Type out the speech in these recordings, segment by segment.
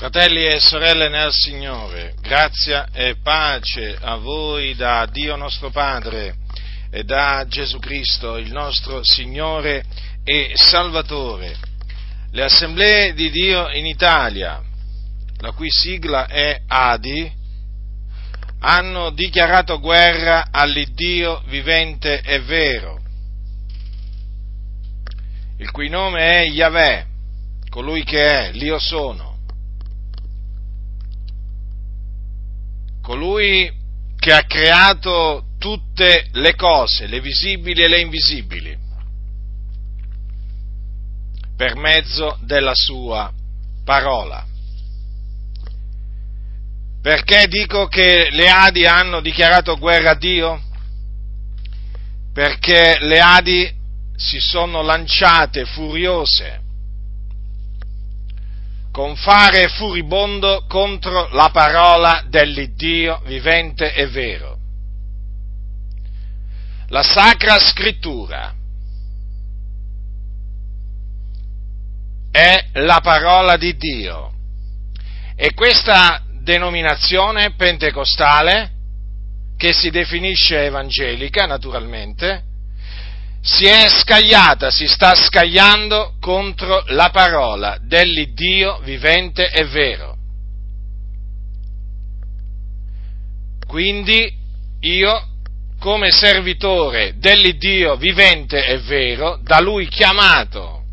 Fratelli e sorelle nel Signore, grazia e pace a voi da Dio nostro Padre e da Gesù Cristo, il nostro Signore e Salvatore. Le Assemblee di Dio in Italia, la cui sigla è ADI, hanno dichiarato guerra all'Iddio vivente e vero, il cui nome è Yahweh, colui che è l'Io sono. Colui che ha creato tutte le cose, le visibili e le invisibili, per mezzo della sua parola. Perché dico che le Adi hanno dichiarato guerra a Dio? Perché le Adi si sono lanciate furiose, con fare furibondo contro la parola dell'Iddio vivente e vero. La Sacra Scrittura è la parola di Dio e questa denominazione pentecostale, che si definisce evangelica naturalmente, si sta scagliando contro la parola dell'Iddio vivente e vero. Quindi io, come servitore dell'Iddio vivente e vero, da Lui chiamato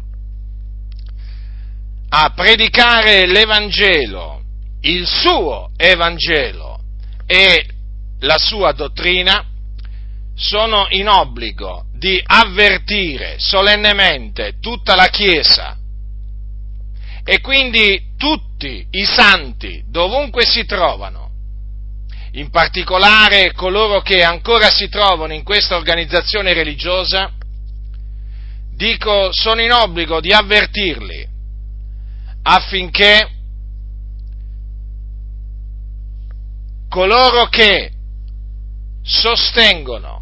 a predicare l'Evangelo, il suo Evangelo e la sua dottrina, sono in obbligo di avvertire solennemente tutta la Chiesa e quindi tutti i santi dovunque si trovano, in particolare coloro che ancora si trovano in questa organizzazione religiosa, sono in obbligo di avvertirli affinché coloro che sostengono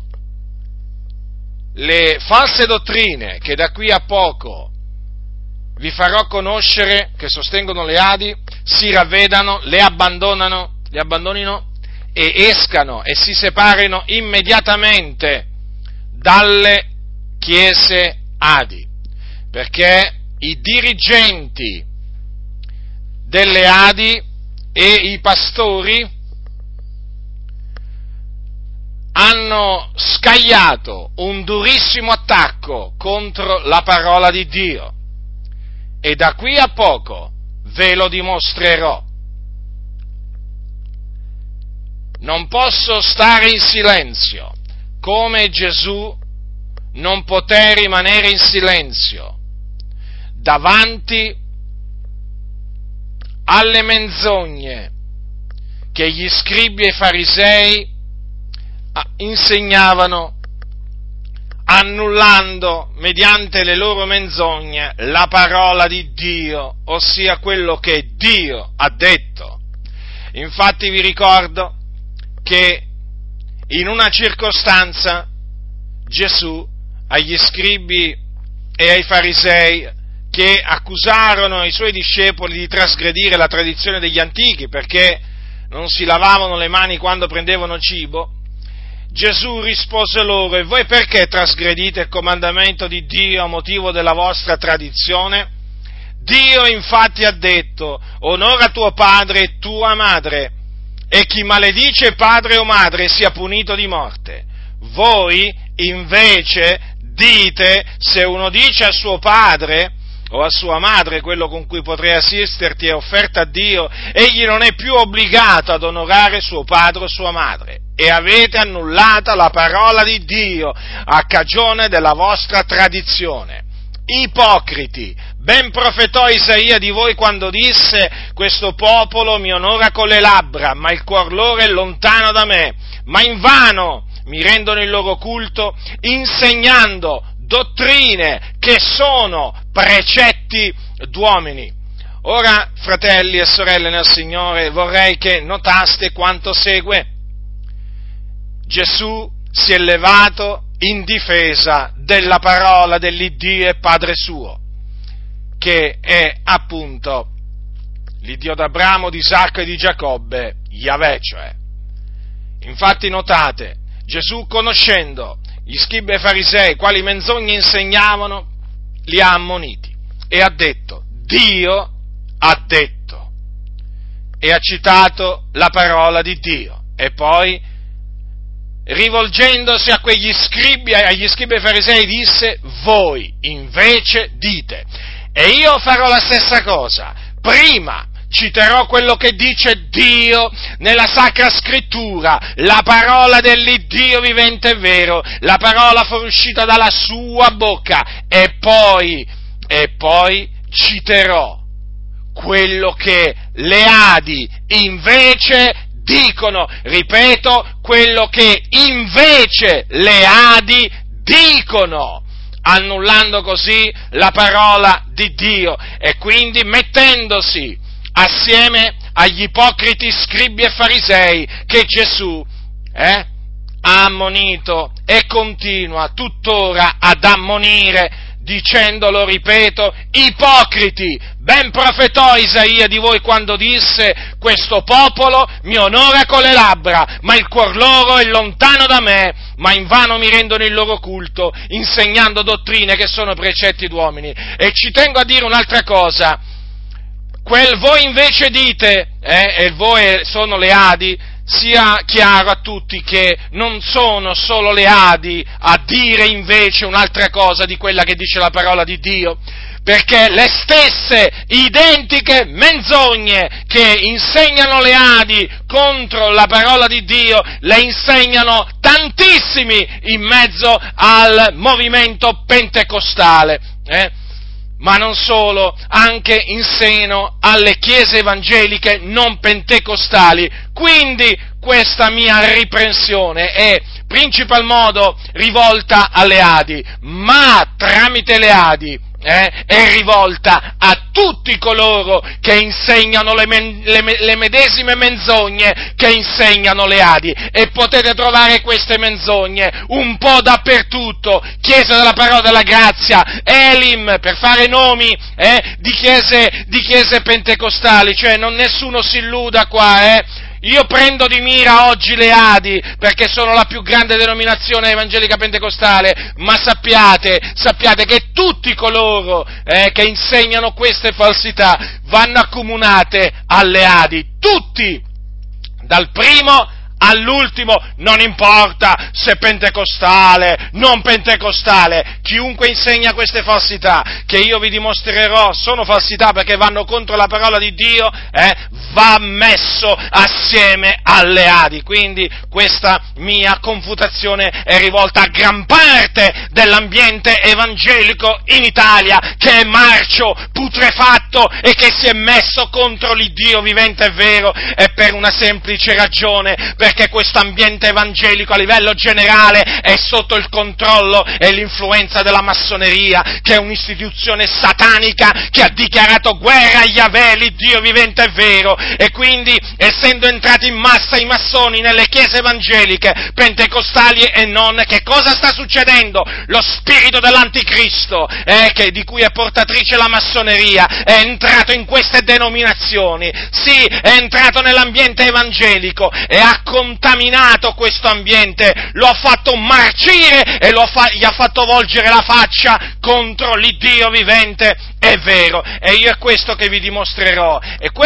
le false dottrine che da qui a poco vi farò conoscere, che sostengono le Adi, si ravvedano, le abbandonino e escano e si separino immediatamente dalle chiese Adi, perché i dirigenti delle Adi e i pastori hanno scagliato un durissimo attacco contro la parola di Dio e da qui a poco ve lo dimostrerò. Non posso stare in silenzio, come Gesù non poté rimanere in silenzio davanti alle menzogne che gli scribi e i farisei insegnavano, annullando mediante le loro menzogne la parola di Dio, ossia quello che Dio ha detto. Infatti vi ricordo che in una circostanza Gesù agli scribi e ai farisei, che accusarono i suoi discepoli di trasgredire la tradizione degli antichi perché non si lavavano le mani quando prendevano cibo, Gesù rispose loro: e voi perché trasgredite il comandamento di Dio a motivo della vostra tradizione? Dio infatti ha detto: onora tuo padre e tua madre, e chi maledice padre o madre sia punito di morte. Voi invece dite: se uno dice a suo padre o a sua madre, quello con cui potrei assisterti è offerta a Dio, egli non è più obbligato ad onorare suo padre o sua madre, e avete annullata la parola di Dio a cagione della vostra tradizione. Ipocriti, ben profetò Isaia di voi quando disse: questo popolo mi onora con le labbra, ma il cuor loro è lontano da me, ma invano mi rendono il loro culto, insegnando dottrine che sono precetti d'uomini. Ora, fratelli e sorelle nel Signore, vorrei che notaste quanto segue. Gesù si è levato in difesa della parola dell'Iddio e Padre suo, che è appunto l'Iddio d'Abramo, di Isacco e di Giacobbe, Yahweh cioè. Infatti notate, Gesù, conoscendo gli scribi e farisei, quali menzogne insegnavano, li ha ammoniti e ha detto: Dio ha detto, e ha citato la parola di Dio. E poi, rivolgendosi a quegli scribi, agli scribi e farisei, disse: voi invece dite, e io farò la stessa cosa, prima citerò quello che dice Dio nella Sacra Scrittura, la parola dell'Iddio vivente e vero, la parola fuoriuscita dalla sua bocca, e poi citerò quello che le Adi invece dicono, ripeto, quello che invece le Adi dicono, annullando così la parola di Dio e quindi mettendosi assieme agli ipocriti scribi e farisei che Gesù ha ammonito e continua tuttora ad ammonire, dicendolo, ripeto, ipocriti. Ben profetò Isaia di voi quando disse: questo popolo mi onora con le labbra, ma il cuor loro è lontano da me, ma invano mi rendono il loro culto, insegnando dottrine che sono precetti d'uomini. E ci tengo a dire un'altra cosa: voi invece dite, e voi sono le Adi, sia chiaro a tutti che non sono solo le Adi a dire invece un'altra cosa di quella che dice la parola di Dio, perché le stesse identiche menzogne che insegnano le Adi contro la parola di Dio le insegnano tantissimi in mezzo al movimento pentecostale, ma non solo, anche in seno alle chiese evangeliche non pentecostali. Quindi questa mia riprensione è principal modo rivolta alle Adi, ma tramite le Adi è rivolta a tutti coloro che insegnano le medesime menzogne che insegnano le Adi, e potete trovare queste menzogne un po' dappertutto: Chiesa della Parola della Grazia, Elim, per fare nomi di chiese pentecostali. Cioè nessuno si illuda qua, Io prendo di mira oggi le Adi perché sono la più grande denominazione evangelica pentecostale, ma sappiate che tutti coloro che insegnano queste falsità vanno accomunate alle Adi, tutti, dal primo all'ultimo, non importa se pentecostale, non pentecostale, chiunque insegna queste falsità, che io vi dimostrerò sono falsità perché vanno contro la parola di Dio, va messo assieme alle Adi. Quindi questa mia confutazione è rivolta a gran parte dell'ambiente evangelico in Italia, che è marcio, putrefatto e che si è messo contro l'Iddio vivente e vero, e per una semplice ragione: perché questo ambiente evangelico a livello generale è sotto il controllo e l'influenza della massoneria, che è un'istituzione satanica che ha dichiarato guerra a Yahweh, l'Iddio vivente e vero, e quindi, essendo entrati in massa i massoni nelle chiese evangeliche pentecostali e non, che cosa sta succedendo? Lo spirito dell'anticristo, di cui è portatrice la massoneria, è entrato in queste denominazioni, sì, è entrato nell'ambiente evangelico e ha contaminato questo ambiente, lo ha fatto marcire e gli ha fatto volgere la faccia contro l'Iddio vivente è vero. E io è questo che vi dimostrerò,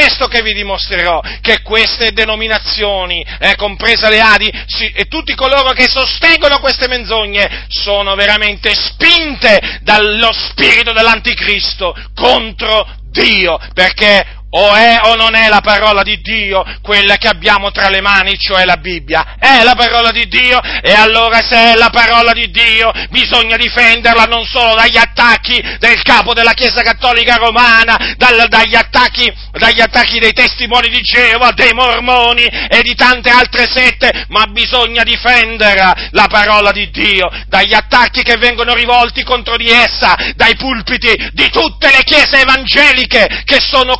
che queste denominazioni, compresa le Adi, e tutti coloro che sostengono queste menzogne, sono veramente spinte dallo spirito dell'anticristo contro Dio, perché o è o non è la parola di Dio quella che abbiamo tra le mani, cioè la Bibbia? È la parola di Dio? E allora, se è la parola di Dio, bisogna difenderla non solo dagli attacchi del capo della Chiesa Cattolica Romana, dagli attacchi dei testimoni di Geova, dei mormoni e di tante altre sette, ma bisogna difendere la parola di Dio dagli attacchi che vengono rivolti contro di essa dai pulpiti di tutte le chiese evangeliche che sono corrotte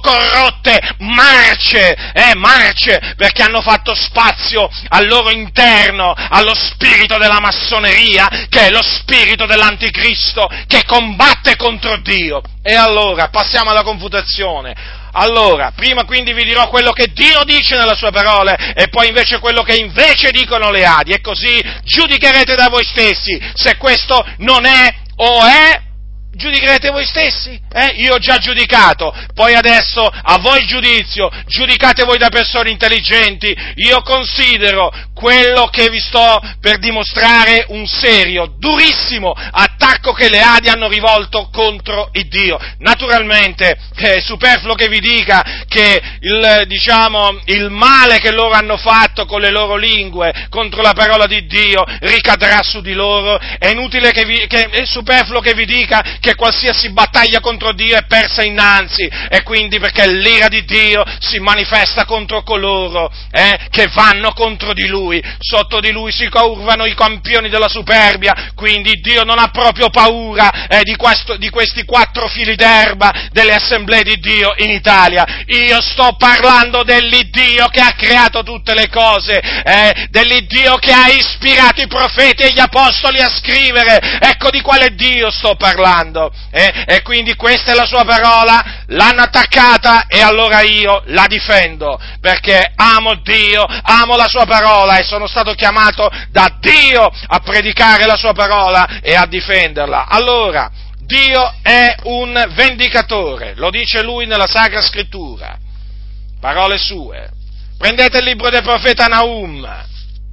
corrotte marce, perché hanno fatto spazio al loro interno, allo spirito della massoneria, che è lo spirito dell'anticristo, che combatte contro Dio. E allora, passiamo alla confutazione. Allora, prima quindi vi dirò quello che Dio dice nella sua parola, e poi invece quello che invece dicono le Adi, e così giudicherete da voi stessi se questo non è o è. Giudicherete voi stessi? Io ho già giudicato, poi adesso a voi il giudizio, giudicate voi da persone intelligenti. Io considero quello che vi sto per dimostrare un serio, durissimo attacco che le Adi hanno rivolto contro il Dio. Naturalmente è superfluo che vi dica che il male che loro hanno fatto con le loro lingue contro la parola di Dio ricadrà su di loro. È inutile è superfluo che vi dica che qualsiasi battaglia contro Dio è persa innanzi, e quindi perché l'ira di Dio si manifesta contro coloro che vanno contro di Lui, sotto di Lui si curvano i campioni della superbia, quindi Dio non ha proprio paura di questi 4 fili d'erba delle assemblee di Dio in Italia. Io sto parlando dell'Iddio che ha creato tutte le cose, dell'Iddio che ha ispirato i profeti e gli apostoli a scrivere, ecco di quale Dio sto parlando. E quindi questa è la sua parola, l'hanno attaccata e allora io la difendo, perché amo Dio, amo la sua parola e sono stato chiamato da Dio a predicare la sua parola e a difenderla. Allora, Dio è un vendicatore, lo dice Lui nella Sacra Scrittura, parole sue. Prendete il libro del profeta Nahum,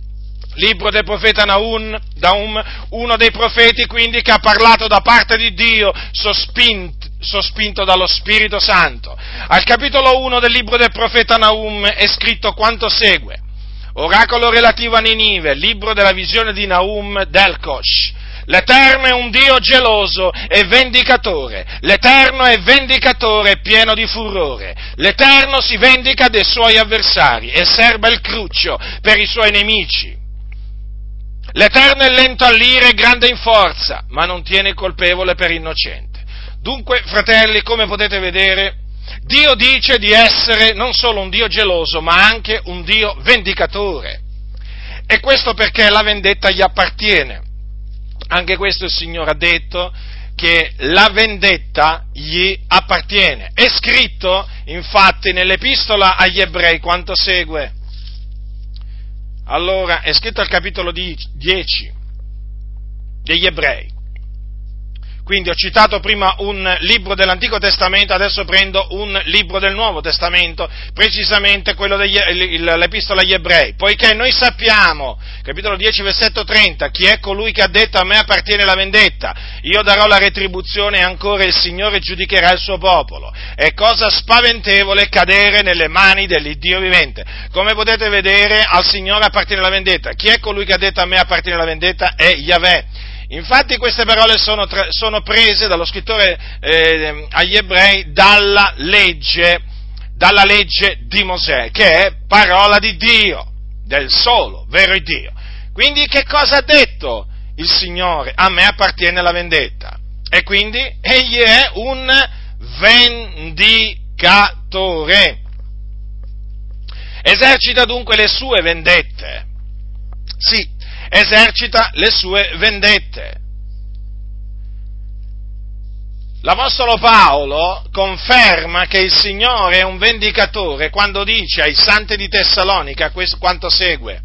uno dei profeti quindi che ha parlato da parte di Dio, sospinto dallo Spirito Santo. Al capitolo 1 del libro del profeta Nahum è scritto quanto segue: oracolo relativo a Ninive, libro della visione di Nahum d'Elkosh. L'Eterno è un Dio geloso e vendicatore, l'Eterno è vendicatore e pieno di furore, l'Eterno si vendica dei suoi avversari e serba il cruccio per i suoi nemici. L'Eterno è lento all'ira e grande in forza, ma non tiene il colpevole per innocente. Dunque, fratelli, come potete vedere, Dio dice di essere non solo un Dio geloso, ma anche un Dio vendicatore. E questo perché la vendetta gli appartiene. Anche questo il Signore ha detto, che la vendetta gli appartiene. È scritto, infatti, nell'Epistola agli Ebrei quanto segue. Allora, è scritto al capitolo 10 degli Ebrei. Quindi ho citato prima un libro dell'Antico Testamento, adesso prendo un libro del Nuovo Testamento, precisamente quello l'Epistola agli Ebrei, poiché noi sappiamo, capitolo 10, versetto 30, chi è colui che ha detto a me appartiene la vendetta, io darò la retribuzione e ancora il Signore giudicherà il suo popolo. È cosa spaventevole cadere nelle mani dell'Iddio vivente. Come potete vedere, al Signore appartiene la vendetta. Chi è colui che ha detto a me appartiene la vendetta? È Yahweh. Infatti queste parole sono prese dallo scrittore agli Ebrei dalla legge di Mosè, che è parola di Dio, del solo vero Dio. Quindi che cosa ha detto il Signore? A me appartiene la vendetta. E quindi egli è un vendicatore. Esercita dunque le sue vendette. Sì, esercita le sue vendette. L'Apostolo Paolo conferma che il Signore è un vendicatore quando dice ai santi di Tessalonica quanto segue.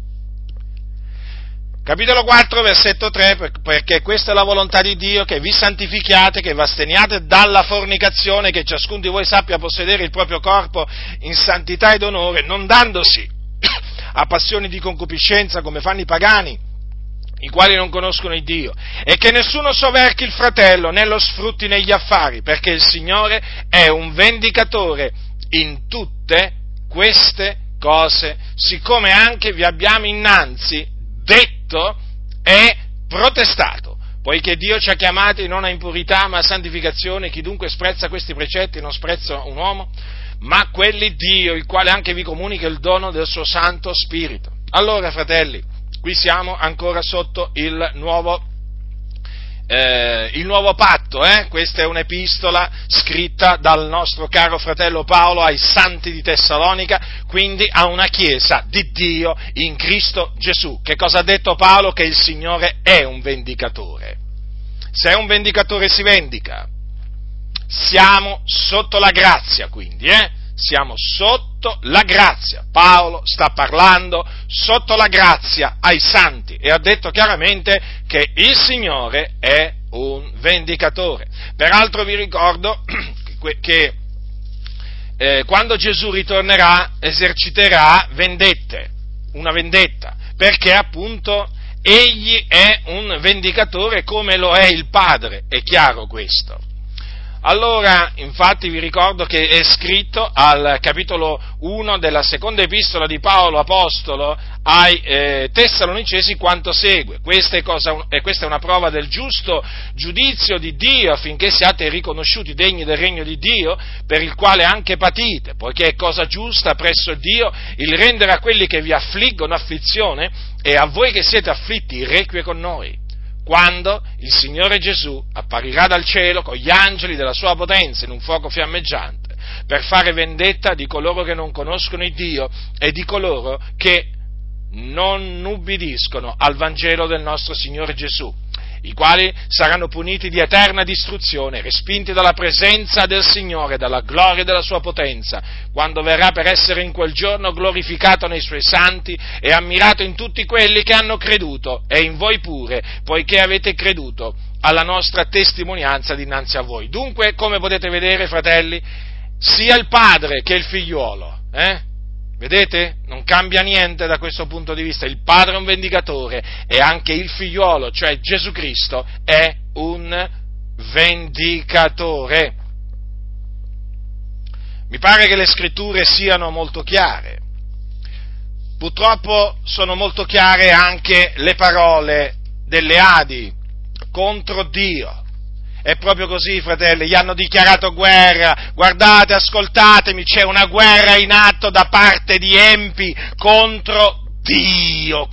Capitolo 4, versetto 3, perché questa è la volontà di Dio, che vi santifichiate, che vi asteniate dalla fornicazione, che ciascuno di voi sappia possedere il proprio corpo in santità ed onore, non dandosi a passioni di concupiscenza come fanno i pagani, i quali non conoscono il Dio, e che nessuno soverchi il fratello né lo sfrutti negli affari, perché il Signore è un vendicatore in tutte queste cose, siccome anche vi abbiamo innanzi detto e protestato, poiché Dio ci ha chiamati non a impurità ma a santificazione. Chi dunque sprezza questi precetti non sprezza un uomo, ma quelli Dio, il quale anche vi comunica il dono del suo Santo Spirito. Allora, fratelli, qui siamo ancora sotto il Nuovo il nuovo patto, questa è un'epistola scritta dal nostro caro fratello Paolo ai santi di Tessalonica, quindi a una chiesa di Dio in Cristo Gesù. Che cosa ha detto Paolo? Che il Signore è un vendicatore. Se è un vendicatore si vendica. Siamo sotto la grazia, quindi, siamo sotto la grazia. Paolo sta parlando sotto la grazia ai santi e ha detto chiaramente che il Signore è un vendicatore. Peraltro vi ricordo che quando Gesù ritornerà eserciterà una vendetta, perché appunto egli è un vendicatore come lo è il Padre, è chiaro questo. Allora, infatti, vi ricordo che è scritto al capitolo 1 della seconda epistola di Paolo Apostolo ai Tessalonicesi quanto segue. Questa è una prova del giusto giudizio di Dio, affinché siate riconosciuti degni del regno di Dio, per il quale anche patite, poiché è cosa giusta presso Dio il rendere a quelli che vi affliggono afflizione, e a voi che siete afflitti requie con noi, quando il Signore Gesù apparirà dal cielo con gli angeli della sua potenza in un fuoco fiammeggiante, per fare vendetta di coloro che non conoscono il Dio e di coloro che non ubbidiscono al Vangelo del nostro Signore Gesù, i quali saranno puniti di eterna distruzione, respinti dalla presenza del Signore, dalla gloria della sua potenza, quando verrà per essere in quel giorno glorificato nei suoi santi e ammirato in tutti quelli che hanno creduto, e in voi pure, poiché avete creduto alla nostra testimonianza dinanzi a voi. Dunque, come potete vedere, fratelli, sia il padre che il figliuolo, vedete? Non cambia niente da questo punto di vista. Il Padre è un vendicatore e anche il Figliolo, cioè Gesù Cristo, è un vendicatore. Mi pare che le Scritture siano molto chiare. Purtroppo sono molto chiare anche le parole delle Adi contro Dio. È proprio così, fratelli, gli hanno dichiarato guerra. Guardate, ascoltatemi, c'è una guerra in atto da parte di empi contro Dio,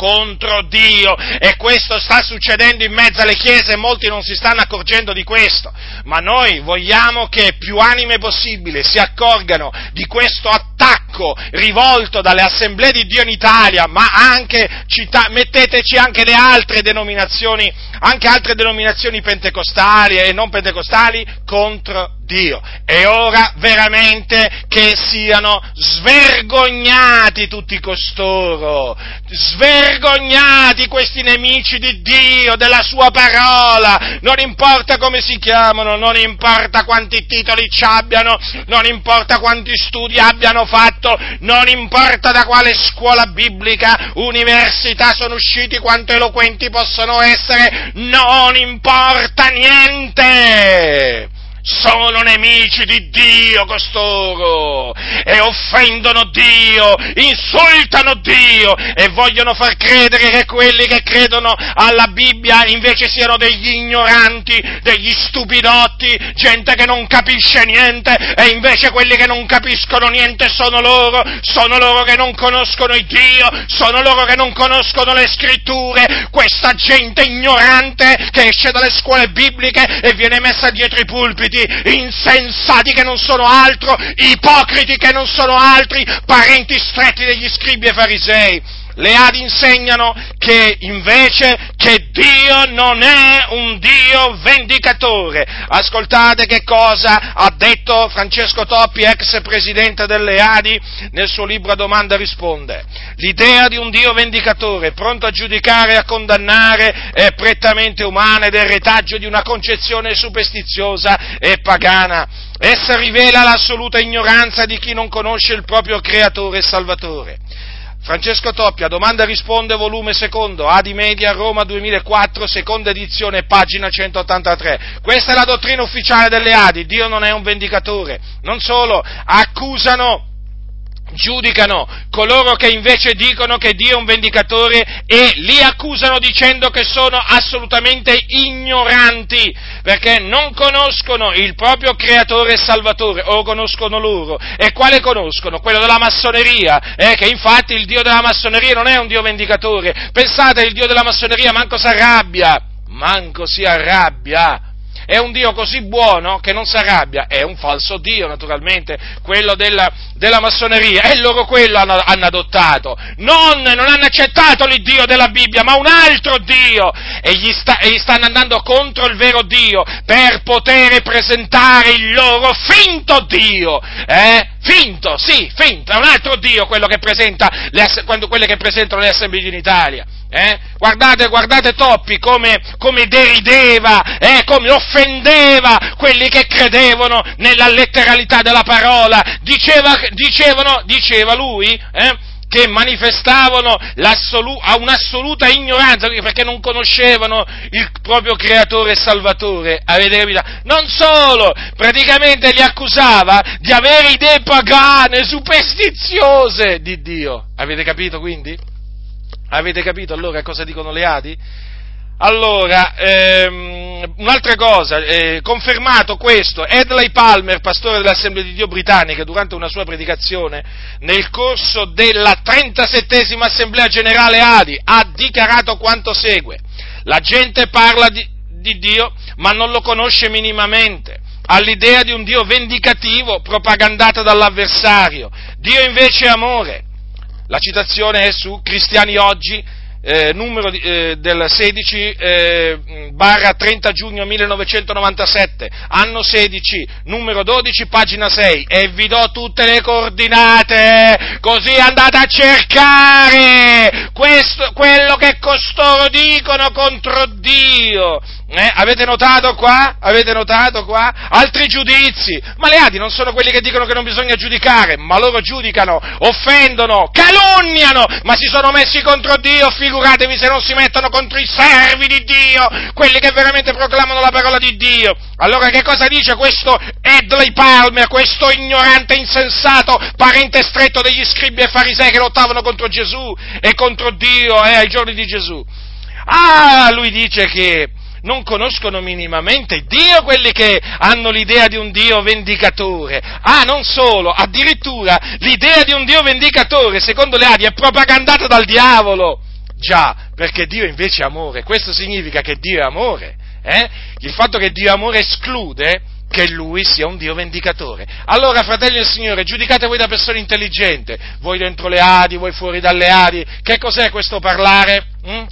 e questo sta succedendo in mezzo alle chiese e molti non si stanno accorgendo di questo, ma noi vogliamo che più anime possibile si accorgano di questo attacco rivolto dalle assemblee di Dio in Italia, ma anche, metteteci anche le altre denominazioni pentecostali e non pentecostali contro Dio. È ora veramente che siano svergognati tutti costoro, svergognati questi nemici di Dio, della sua parola, non importa come si chiamano, non importa quanti titoli ci abbiano, non importa quanti studi abbiano fatto, non importa da quale scuola biblica, università sono usciti, quanto eloquenti possono essere, non importa niente! Sono nemici di Dio costoro, e offendono Dio, insultano Dio, e vogliono far credere che quelli che credono alla Bibbia invece siano degli ignoranti, degli stupidotti, gente che non capisce niente, e invece quelli che non capiscono niente sono loro che non conoscono il Dio, sono loro che non conoscono le Scritture, questa gente ignorante che esce dalle scuole bibliche e viene messa dietro i pulpiti, insensati che non sono altro, ipocriti che non sono altri, parenti stretti degli scribi e farisei. Le Adi insegnano che invece che Dio non è un Dio vendicatore. Ascoltate che cosa ha detto Francesco Toppi, ex presidente delle Adi, nel suo libro A domanda risponde. L'idea di un Dio vendicatore, pronto a giudicare e a condannare, è prettamente umana ed è retaggio di una concezione superstiziosa e pagana. Essa rivela l'assoluta ignoranza di chi non conosce il proprio Creatore e Salvatore. Francesco Toppi, A domanda risponde, volume secondo, Adi Media, Roma 2004, seconda edizione, pagina 183. Questa è la dottrina ufficiale delle Adi. Dio non è un vendicatore. Non solo, giudicano coloro che invece dicono che Dio è un vendicatore e li accusano dicendo che sono assolutamente ignoranti, perché non conoscono il proprio Creatore e Salvatore, o conoscono loro. E quale conoscono? Quello della massoneria, che infatti il Dio della massoneria non è un Dio vendicatore. Pensate, il Dio della massoneria manco s'arrabbia, manco si arrabbia. È un Dio così buono che non si arrabbia, è un falso Dio naturalmente, quello della massoneria, e loro quello hanno adottato, non hanno accettato l'Iddio della Bibbia, ma un altro Dio, e gli stanno andando contro il vero Dio, per poter presentare il loro finto Dio, finto, è un altro Dio quello che presenta, quelle che presentano le assemblee in Italia. Guardate Toppi come derideva, come offendeva quelli che credevano nella letteralità della parola, diceva lui, che manifestavano un'assoluta ignoranza, perché non conoscevano il proprio Creatore e Salvatore, avete capito? Non solo, praticamente li accusava di avere idee pagane, superstiziose di Dio, avete capito quindi? Avete capito allora cosa dicono le Adi? Allora, un'altra cosa, confermato questo, Hedley Palmer, pastore dell'Assemblea di Dio britannica, durante una sua predicazione nel corso della 37esima Assemblea Generale Adi, ha dichiarato quanto segue: la gente parla di Dio, ma non lo conosce minimamente. Ha l'idea di un Dio vendicativo propagandata dall'avversario. Dio invece è amore. La citazione è su Cristiani Oggi, numero del 16 /30 giugno 1997, anno 16, numero 12, pagina 6, e vi do tutte le coordinate, così andate a cercare quello che costoro dicono contro Dio. Avete notato qua? Altri giudizi. Ma le Adi non sono quelli che dicono che non bisogna giudicare, ma loro giudicano, offendono, calunniano, ma si sono messi contro Dio, figuratevi se non si mettono contro i servi di Dio, quelli che veramente proclamano la parola di Dio. Allora che cosa dice questo Hedley Palmer, questo ignorante insensato, parente stretto degli scribi e farisei che lottavano contro Gesù e contro Dio ai giorni di Gesù? Lui dice che non conoscono minimamente Dio quelli che hanno l'idea di un Dio vendicatore. Non solo, addirittura l'idea di un Dio vendicatore, secondo le Adi, è propagandata dal diavolo. Già, perché Dio invece è amore. Questo significa che Dio è amore. Il fatto che Dio è amore esclude che Lui sia un Dio vendicatore. Allora, fratelli del Signore, giudicate voi da persone intelligenti, voi dentro le Adi, voi fuori dalle Adi, che cos'è questo parlare?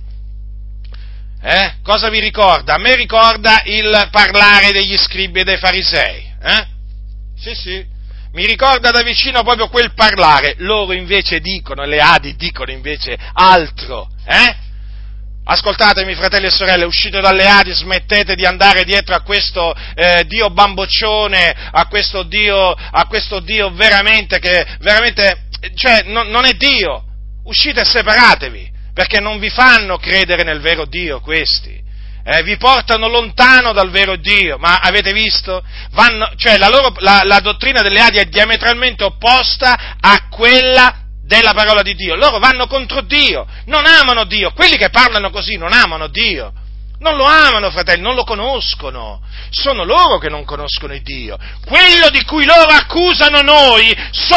Cosa vi ricorda? A me ricorda il parlare degli scribi e dei farisei, Sì, mi ricorda da vicino proprio quel parlare. Loro invece dicono, le Adi dicono invece altro, Ascoltatemi, fratelli e sorelle, uscite dalle Adi, smettete di andare dietro a questo Dio bamboccione, a questo Dio veramente che veramente, cioè, non è Dio. Uscite e separatevi, perché non vi fanno credere nel vero Dio questi, vi portano lontano dal vero Dio. Ma avete visto? La dottrina delle Adi è diametralmente opposta a quella della parola di Dio. Loro vanno contro Dio, non amano Dio. Quelli che parlano così non amano Dio, non lo amano, fratelli, non lo conoscono. Sono loro che non conoscono il Dio. Quello di cui loro accusano noi,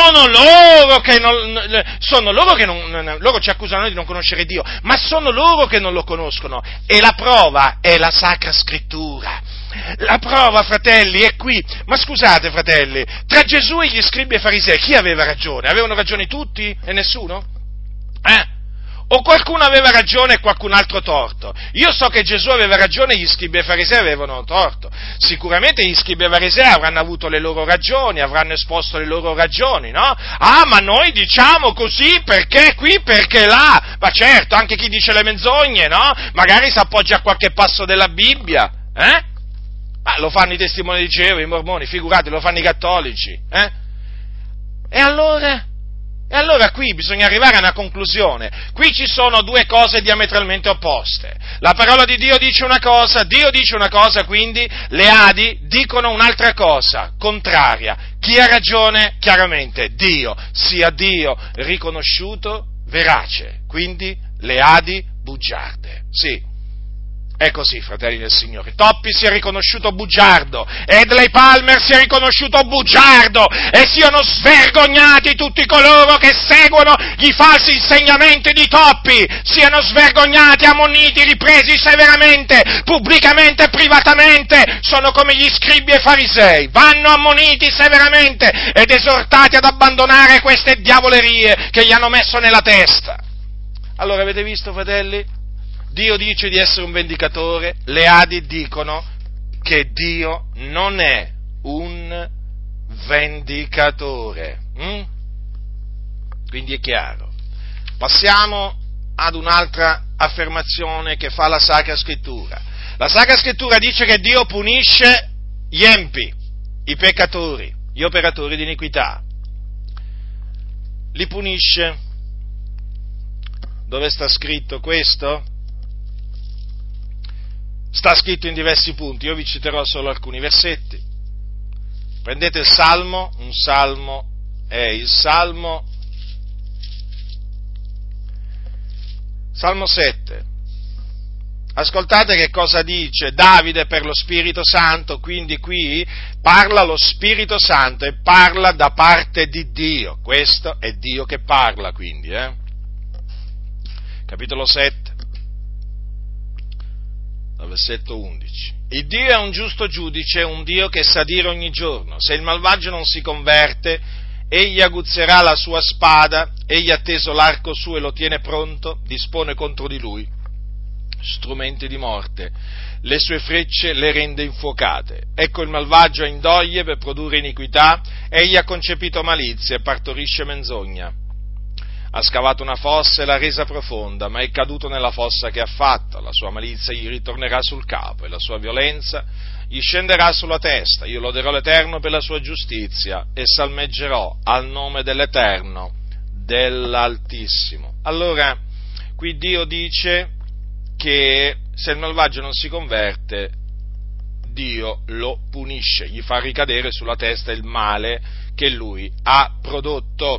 loro ci accusano noi di non conoscere Dio, ma sono loro che non lo conoscono. E la prova è la Sacra Scrittura. La prova, fratelli, è qui. Ma scusate, fratelli, tra Gesù e gli scribi e farisei, chi aveva ragione? Avevano ragione tutti e nessuno? O qualcuno aveva ragione e qualcun altro torto? Io so che Gesù aveva ragione e gli scribi e farisei avevano torto. Sicuramente gli scribi e farisei avranno avuto le loro ragioni, avranno esposto le loro ragioni, no? Ma noi diciamo così perché qui, perché là. Ma certo, anche chi dice le menzogne, no? Magari si appoggia a qualche passo della Bibbia, Ma lo fanno i testimoni di Geova, i mormoni, figurati, lo fanno i cattolici, E allora qui bisogna arrivare a una conclusione. Qui ci sono due cose diametralmente opposte. La parola di Dio dice una cosa, Dio dice una cosa, quindi le Adi dicono un'altra cosa, contraria. Chi ha ragione? Chiaramente Dio, sia Dio riconosciuto verace, quindi le Adi bugiarde. Sì. È così, fratelli del Signore. Toppi si è riconosciuto bugiardo, Edley Palmer si è riconosciuto bugiardo, e siano svergognati tutti coloro che seguono i falsi insegnamenti di Toppi, siano svergognati, ammoniti, ripresi severamente, pubblicamente e privatamente. Sono come gli scribi e farisei, vanno ammoniti severamente ed esortati ad abbandonare queste diavolerie che gli hanno messo nella testa. Allora, avete visto, fratelli? Dio dice di essere un vendicatore, le Adi dicono che Dio non è un vendicatore. Quindi è chiaro. Passiamo ad un'altra affermazione che fa la Sacra Scrittura. La Sacra Scrittura dice che Dio punisce gli empi, i peccatori, gli operatori di iniquità. Li punisce. Dove sta scritto questo? Sta scritto in diversi punti, io vi citerò solo alcuni versetti. Prendete il Salmo, un Salmo è il Salmo 7. Ascoltate che cosa dice Davide per lo Spirito Santo, quindi qui parla lo Spirito Santo e parla da parte di Dio. Questo è Dio che parla, quindi, Capitolo 7. Dal versetto 11. Il Dio è un giusto giudice, un Dio che sa dire ogni giorno. Se il malvagio non si converte, egli aguzzerà la sua spada, egli ha teso l'arco suo e lo tiene pronto, dispone contro di lui strumenti di morte, le sue frecce le rende infuocate. Ecco, il malvagio ha indoglie per produrre iniquità, egli ha concepito malizia e partorisce menzogna. Ha scavato una fossa e l'ha resa profonda, ma è caduto nella fossa che ha fatto. La sua malizia gli ritornerà sul capo e la sua violenza gli scenderà sulla testa. Io loderò l'Eterno per la sua giustizia e salmeggerò al nome dell'Eterno, dell'Altissimo. Allora, qui Dio dice che se il malvagio non si converte, Dio lo punisce, gli fa ricadere sulla testa il male che lui ha prodotto.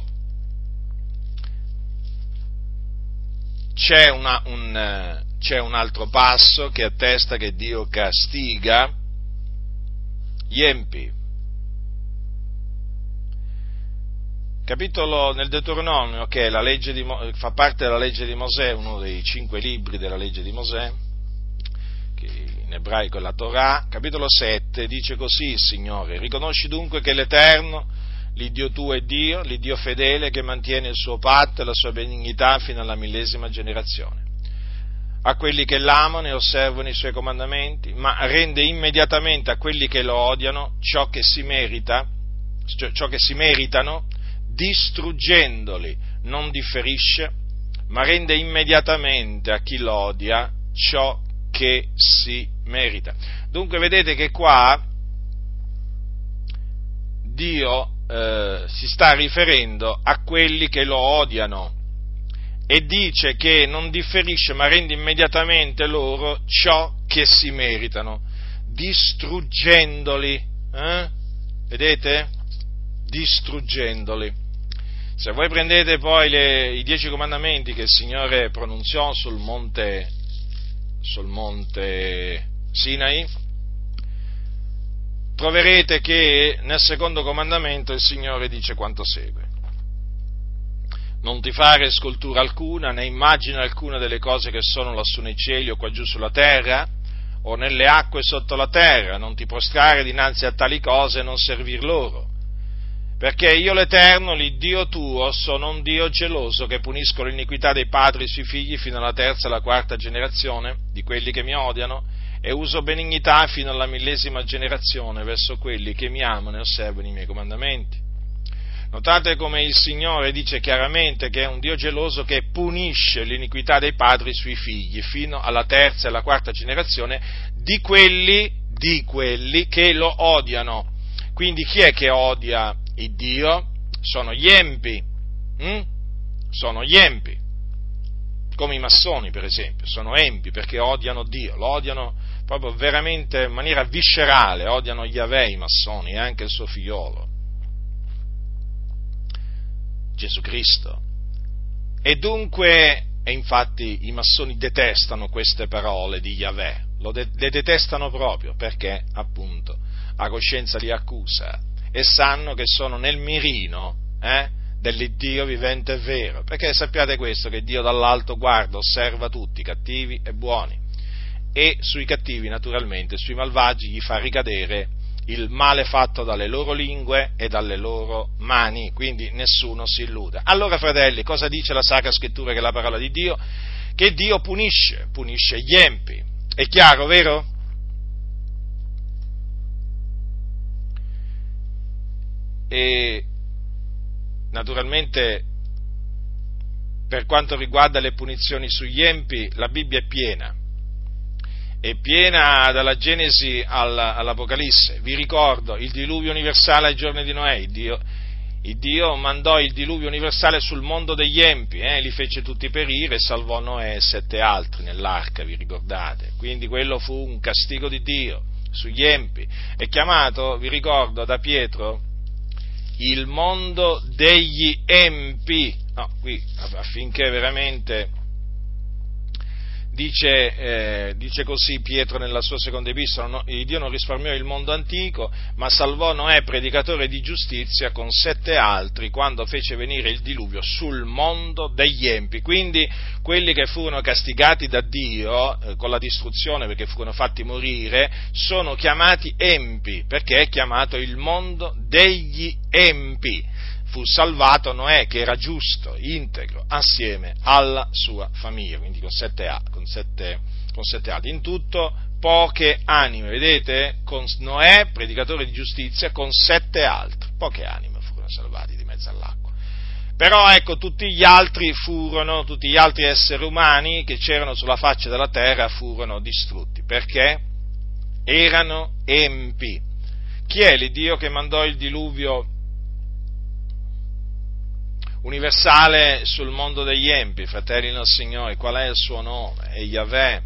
C'è un altro passo che attesta che Dio castiga gli empi. Capitolo nel Deuteronomio, che è fa parte della legge di Mosè, uno dei 5 libri della legge di Mosè, che in ebraico è la Torah, capitolo 7, dice così il Signore: riconosci dunque che l'Eterno, l'Iddio tuo è Dio, l'Iddio fedele che mantiene il suo patto e la sua benignità fino alla 1000ª generazione. A quelli che l'amano e osservano i suoi comandamenti, ma rende immediatamente a quelli che lo odiano ciò che si meritano, distruggendoli. Non differisce, ma rende immediatamente a chi lo odia ciò che si merita. Dunque vedete che qua Dio si sta riferendo a quelli che lo odiano e dice che non differisce ma rende immediatamente loro ciò che si meritano, distruggendoli, vedete? Distruggendoli. Se voi prendete poi i 10 comandamenti che il Signore pronunziò sul monte Sinai, troverete che nel secondo comandamento il Signore dice quanto segue: non ti fare scultura alcuna, né immagine alcuna delle cose che sono lassù nei cieli o qua giù sulla terra, o nelle acque sotto la terra, non ti prostrare dinanzi a tali cose e non servir loro. Perché io l'Eterno, l'Iddio tuo, sono un Dio geloso che punisco l'iniquità dei padri sui figli fino alla 3ª e alla 4ª generazione di quelli che mi odiano, e uso benignità fino alla 1000ª generazione verso quelli che mi amano e osservano i miei comandamenti. Notate come il Signore dice chiaramente che è un Dio geloso che punisce l'iniquità dei padri sui figli fino alla 3ª e alla 4ª generazione di quelli che lo odiano. Quindi chi è che odia il Dio? Sono gli empi. Sono gli empi. Come i massoni, per esempio, sono empi perché odiano Dio, lo odiano proprio veramente in maniera viscerale, odiano Yahweh, i massoni, e anche il suo figliolo, Gesù Cristo. E dunque, e infatti i massoni detestano queste parole di Yahweh, le detestano proprio perché, appunto, la coscienza li accusa e sanno che sono nel mirino dell'Iddio vivente e vero, perché sappiate questo, che Dio dall'alto guarda, osserva tutti, cattivi e buoni, e sui cattivi naturalmente, sui malvagi gli fa ricadere il male fatto dalle loro lingue e dalle loro mani, quindi nessuno si illuda. Allora, fratelli, cosa dice la Sacra Scrittura, che è la parola di Dio? Che Dio punisce gli empi. È chiaro, vero? E naturalmente, per quanto riguarda le punizioni sugli empi, la Bibbia è piena dalla Genesi all'Apocalisse. Vi ricordo il diluvio universale ai giorni di Noè. Il Dio mandò il diluvio universale sul mondo degli empi, li fece tutti perire e salvò Noè e 7 altri nell'arca, vi ricordate? Quindi quello fu un castigo di Dio sugli empi. È chiamato, vi ricordo, da Pietro, il mondo degli empi. No, qui affinché veramente dice così Pietro nella sua seconda epistola: no, Dio non risparmiò il mondo antico, ma salvò Noè, predicatore di giustizia, con 7 altri, quando fece venire il diluvio sul mondo degli empi. Quindi quelli che furono castigati da Dio con la distruzione, perché furono fatti morire, sono chiamati empi, perché è chiamato il mondo degli empi. Fu salvato Noè, che era giusto, integro, assieme alla sua famiglia, quindi con sette altri. In tutto poche anime, vedete? Con Noè, predicatore di giustizia, con 7 altri, poche anime furono salvati di mezzo all'acqua. Però ecco, tutti gli altri esseri umani che c'erano sulla faccia della terra furono distrutti, perché erano empi. Chi è l'Iddio che mandò il diluvio universale sul mondo degli empi, fratelli del Signore? Qual è il suo nome? È Yahweh,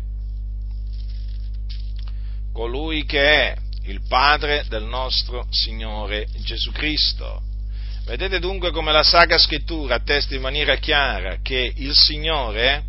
colui che è il Padre del nostro Signore Gesù Cristo. Vedete dunque come la Sacra Scrittura attesta in maniera chiara che il Signore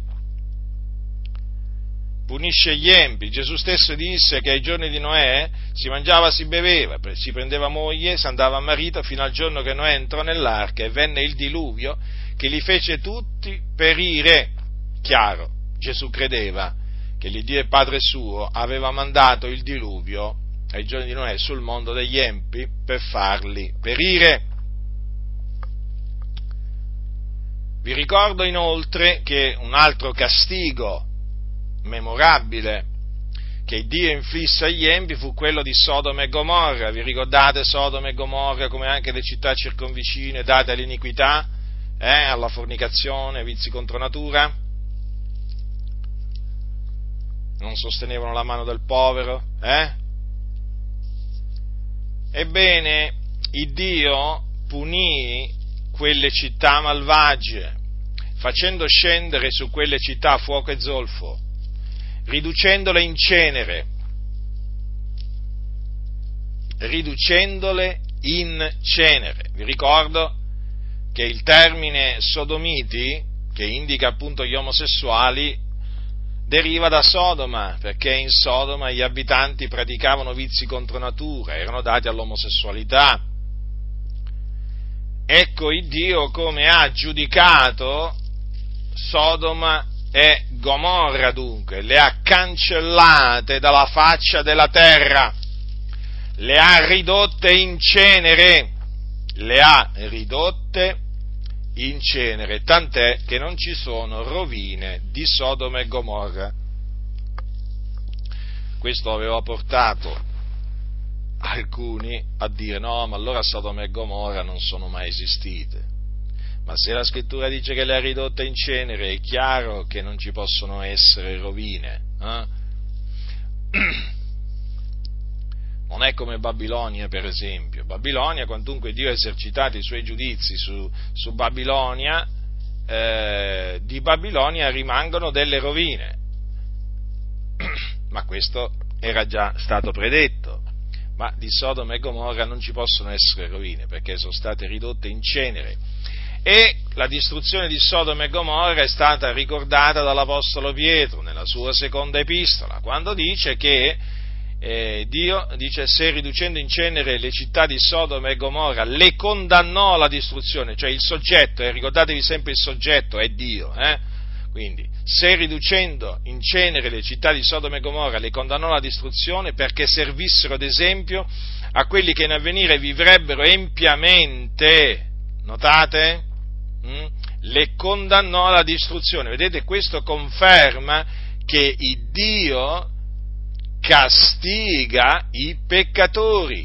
punisce gli empi. Gesù stesso disse che ai giorni di Noè si mangiava, si beveva, si prendeva moglie, si andava a marito, fino al giorno che Noè entrò nell'arca e venne il diluvio che li fece tutti perire. Chiaro, Gesù credeva che l'Iddio e Padre suo aveva mandato il diluvio ai giorni di Noè sul mondo degli empi per farli perire. Vi ricordo inoltre che un altro castigo memorabile che Dio inflisse agli empi fu quello di Sodoma e Gomorra. Vi ricordate Sodoma e Gomorra, come anche le città circonvicine, date all'iniquità, alla fornicazione, ai vizi contro natura? Non sostenevano la mano del povero, Ebbene, il Dio punì quelle città malvagie, facendo scendere su quelle città fuoco e zolfo, riducendole in cenere. Vi ricordo che il termine sodomiti, che indica appunto gli omosessuali, deriva da Sodoma, perché in Sodoma gli abitanti praticavano vizi contro natura, erano dati all'omosessualità. Ecco il Dio come ha giudicato Sodoma e Gomorra, dunque, le ha cancellate dalla faccia della terra, le ha ridotte in cenere, tant'è che non ci sono rovine di Sodoma e Gomorra. Questo aveva portato alcuni a dire: no, ma allora Sodoma e Gomorra non sono mai esistite. Ma se la Scrittura dice che le ha ridotte in cenere, è chiaro che non ci possono essere rovine. Non è come Babilonia, per esempio. Babilonia, quantunque Dio ha esercitato i suoi giudizi su Babilonia, di Babilonia rimangono delle rovine. Ma questo era già stato predetto. Ma di Sodoma e Gomorra non ci possono essere rovine, perché sono state ridotte in cenere. E la distruzione di Sodoma e Gomorra è stata ricordata dall'Apostolo Pietro nella sua seconda epistola, quando dice che Dio, dice, se riducendo in cenere le città di Sodoma e Gomorra le condannò alla distruzione, cioè il soggetto, ricordatevi sempre il soggetto è Dio, quindi se riducendo in cenere le città di Sodoma e Gomorra le condannò alla distruzione perché servissero ad esempio a quelli che in avvenire vivrebbero empiamente, notate? Le condannò alla distruzione. Vedete, questo conferma che il Dio castiga i peccatori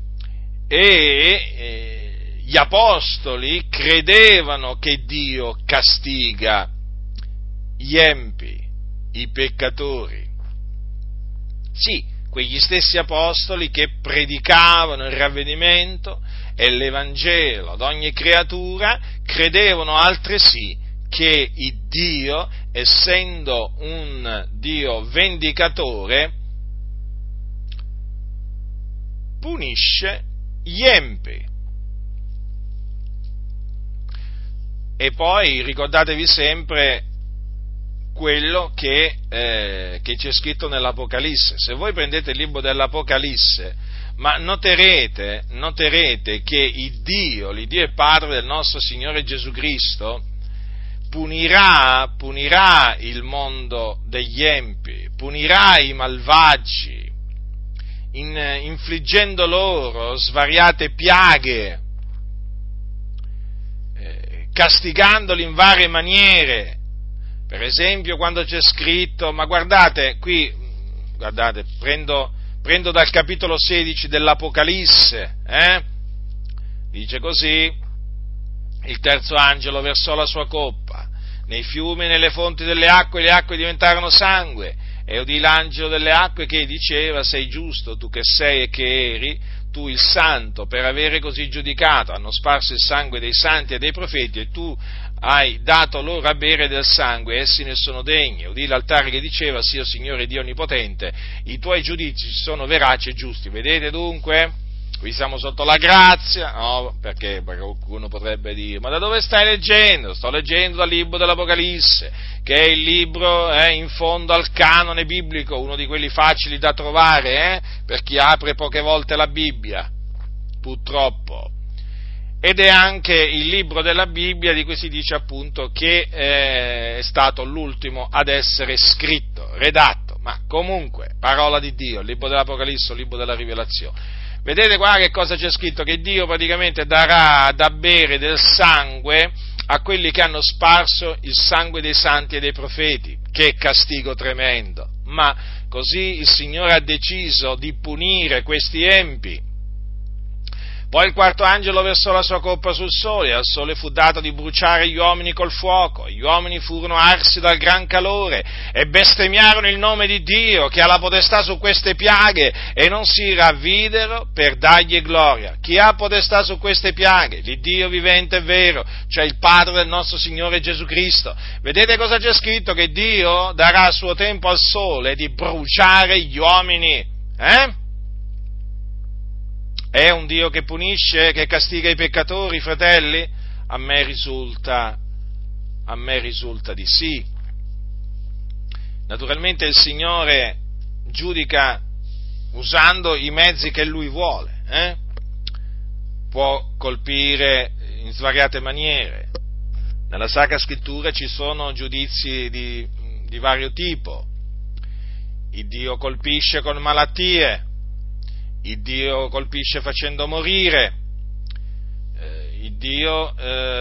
e gli apostoli credevano che Dio castiga gli empi, i peccatori. Sì, quegli stessi apostoli che predicavano il ravvedimento e l'Evangelo ad ogni creatura credevano altresì che il Dio, essendo un Dio vendicatore, punisce gli empi. E poi ricordatevi sempre quello che c'è scritto nell'Apocalisse. Se voi prendete il libro dell'Apocalisse, ma noterete che l'Iddio e Padre del nostro Signore Gesù Cristo punirà il mondo degli empi, punirà i malvagi, infliggendo loro svariate piaghe, castigandoli in varie maniere. Per esempio, quando c'è scritto, ma guardate, prendo dal capitolo 16 dell'Apocalisse, dice così: il terzo angelo versò la sua coppa nei fiumi e nelle fonti delle acque, e le acque diventarono sangue, e udì l'angelo delle acque che diceva: sei giusto, tu che sei e che eri, tu il santo, per avere così giudicato. Hanno sparso il sangue dei santi e dei profeti, e tu hai dato loro a bere del sangue, essi ne sono degni. Udì l'altare che diceva: Sia Signore Dio Onnipotente, i tuoi giudizi sono veraci e giusti. Vedete dunque? Qui siamo sotto la grazia, no? Perché qualcuno potrebbe dire: ma da dove stai leggendo? Sto leggendo dal libro dell'Apocalisse, che è il libro in fondo al canone biblico, uno di quelli facili da trovare, per chi apre poche volte la Bibbia, purtroppo. Ed è anche il libro della Bibbia di cui si dice appunto che è stato l'ultimo ad essere scritto, redatto, ma comunque, parola di Dio, il libro dell'Apocalisse, il libro della Rivelazione. Vedete qua che cosa c'è scritto? Che Dio praticamente darà da bere del sangue a quelli che hanno sparso il sangue dei santi e dei profeti. Che castigo tremendo! Ma così il Signore ha deciso di punire questi empi. Poi il quarto angelo versò la sua coppa sul sole, e al sole fu dato di bruciare gli uomini col fuoco. Gli uomini furono arsi dal gran calore e bestemmiarono il nome di Dio, che ha la potestà su queste piaghe, e non si ravvidero per dargli gloria. Chi ha potestà su queste piaghe? L'Iddio vivente e vero, cioè il Padre del nostro Signore Gesù Cristo. Vedete cosa c'è scritto? Che Dio darà a suo tempo al sole di bruciare gli uomini, È un Dio che punisce, che castiga i peccatori, fratelli? A me risulta di sì. Naturalmente il Signore giudica usando i mezzi che Lui vuole, Può colpire in svariate maniere. Nella Sacra Scrittura ci sono giudizi di vario tipo. Il Dio colpisce con malattie, il Dio colpisce facendo morire, il Dio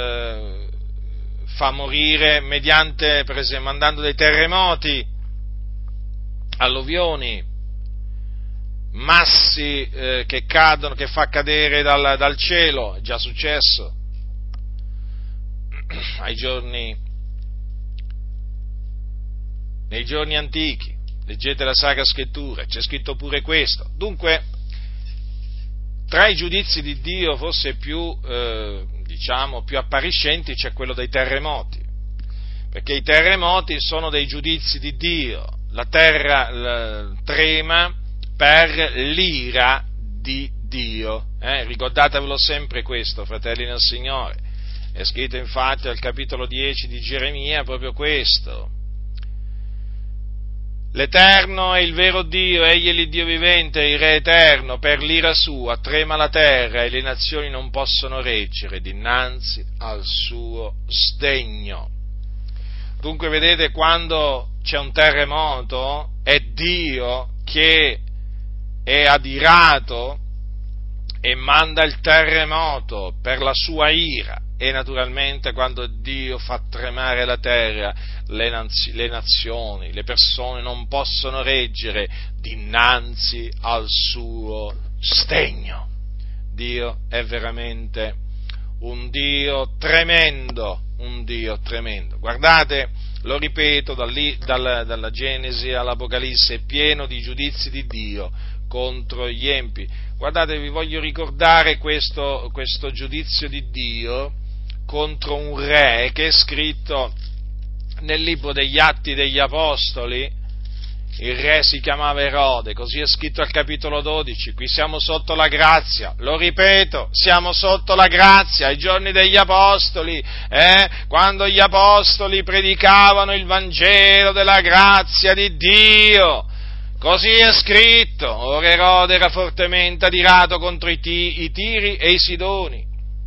fa morire mediante, per esempio, mandando dei terremoti, alluvioni, massi che cadono, che fa cadere dal cielo. È già successo nei giorni antichi. Leggete la Sacra Scrittura, c'è scritto pure questo. Dunque, tra i giudizi di Dio forse più appariscenti c'è quello dei terremoti, perché i terremoti sono dei giudizi di Dio. La terra trema per l'ira di Dio, ricordatevelo sempre questo, fratelli nel Signore. È scritto infatti al capitolo 10 di Geremia proprio questo. L'Eterno è il vero Dio, egli è l'Iddio vivente, il Re eterno, per l'ira sua trema la terra e le nazioni non possono reggere dinanzi al suo sdegno. Dunque vedete, quando c'è un terremoto è Dio che è adirato e manda il terremoto per la sua ira, e naturalmente quando Dio fa tremare la terra, le nazioni, le persone non possono reggere dinanzi al suo sdegno. Dio è veramente un Dio tremendo, un Dio tremendo. Guardate, lo ripeto, dalla Genesi all'Apocalisse è pieno di giudizi di Dio contro gli empi. Guardate, vi voglio ricordare questo giudizio di Dio contro un re che è scritto nel libro degli Atti degli Apostoli. Il re si chiamava Erode, così è scritto al capitolo 12, qui siamo sotto la grazia, lo ripeto, siamo sotto la grazia, ai giorni degli Apostoli, quando gli Apostoli predicavano il Vangelo della grazia di Dio, così è scritto. Ora Erode era fortemente adirato contro i Tiri e i Sidoni,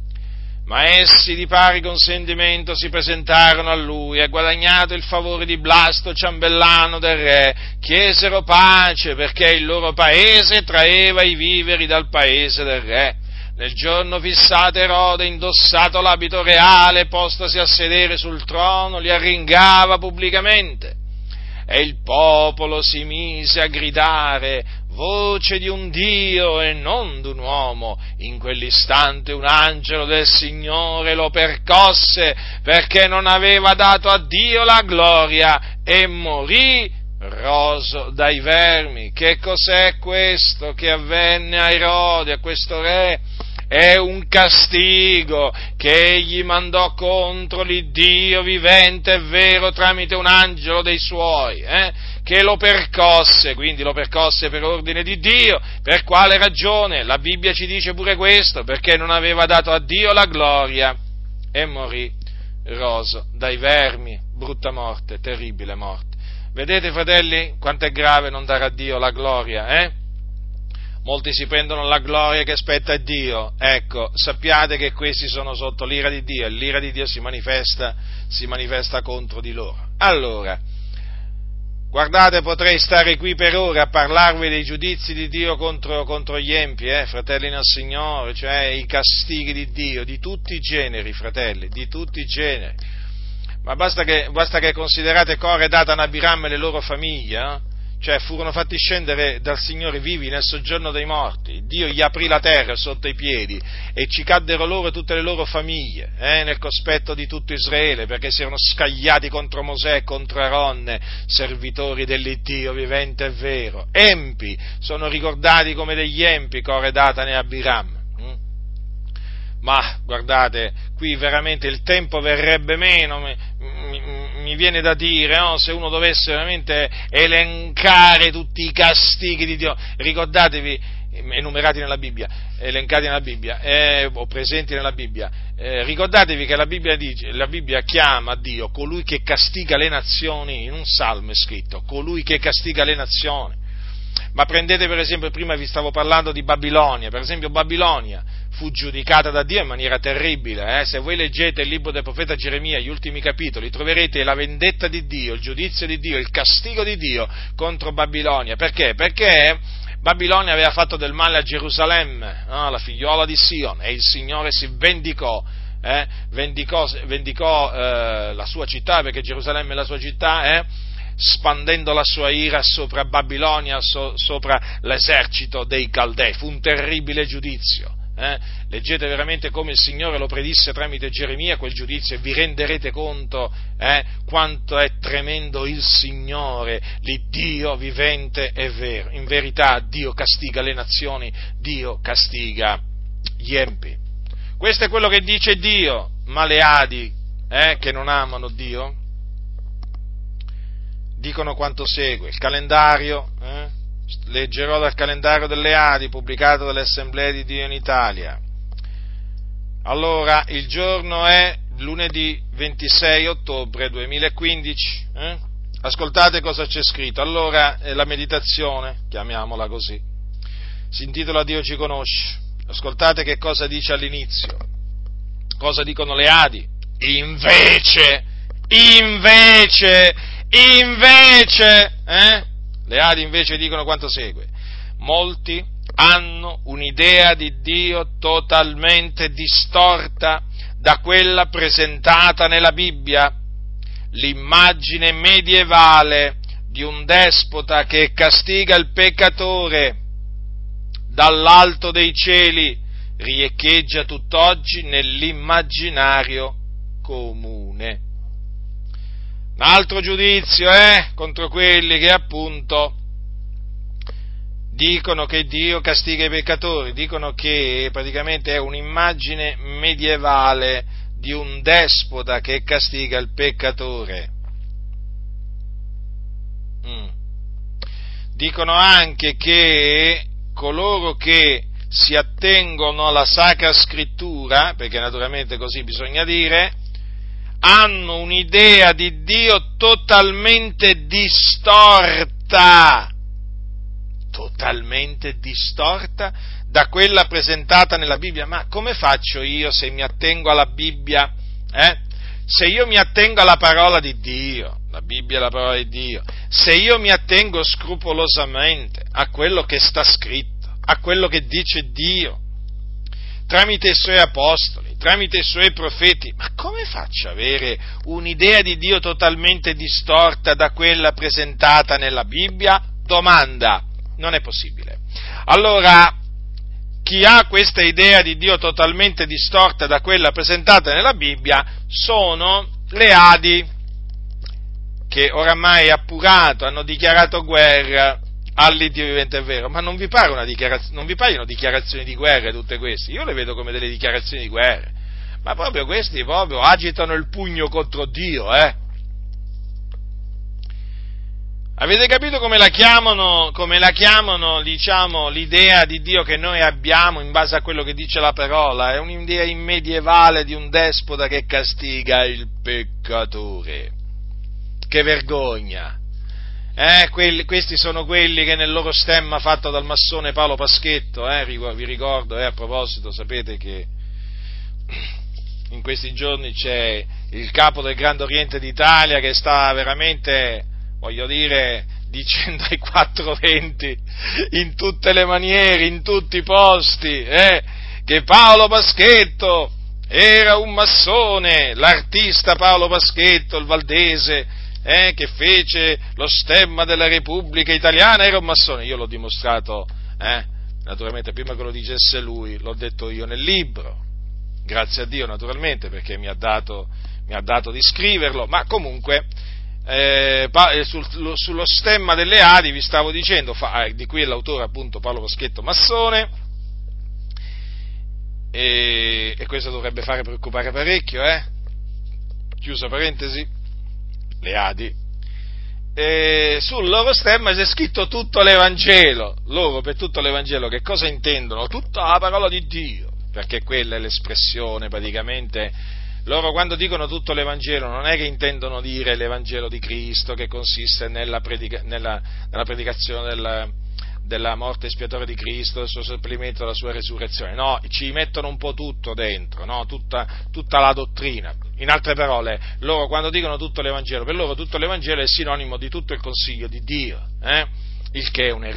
ma essi di pari consentimento si presentarono a lui e, guadagnato il favore di Blasto, ciambellano del re, chiesero pace perché il loro paese traeva i viveri dal paese del re. Nel giorno fissato Erode, indossato l'abito reale, postosi a sedere sul trono, li arringava pubblicamente. E il popolo si mise a gridare: voce di un Dio e non d'un uomo. In quell'istante un angelo del Signore lo percosse perché non aveva dato a Dio la gloria e morì roso dai vermi. Che cos'è questo che avvenne a Erode, a questo re? È un castigo che egli mandò contro l'Iddio vivente e vero tramite un angelo dei suoi, che lo percosse, quindi lo percosse per ordine di Dio. Per quale ragione? La Bibbia ci dice pure questo: perché non aveva dato a Dio la gloria e morì roso dai vermi. Brutta morte, terribile morte. Vedete, fratelli, quanto è grave non dare a Dio la gloria, Molti si prendono la gloria che spetta a Dio. Ecco, sappiate che questi sono sotto l'ira di Dio e l'ira di Dio si manifesta contro di loro. Allora, guardate, potrei stare qui per ore a parlarvi dei giudizi di Dio contro gli empi, fratelli nel Signore, cioè i castighi di Dio, di tutti i generi, fratelli, di tutti i generi. Ma basta che considerate Core, Datan, Abiram e le loro famiglie, cioè furono fatti scendere dal Signore vivi nel soggiorno dei morti. Dio gli aprì la terra sotto i piedi e ci caddero loro e tutte le loro famiglie, nel cospetto di tutto Israele, perché si erano scagliati contro Mosè e contro Aronne, servitori dell'Iddio vivente e vero. Empi, sono ricordati come degli empi Core, Datan e Abiram. Ma guardate, qui veramente il tempo verrebbe meno, mi viene da dire, se uno dovesse veramente elencare tutti i castighi di Dio. Ricordatevi, enumerati nella Bibbia, elencati nella Bibbia, o presenti nella Bibbia, ricordatevi che la Bibbia chiama Dio colui che castiga le nazioni. In un salmo è scritto: colui che castiga le nazioni. Ma prendete per esempio, prima vi stavo parlando di Babilonia, per esempio Babilonia fu giudicata da Dio in maniera terribile, se voi leggete il libro del profeta Geremia, gli ultimi capitoli, troverete la vendetta di Dio, il giudizio di Dio, il castigo di Dio contro Babilonia. Perché? Perché Babilonia aveva fatto del male a Gerusalemme, la figliuola di Sion, e il Signore si vendicò la sua città, perché Gerusalemme è la sua città, spandendo la sua ira sopra Babilonia, sopra l'esercito dei Caldei. Fu un terribile giudizio. Leggete veramente come il Signore lo predisse tramite Geremia, quel giudizio, e vi renderete conto quanto è tremendo il Signore, l'Iddio vivente e vero. In verità Dio castiga le nazioni, Dio castiga gli empi. Questo è quello che dice Dio, ma le Adi, che non amano Dio, dicono quanto segue. Il calendario, leggerò dal calendario delle Adi, pubblicato dalle Assemblee di Dio in Italia. Allora, il giorno è lunedì 26 ottobre 2015. Ascoltate cosa c'è scritto. Allora, la meditazione, chiamiamola così, si intitola Dio ci conosce. Ascoltate che cosa dice all'inizio. Cosa dicono le Adi? Invece, le Adi invece dicono quanto segue: molti hanno un'idea di Dio totalmente distorta da quella presentata nella Bibbia, l'immagine medievale di un despota che castiga il peccatore dall'alto dei cieli riecheggia tutt'oggi nell'immaginario comune. Un altro giudizio contro quelli che appunto dicono che Dio castiga i peccatori, dicono che praticamente è un'immagine medievale di un despota che castiga il peccatore. Dicono anche che coloro che si attengono alla Sacra Scrittura, perché naturalmente così bisogna dire, hanno un'idea di Dio totalmente distorta da quella presentata nella Bibbia. Ma come faccio io se mi attengo alla Bibbia? Se io mi attengo alla parola di Dio, la Bibbia è la parola di Dio, se io mi attengo scrupolosamente a quello che sta scritto, a quello che dice Dio, tramite i Suoi apostoli, tramite i Suoi profeti, ma come faccio ad avere un'idea di Dio totalmente distorta da quella presentata nella Bibbia? Domanda. Non è possibile. Allora, chi ha questa idea di Dio totalmente distorta da quella presentata nella Bibbia sono le Adi, che oramai appurato hanno dichiarato guerra all'Iddio vivente e vero. Ma non vi paiono dichiarazioni di guerra tutte queste? Io le vedo come delle dichiarazioni di guerra, ma proprio questi agitano il pugno contro Dio, Avete capito come la chiamano, diciamo, l'idea di Dio che noi abbiamo in base a quello che dice la parola? È un'idea medievale di un despota che castiga il peccatore. Che vergogna! Questi sono quelli che nel loro stemma fatto dal massone Paolo Paschetto, vi ricordo, a proposito, sapete che in questi giorni c'è il capo del Grande Oriente d'Italia che sta veramente, voglio dire, dicendo ai 420 in tutte le maniere, in tutti i posti, che Paolo Paschetto era un massone, l'artista Paolo Paschetto, il valdese, che fece lo stemma della Repubblica Italiana, era un massone. Io l'ho dimostrato, naturalmente prima che lo dicesse lui, l'ho detto io nel libro, grazie a Dio naturalmente, perché mi ha dato di scriverlo, ma comunque sullo stemma delle Adi vi stavo dicendo, di cui è l'autore appunto Paolo Paschetto massone, e questo dovrebbe fare preoccupare parecchio, chiusa parentesi, le Adi, sul loro stemma c'è scritto tutto l'Evangelo. Loro per tutto l'Evangelo che cosa intendono? Tutta la parola di Dio, perché quella è l'espressione praticamente. Loro quando dicono tutto l'Evangelo non è che intendono dire l'Evangelo di Cristo, che consiste nella predicazione della morte espiatoria di Cristo, del suo seppellimento, della sua resurrezione. No, ci mettono un po' tutto dentro, no? Tutta la dottrina. In altre parole, loro quando dicono tutto l'Evangelo, per loro tutto l'Evangelo è sinonimo di tutto il consiglio di Dio, il che è un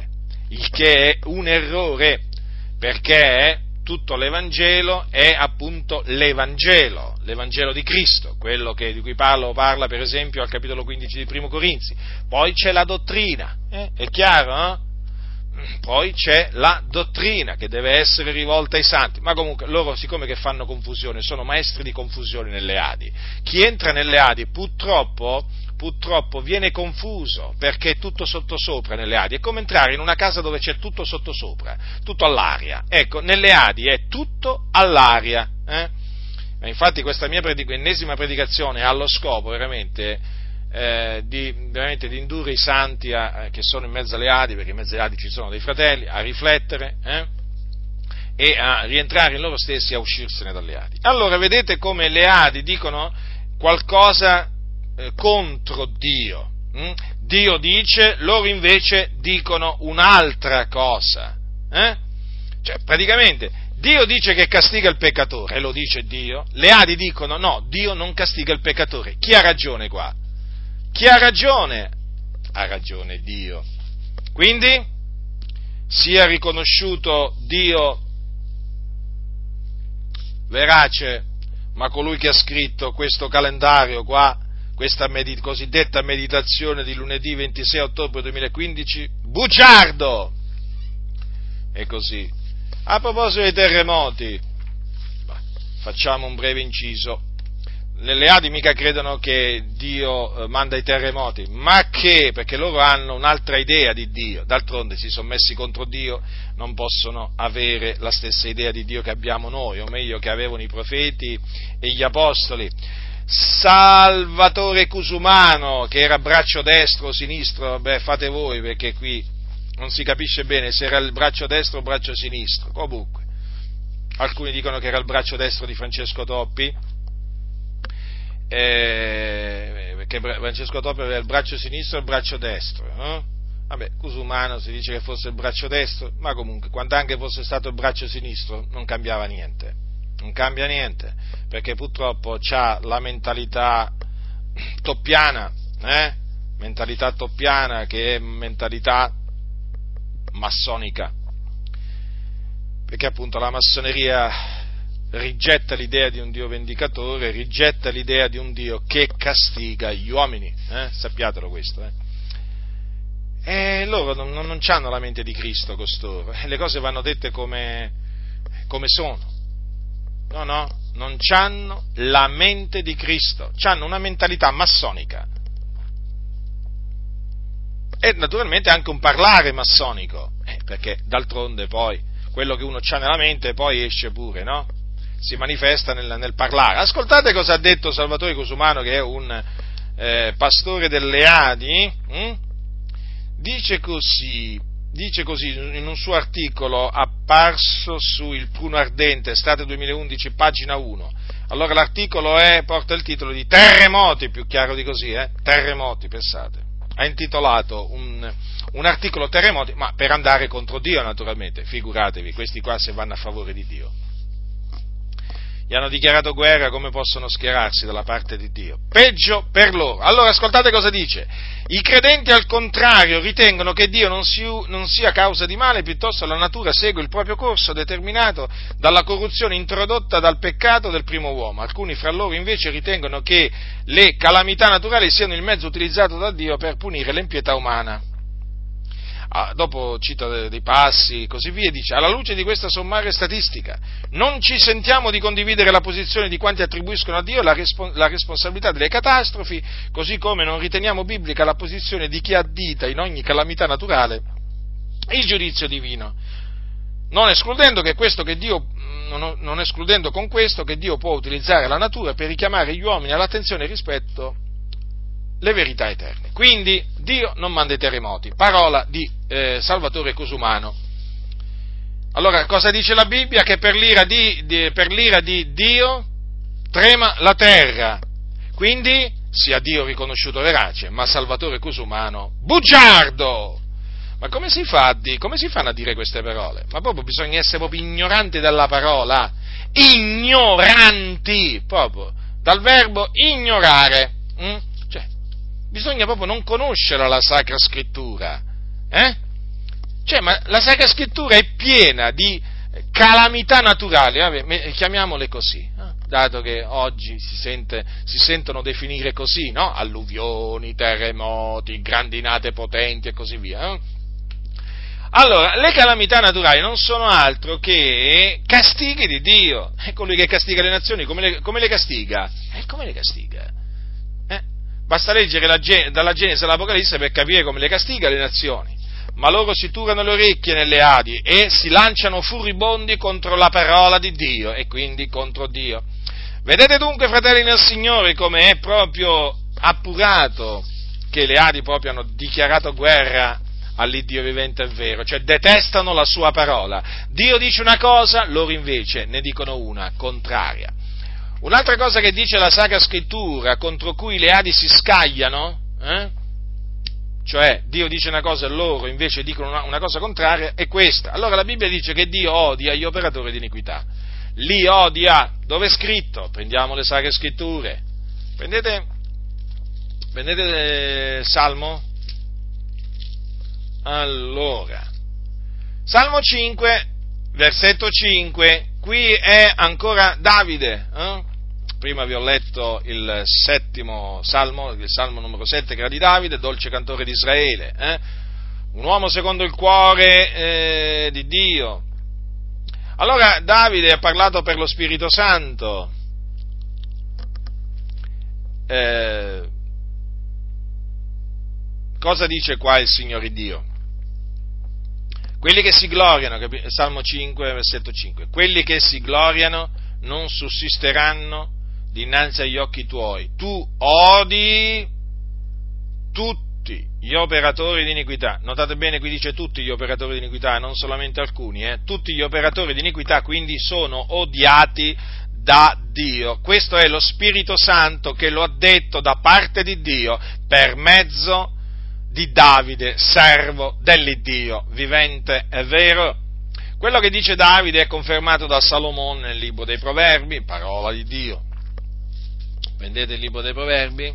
errore, perché tutto l'Evangelo è appunto l'Evangelo di Cristo, quello di cui Paolo parla per esempio al capitolo 15 di Primo Corinzi. Poi c'è la dottrina, è chiaro, no? Poi c'è la dottrina che deve essere rivolta ai santi, ma comunque loro, siccome che fanno confusione, sono maestri di confusione nelle Adi. Chi entra nelle Adi purtroppo viene confuso, perché è tutto sottosopra nelle Adi. È come entrare in una casa dove c'è tutto sottosopra, tutto all'aria. Ecco, nelle Adi è tutto all'aria. Infatti questa mia ennesima predicazione ha lo scopo veramente di indurre i santi che sono in mezzo alle Adi, perché in mezzo alle Adi ci sono dei fratelli, a riflettere e a rientrare in loro stessi e a uscirsene dalle Adi. Allora vedete come le Adi dicono qualcosa contro Dio. Dio dice, loro invece dicono un'altra cosa. Cioè, praticamente, Dio dice che castiga il peccatore, e lo dice Dio, le Adi dicono no, Dio non castiga il peccatore. Chi ha ragione qua? Chi ha ragione? Ha ragione Dio. Quindi, sia riconosciuto Dio verace, ma colui che ha scritto questo calendario qua, questa cosiddetta meditazione di lunedì 26 ottobre 2015, bugiardo! E così. A proposito dei terremoti, facciamo un breve inciso. Le Adi mica credono che Dio manda i terremoti, ma che? Perché loro hanno un'altra idea di Dio, d'altronde si sono messi contro Dio, non possono avere la stessa idea di Dio che abbiamo noi, o meglio che avevano i profeti e gli apostoli. Salvatore Cusumano, che era braccio destro o sinistro, fate voi, perché qui non si capisce bene se era il braccio destro o braccio sinistro, comunque, alcuni dicono che era il braccio destro di Francesco Toppi, perché Francesco Toppi aveva il braccio sinistro e il braccio destro, no? Vabbè, Cusumano si dice che fosse il braccio destro, ma comunque, quando anche fosse stato il braccio sinistro, non cambiava niente, non cambia niente, perché purtroppo c'ha la mentalità toppiana, mentalità toppiana che è mentalità massonica, perché appunto la massoneria rigetta l'idea di un Dio vendicatore, rigetta l'idea di un Dio che castiga gli uomini, sappiatelo questo. E loro non hanno la mente di Cristo costoro, le cose vanno dette come sono, no, non hanno la mente di Cristo, hanno una mentalità massonica e naturalmente anche un parlare massonico, perché d'altronde poi quello che uno ha nella mente poi esce pure, no? Si manifesta nel parlare. Ascoltate cosa ha detto Salvatore Cusumano, che è un pastore delle Adi, dice così in un suo articolo apparso su Il Pruno Ardente, estate 2011, pagina 1. Allora l'articolo porta il titolo di Terremoti, più chiaro di così, Terremoti, pensate. Ha intitolato un articolo Terremoti, ma per andare contro Dio naturalmente, figuratevi, questi qua se vanno a favore di Dio. Gli hanno dichiarato guerra, come possono schierarsi dalla parte di Dio? Peggio per loro. Allora ascoltate cosa dice. I credenti al contrario ritengono che Dio non sia causa di male, piuttosto la natura segue il proprio corso determinato dalla corruzione introdotta dal peccato del primo uomo. Alcuni fra loro invece ritengono che le calamità naturali siano il mezzo utilizzato da Dio per punire l'impietà umana. Dopo cita dei passi, così via, dice: alla luce di questa sommaria statistica, non ci sentiamo di condividere la posizione di quanti attribuiscono a Dio la responsabilità delle catastrofi, così come non riteniamo biblica la posizione di chi addita in ogni calamità naturale il giudizio divino, non escludendo con questo che Dio può utilizzare la natura per richiamare gli uomini all'attenzione rispetto le verità eterne. Quindi Dio non manda i terremoti, parola di Salvatore Cusumano. Allora cosa dice la Bibbia? Che per l'ira di Dio trema la terra, quindi sia Dio riconosciuto verace, ma Salvatore Cusumano bugiardo. Ma come si fanno a dire queste parole? Ma proprio bisogna essere proprio ignoranti della parola, ignoranti, proprio, dal verbo ignorare, Bisogna proprio non conoscere la Sacra Scrittura, ma la Sacra Scrittura è piena di calamità naturali, chiamiamole così, dato che oggi si sentono definire così, no? Alluvioni, terremoti, grandinate potenti e così via. Allora, le calamità naturali non sono altro che castighi di Dio. È colui che castiga le nazioni, come le castiga? Come le castiga? Basta leggere dalla Genesi all'Apocalisse per capire come le castiga le nazioni, ma loro si turano le orecchie nelle Adi e si lanciano furibondi contro la parola di Dio e quindi contro Dio. Vedete dunque, fratelli nel Signore, come è proprio appurato che le Adi proprio hanno dichiarato guerra all'Iddio vivente e vero, cioè detestano la sua parola. Dio dice una cosa, loro invece ne dicono una contraria. Un'altra cosa che dice la Sacra Scrittura, contro cui le Adi si scagliano, cioè Dio dice una cosa e loro invece dicono una cosa contraria, è questa. Allora la Bibbia dice che Dio odia gli operatori di iniquità. Li odia. Dove è scritto? Prendiamo le Sacre Scritture. Prendete Salmo. Allora, Salmo 5, versetto 5, qui è ancora Davide. Prima vi ho letto il settimo Salmo, il Salmo numero 7 che era di Davide, dolce cantore di Israele, un uomo secondo il cuore di Dio. Allora Davide ha parlato per lo Spirito Santo. Cosa dice qua il Signore Dio? Quelli che si gloriano, Salmo 5, versetto 5, quelli che si gloriano non sussisteranno dinanzi agli occhi tuoi. Tu odi tutti gli operatori di iniquità. Notate bene, qui dice tutti gli operatori di iniquità, non solamente alcuni. Tutti gli operatori di iniquità quindi sono odiati da Dio. Questo è lo Spirito Santo che lo ha detto da parte di Dio per mezzo di Davide, servo dell'Iddio vivente e vero. Quello che dice Davide è confermato da Salomone nel libro dei Proverbi, parola di Dio. Prendete il libro dei Proverbi,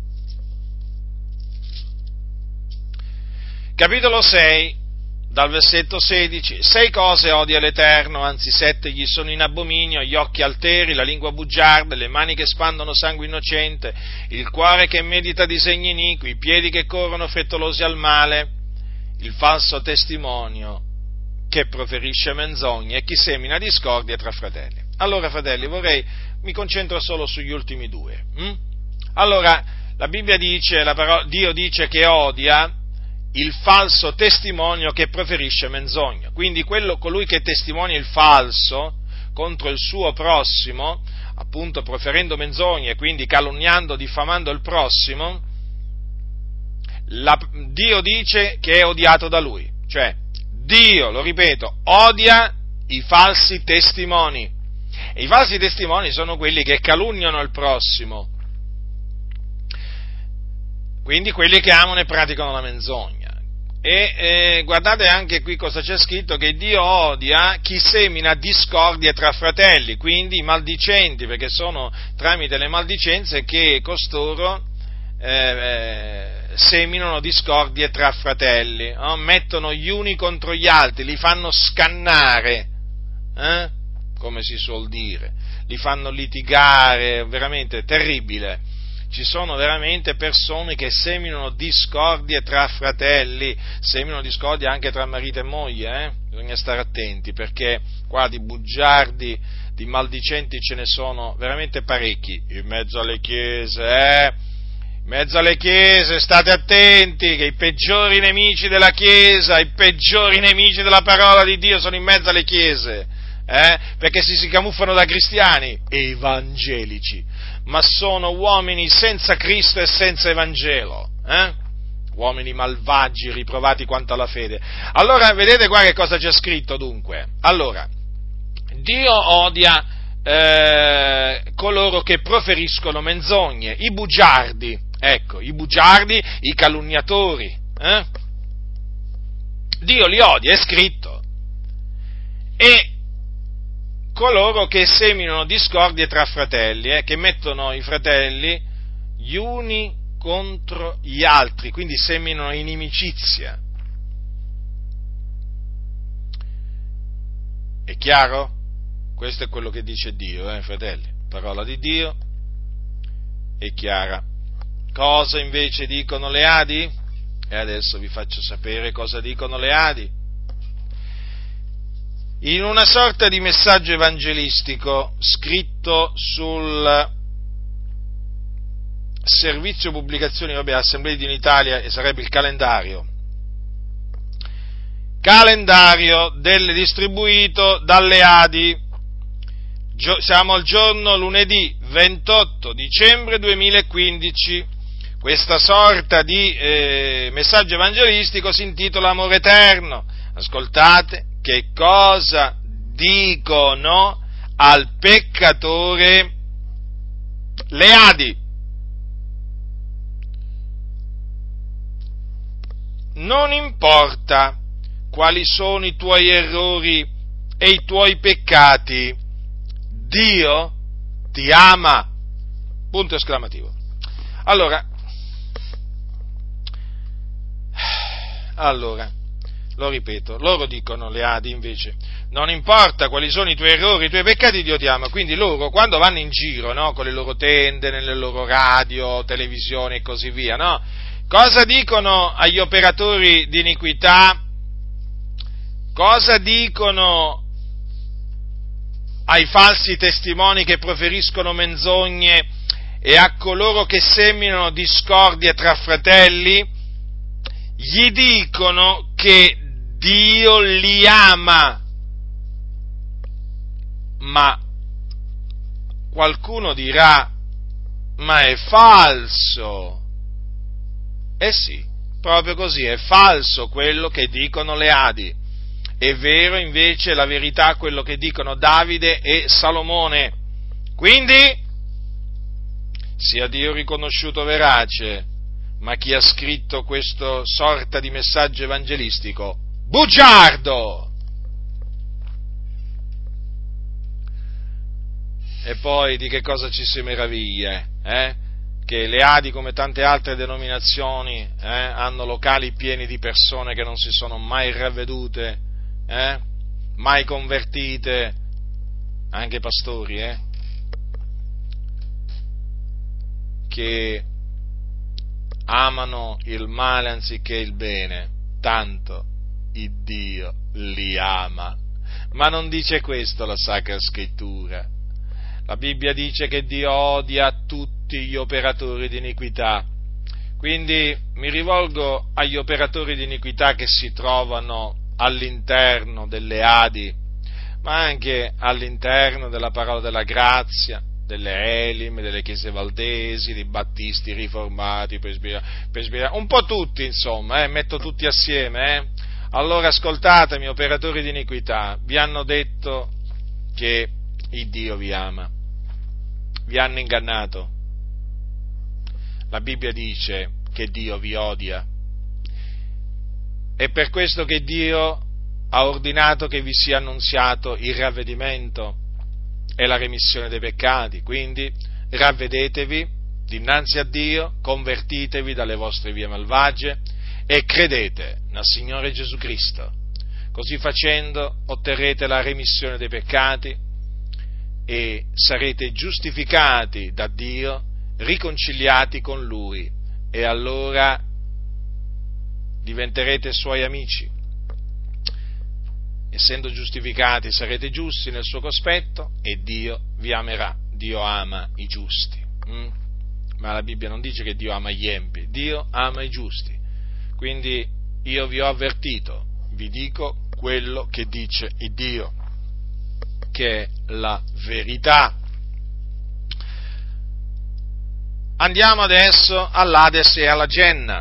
capitolo 6, dal versetto 16, 6 cose odia l'Eterno, anzi 7 gli sono in abominio, gli occhi alteri, la lingua bugiarda, le mani che spandono sangue innocente, il cuore che medita disegni iniqui, i piedi che corrono frettolosi al male, il falso testimonio che proferisce menzogne e chi semina discordia tra fratelli. Allora, fratelli, mi concentro solo sugli ultimi due. Allora, la Bibbia dice, Dio dice che odia il falso testimonio che proferisce menzogna. Quindi colui che testimonia il falso contro il suo prossimo, appunto proferendo menzogne, quindi calunniando, diffamando il prossimo, Dio dice che è odiato da lui. Cioè, Dio, lo ripeto, odia i falsi testimoni. E i falsi testimoni sono quelli che calunniano il prossimo, quindi quelli che amano e praticano la menzogna. E guardate anche qui cosa c'è scritto, che Dio odia chi semina discordie tra fratelli, quindi i maldicenti, perché sono tramite le maldicenze che costoro seminano discordie tra fratelli, mettono gli uni contro gli altri, li fanno scannare, come si suol dire, li fanno litigare, veramente terribile. Ci sono veramente persone che seminano discordie tra fratelli, seminano discordie anche tra marito e moglie, bisogna stare attenti, perché qua di bugiardi, di maldicenti ce ne sono veramente parecchi, in mezzo alle chiese, in mezzo alle chiese, state attenti, che i peggiori nemici della Chiesa, i peggiori nemici della parola di Dio sono in mezzo alle chiese, perché si camuffano da cristiani evangelici, ma sono uomini senza Cristo e senza Evangelo, uomini malvagi, riprovati quanto alla fede. Allora, vedete qua che cosa c'è scritto dunque? Allora, Dio odia coloro che proferiscono menzogne, i bugiardi, i calunniatori, Dio li odia, è scritto, e coloro che seminano discordie tra fratelli, che mettono i fratelli gli uni contro gli altri, quindi seminano inimicizia. È chiaro? Questo è quello che dice Dio, fratelli. Parola di Dio è chiara. Cosa invece dicono le Adi? E adesso vi faccio sapere cosa dicono le Adi. In una sorta di messaggio evangelistico scritto sul servizio pubblicazioni, Assemblee di Dio in Italia, e sarebbe il calendario distribuito dalle Adi, siamo al giorno lunedì 28 dicembre 2015, Questa sorta di messaggio evangelistico si intitola Amore eterno. Ascoltate che cosa dicono al peccatore le Adi. Non importa quali sono i tuoi errori e i tuoi peccati, Dio ti ama. Punto esclamativo. Allora, lo ripeto, loro dicono, le Adi invece, non importa quali sono i tuoi errori, i tuoi peccati, Dio ti ama. Quindi loro, quando vanno in giro, no, con le loro tende, nelle loro radio, televisioni e così via, no, cosa dicono agli operatori di iniquità? Cosa dicono ai falsi testimoni che proferiscono menzogne e a coloro che seminano discordie tra fratelli? Gli dicono che Dio li ama, ma qualcuno dirà, ma è falso. Eh sì, proprio così, è falso quello che dicono le Adi. È vero invece la verità quello che dicono Davide e Salomone. Quindi sia Dio riconosciuto verace, ma chi ha scritto questo sorta di messaggio evangelistico, bugiardo! E poi di che cosa ci si meraviglia? Che le Adi, come tante altre denominazioni, hanno locali pieni di persone che non si sono mai ravvedute, mai convertite, anche pastori, che amano il male anziché il bene, tanto il Dio li ama. Ma non dice questo la Sacra Scrittura. La Bibbia dice che Dio odia tutti gli operatori di iniquità. Quindi mi rivolgo agli operatori di iniquità che si trovano all'interno delle Adi, ma anche all'interno della Parola della Grazia, delle Elim, delle chiese valdesi, dei battisti, riformati, presbiteriani, un po' tutti insomma, metto tutti assieme. Allora ascoltatemi, operatori di iniquità, vi hanno detto che il Dio vi ama, vi hanno ingannato. La Bibbia dice che Dio vi odia. È per questo che Dio ha ordinato che vi sia annunziato il ravvedimento e la remissione dei peccati. Quindi ravvedetevi dinanzi a Dio, convertitevi dalle vostre vie malvagie e credete nel Signore Gesù Cristo. Così facendo otterrete la remissione dei peccati e sarete giustificati da Dio, riconciliati con Lui, e allora diventerete Suoi amici. Essendo giustificati sarete giusti nel Suo cospetto e Dio vi amerà. Dio ama i giusti. Ma la Bibbia non dice che Dio ama gli empi, Dio ama i giusti. Quindi io vi ho avvertito, vi dico quello che dice il Dio, che è la verità. Andiamo adesso all'Ades e alla Genna.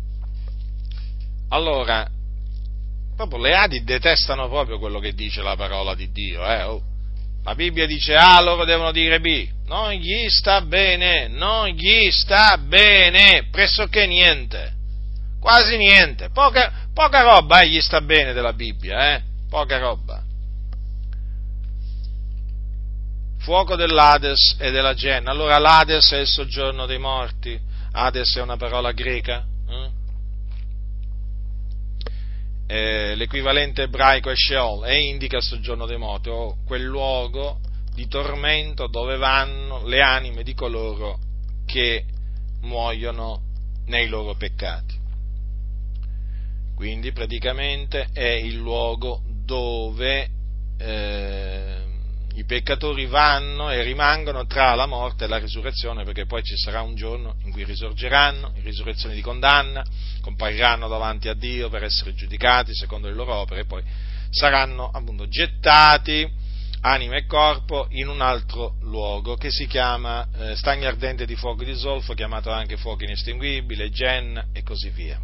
Allora, proprio le Adi detestano proprio quello che dice la parola di Dio. La Bibbia dice A, loro devono dire B. Non gli sta bene, pressoché niente, quasi niente, poca roba gli sta bene della Bibbia, poca roba. Fuoco dell'Ades e della Genna. Allora l'Ades è il soggiorno dei morti. Hades è una parola greca. L'equivalente ebraico è Sheol e indica il soggiorno dei morti, o quel luogo di tormento dove vanno le anime di coloro che muoiono nei loro peccati. Quindi praticamente è il luogo dove i peccatori vanno e rimangono tra la morte e la risurrezione, perché poi ci sarà un giorno in cui risorgeranno, in risurrezione di condanna, compariranno davanti a Dio per essere giudicati secondo le loro opere e poi saranno appunto gettati anima e corpo, in un altro luogo che si chiama stagno ardente di fuoco di zolfo, chiamato anche fuoco inestinguibile, Gen e così via.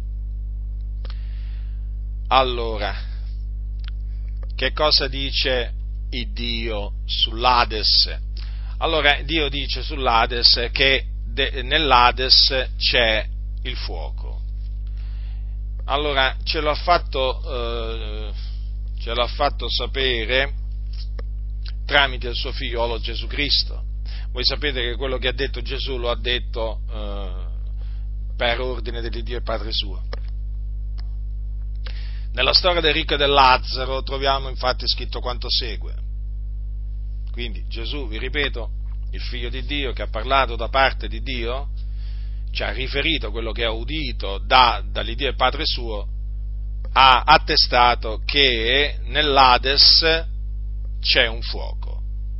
Allora, che cosa dice il Dio sull'Ades? Allora, Dio dice sull'Ades che nell'Ades c'è il fuoco. Allora, ce l'ha fatto sapere tramite il suo figliolo Gesù Cristo. Voi sapete che quello che ha detto Gesù lo ha detto per ordine di Dio e Padre suo. Nella storia del ricco e del Lazzaro troviamo infatti scritto quanto segue. Quindi Gesù, vi ripeto, il figlio di Dio che ha parlato da parte di Dio, ci ha riferito quello che ha udito dall'Iddio e Padre suo, ha attestato che nell'Ades c'è un fuoco.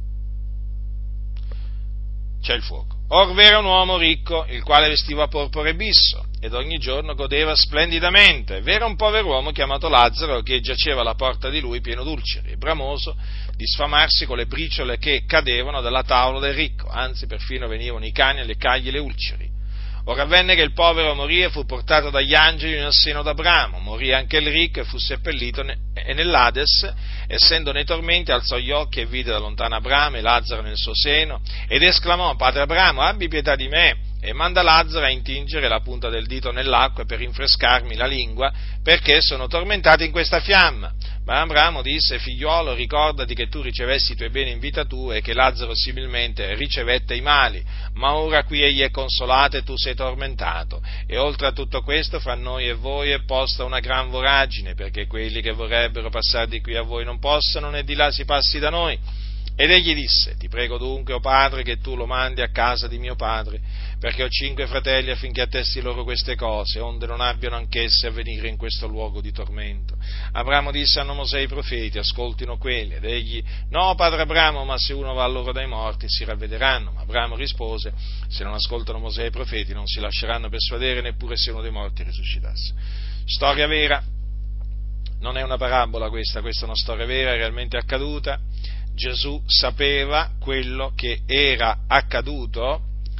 C'è il fuoco. Or v'era un uomo ricco, il quale vestiva porpora e bisso, ed ogni giorno godeva splendidamente. V'era un pover'uomo chiamato Lazzaro, che giaceva alla porta di lui pieno d'ulceri, e bramoso di sfamarsi con le briciole che cadevano dalla tavola del ricco, anzi perfino venivano i cani a leccargli le ulceri. Ora avvenne che il povero morì e fu portato dagli angeli nel seno d'Abramo. Morì anche il ricco e fu seppellito nell'Ades, essendo nei tormenti alzò gli occhi e vide da lontano Abramo e Lazzaro nel suo seno, ed esclamò: Padre Abramo, abbi pietà di me, e manda Lazzaro a intingere la punta del dito nell'acqua per rinfrescarmi la lingua, perché sono tormentato in questa fiamma. Ma Abramo disse: figliuolo, ricordati che tu ricevesti i tuoi beni in vita tua e che Lazzaro similmente ricevette i mali, ma ora qui egli è consolato e tu sei tormentato. E oltre a tutto questo, fra noi e voi è posta una gran voragine, perché quelli che vorrebbero passare di qui a voi non possano, né di là si passi da noi. Ed egli disse: ti prego dunque, o padre, che tu lo mandi a casa di mio padre, perché ho 5 fratelli, affinché attesti loro queste cose, onde non abbiano anch'esse a venire in questo luogo di tormento. Abramo disse: hanno Mosè e i profeti, ascoltino quelli. Ed egli: no, padre Abramo, ma se uno va loro dai morti si ravvederanno. Ma Abramo rispose: se non ascoltano Mosè e i profeti non si lasceranno persuadere, neppure se uno dei morti risuscitasse. Storia vera, non è una parabola questa è una storia vera, è realmente accaduta. Gesù sapeva quello che era accaduto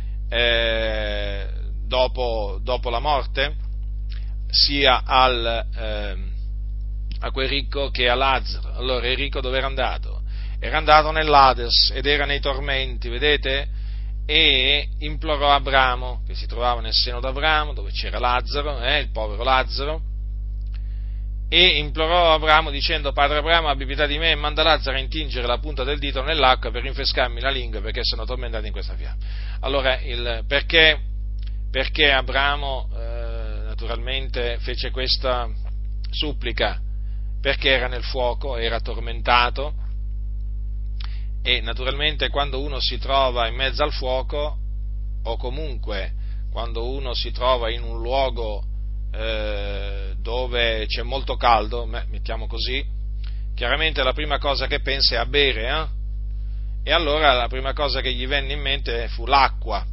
dopo la morte, sia a quel ricco che a Lazzaro. Allora il ricco dove era andato? Era andato nell'Ades ed era nei tormenti, vedete? E implorò Abramo, che si trovava nel seno d'Abramo, dove c'era Lazzaro, il povero Lazzaro, e implorò Abramo dicendo: Padre Abramo, abbi pietà di me e manda Lazzaro a intingere la punta del dito nell'acqua per rinfrescarmi la lingua, perché sono tormentato in questa fiamma. Allora, perché Abramo naturalmente fece questa supplica? Perché era nel fuoco, era tormentato, e naturalmente quando uno si trova in mezzo al fuoco, o comunque quando uno si trova in un luogo dove c'è molto caldo, mettiamo così, chiaramente la prima cosa che pensa è a bere, e allora la prima cosa che gli venne in mente fu l'acqua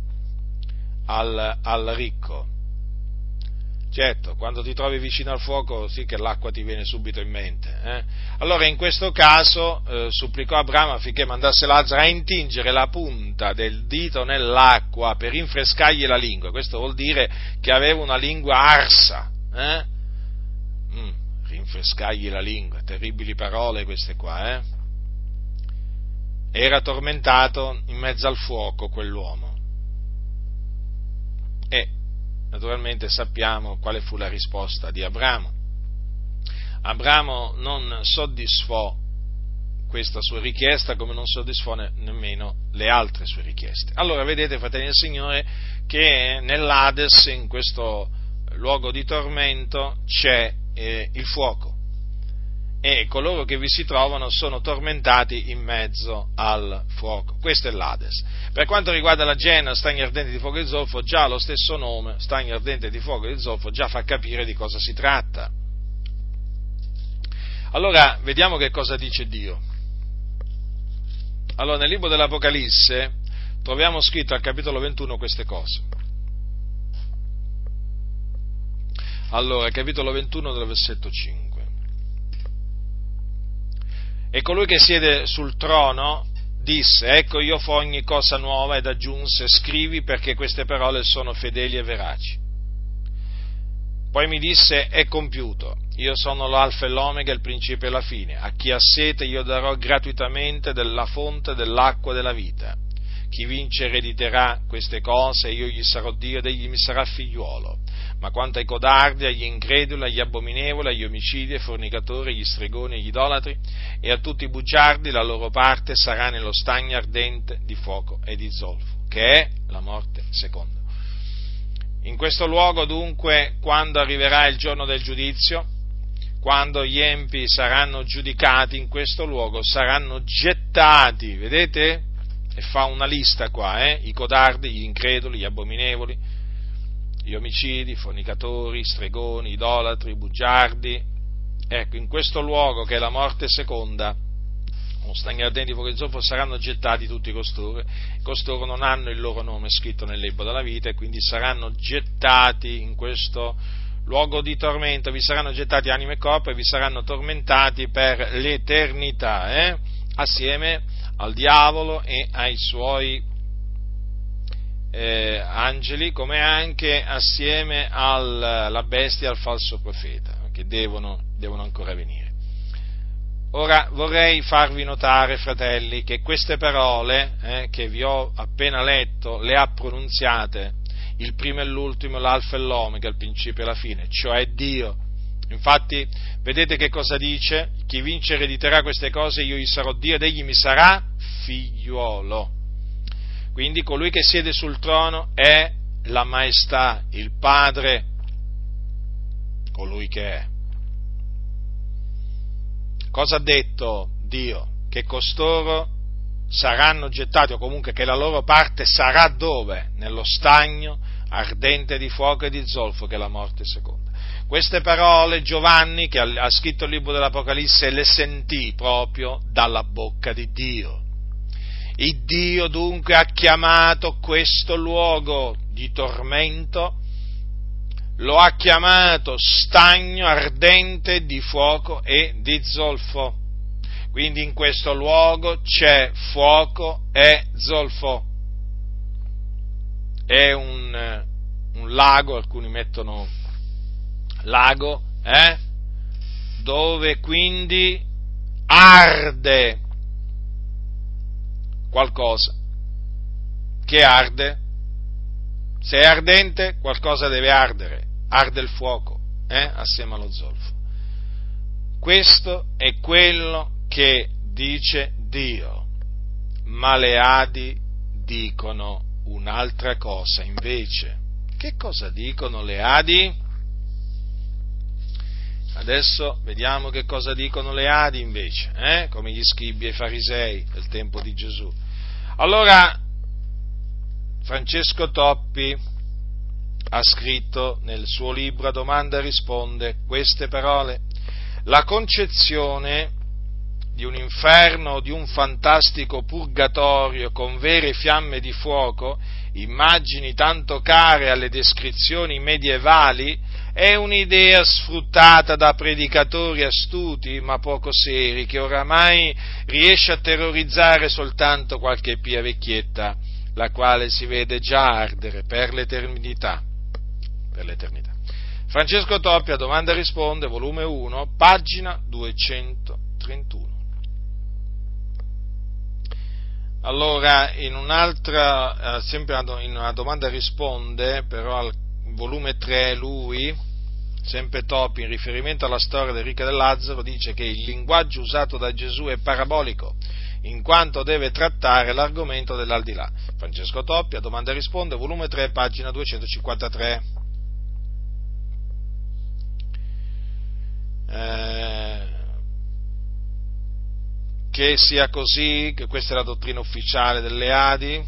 al ricco. Certo, quando ti trovi vicino al fuoco sì che l'acqua ti viene subito in mente. Allora in questo caso supplicò Abramo affinché mandasse Lazzaro a intingere la punta del dito nell'acqua per rinfrescargli la lingua. Questo vuol dire che aveva una lingua arsa. Rinfrescargli la lingua, terribili parole queste qua. Era tormentato in mezzo al fuoco quell'uomo. E naturalmente sappiamo quale fu la risposta di Abramo. Abramo non soddisfò questa sua richiesta, come non soddisfò nemmeno le altre sue richieste. Allora vedete, fratelli del Signore, che nell'Ades, in questo luogo di tormento, c'è il fuoco, e coloro che vi si trovano sono tormentati in mezzo al fuoco. Questo è l'Ades. Per quanto riguarda la Gena, stagno ardente di fuoco e zolfo, già lo stesso nome, stagno ardente di fuoco e zolfo, già fa capire di cosa si tratta. Allora, vediamo che cosa dice Dio. Allora, nel libro dell'Apocalisse troviamo scritto al capitolo 21 queste cose. Allora, capitolo 21 del versetto 5. E colui che siede sul trono disse: ecco, io fo ogni cosa nuova, ed aggiunse: scrivi, perché queste parole sono fedeli e veraci. Poi mi disse: è compiuto, io sono l'alfa e l'omega, il principio e la fine. A chi ha sete io darò gratuitamente della fonte dell'acqua della vita. Chi vince erediterà queste cose, e io gli sarò Dio ed egli mi sarà figliuolo. Ma quanto ai codardi, agli increduli, agli abominevoli, agli omicidi, ai fornicatori, agli stregoni, agli idolatri e a tutti i bugiardi, la loro parte sarà nello stagno ardente di fuoco e di zolfo, che è la morte seconda. In questo luogo, dunque, quando arriverà il giorno del giudizio, quando gli empi saranno giudicati, in questo luogo saranno gettati, vedete? E fa una lista qua, i codardi, gli increduli, gli abominevoli, gli omicidi, i fornicatori, i stregoni, idolatri, i bugiardi. Ecco, in questo luogo, che è la morte seconda, uno stagno ardente di fuoco e zolfo, saranno gettati tutti costoro non hanno il loro nome scritto nel libro della vita, e quindi saranno gettati in questo luogo di tormento, vi saranno gettati anima e corpo e vi saranno tormentati per l'eternità, assieme al diavolo e ai suoi angeli, come anche assieme alla bestia e al falso profeta, che devono ancora venire. Ora vorrei farvi notare, fratelli, che queste parole che vi ho appena letto le ha pronunziate il primo e l'ultimo, l'alfa e l'omega, il principio e la fine, cioè Dio. Infatti, vedete che cosa dice? Chi vince erediterà queste cose, io gli sarò Dio ed egli mi sarà figliuolo. Quindi colui che siede sul trono è la maestà, il Padre, colui che è. Cosa ha detto Dio? Che costoro saranno gettati, o comunque che la loro parte sarà dove? Nello stagno ardente di fuoco e di zolfo, che è la morte seconda. Queste parole Giovanni, che ha scritto il libro dell'Apocalisse, le sentì proprio dalla bocca di Dio. Il Dio dunque ha chiamato questo luogo di tormento, lo ha chiamato stagno ardente di fuoco e di zolfo. Quindi in questo luogo c'è fuoco e zolfo. È un lago, alcuni mettono lago, dove quindi arde qualcosa. Che arde? Se è ardente, qualcosa deve ardere. Arde il fuoco, assieme allo zolfo. Questo è quello che dice Dio, ma le Adi dicono un'altra cosa invece. Che cosa dicono le Adi? Adesso vediamo che cosa dicono le Adi invece, come gli scribi e i farisei del tempo di Gesù. Allora, Francesco Toppi ha scritto nel suo libro A domanda e risponde queste parole: la concezione di un inferno o di un fantastico purgatorio con vere fiamme di fuoco, immagini tanto care alle descrizioni medievali, è un'idea sfruttata da predicatori astuti ma poco seri, che oramai riesce a terrorizzare soltanto qualche pia vecchietta, la quale si vede già ardere per l'eternità. Francesco Toppi a domanda e risponde, volume 1, pagina 231. Allora, in un'altra, sempre in una domanda e risponde, però al volume 3, lui, sempre Toppi, in riferimento alla storia del ricco e del Lazzaro, dice che il linguaggio usato da Gesù è parabolico, in quanto deve trattare l'argomento dell'aldilà. Francesco Toppi a domanda e risponde, volume 3, pagina 253. Che sia così, che questa è la dottrina ufficiale delle Adi,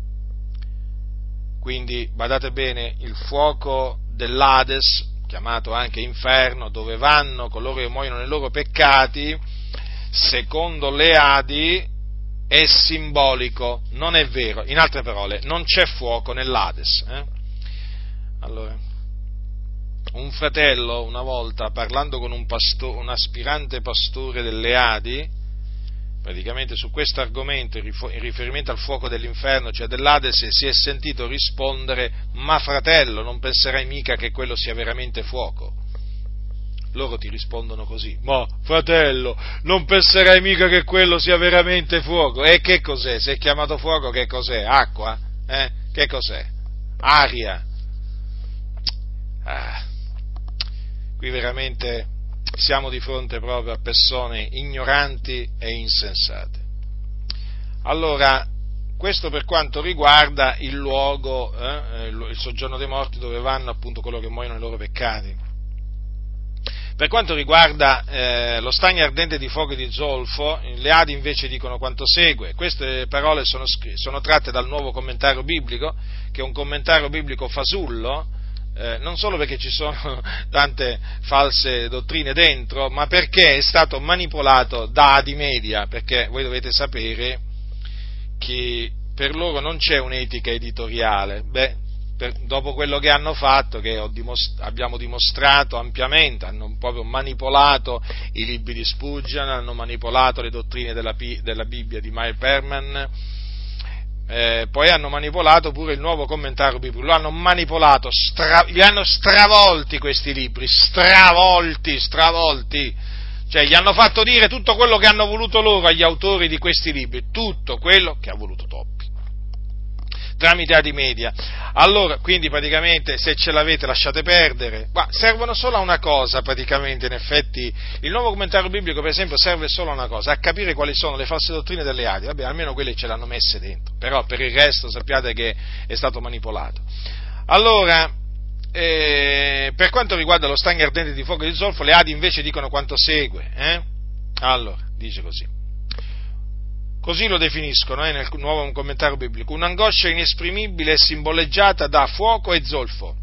quindi badate bene, il fuoco dell'Ades, chiamato anche inferno, dove vanno coloro che muoiono nei loro peccati, secondo le Adi è simbolico, non è vero, in altre parole, non c'è fuoco nell'Ades. Allora, un fratello una volta, parlando con un aspirante pastore delle Adi, praticamente su questo argomento, in riferimento al fuoco dell'inferno, cioè dell'Ades, si è sentito rispondere: ma fratello, non penserai mica che quello sia veramente fuoco? Loro ti rispondono così: ma fratello, non penserai mica che quello sia veramente fuoco? E che cos'è? Se è chiamato fuoco, che cos'è? Acqua? Che cos'è? Aria? Qui veramente siamo di fronte proprio a persone ignoranti e insensate. Allora, questo per quanto riguarda il luogo, il soggiorno dei morti, dove vanno appunto coloro che muoiono nei loro peccati. Per quanto riguarda lo stagno ardente di fuoco e di zolfo, le Adi invece dicono quanto segue. Queste parole sono tratte dal Nuovo Commentario Biblico, che è un commentario biblico fasullo, non solo perché ci sono tante false dottrine dentro, ma perché è stato manipolato da Adi Media, perché voi dovete sapere che per loro non c'è un'etica editoriale. Dopo quello che hanno fatto, che abbiamo dimostrato ampiamente, hanno proprio manipolato i libri di Spurgeon, hanno manipolato le dottrine della Bibbia di Meyer Perman, poi hanno manipolato pure il Nuovo Commentario Biblico, lo hanno manipolato, li hanno stravolti questi libri, stravolti, cioè gli hanno fatto dire tutto quello che hanno voluto loro agli autori di questi libri, tutto quello che ha voluto Toppi, tramite Adi Media. Allora, quindi praticamente, se ce l'avete lasciate perdere, servono solo a una cosa praticamente, in effetti, il Nuovo Commentario Biblico per esempio serve solo a una cosa, a capire quali sono le false dottrine delle Adi. Almeno quelle ce l'hanno messe dentro, però per il resto sappiate che è stato manipolato. Allora, per quanto riguarda lo stagno ardente di fuoco e di zolfo, le Adi invece dicono quanto segue, Allora, dice così. Così lo definiscono nel Nuovo Commentario Biblico: un'angoscia inesprimibile e simboleggiata da fuoco e zolfo.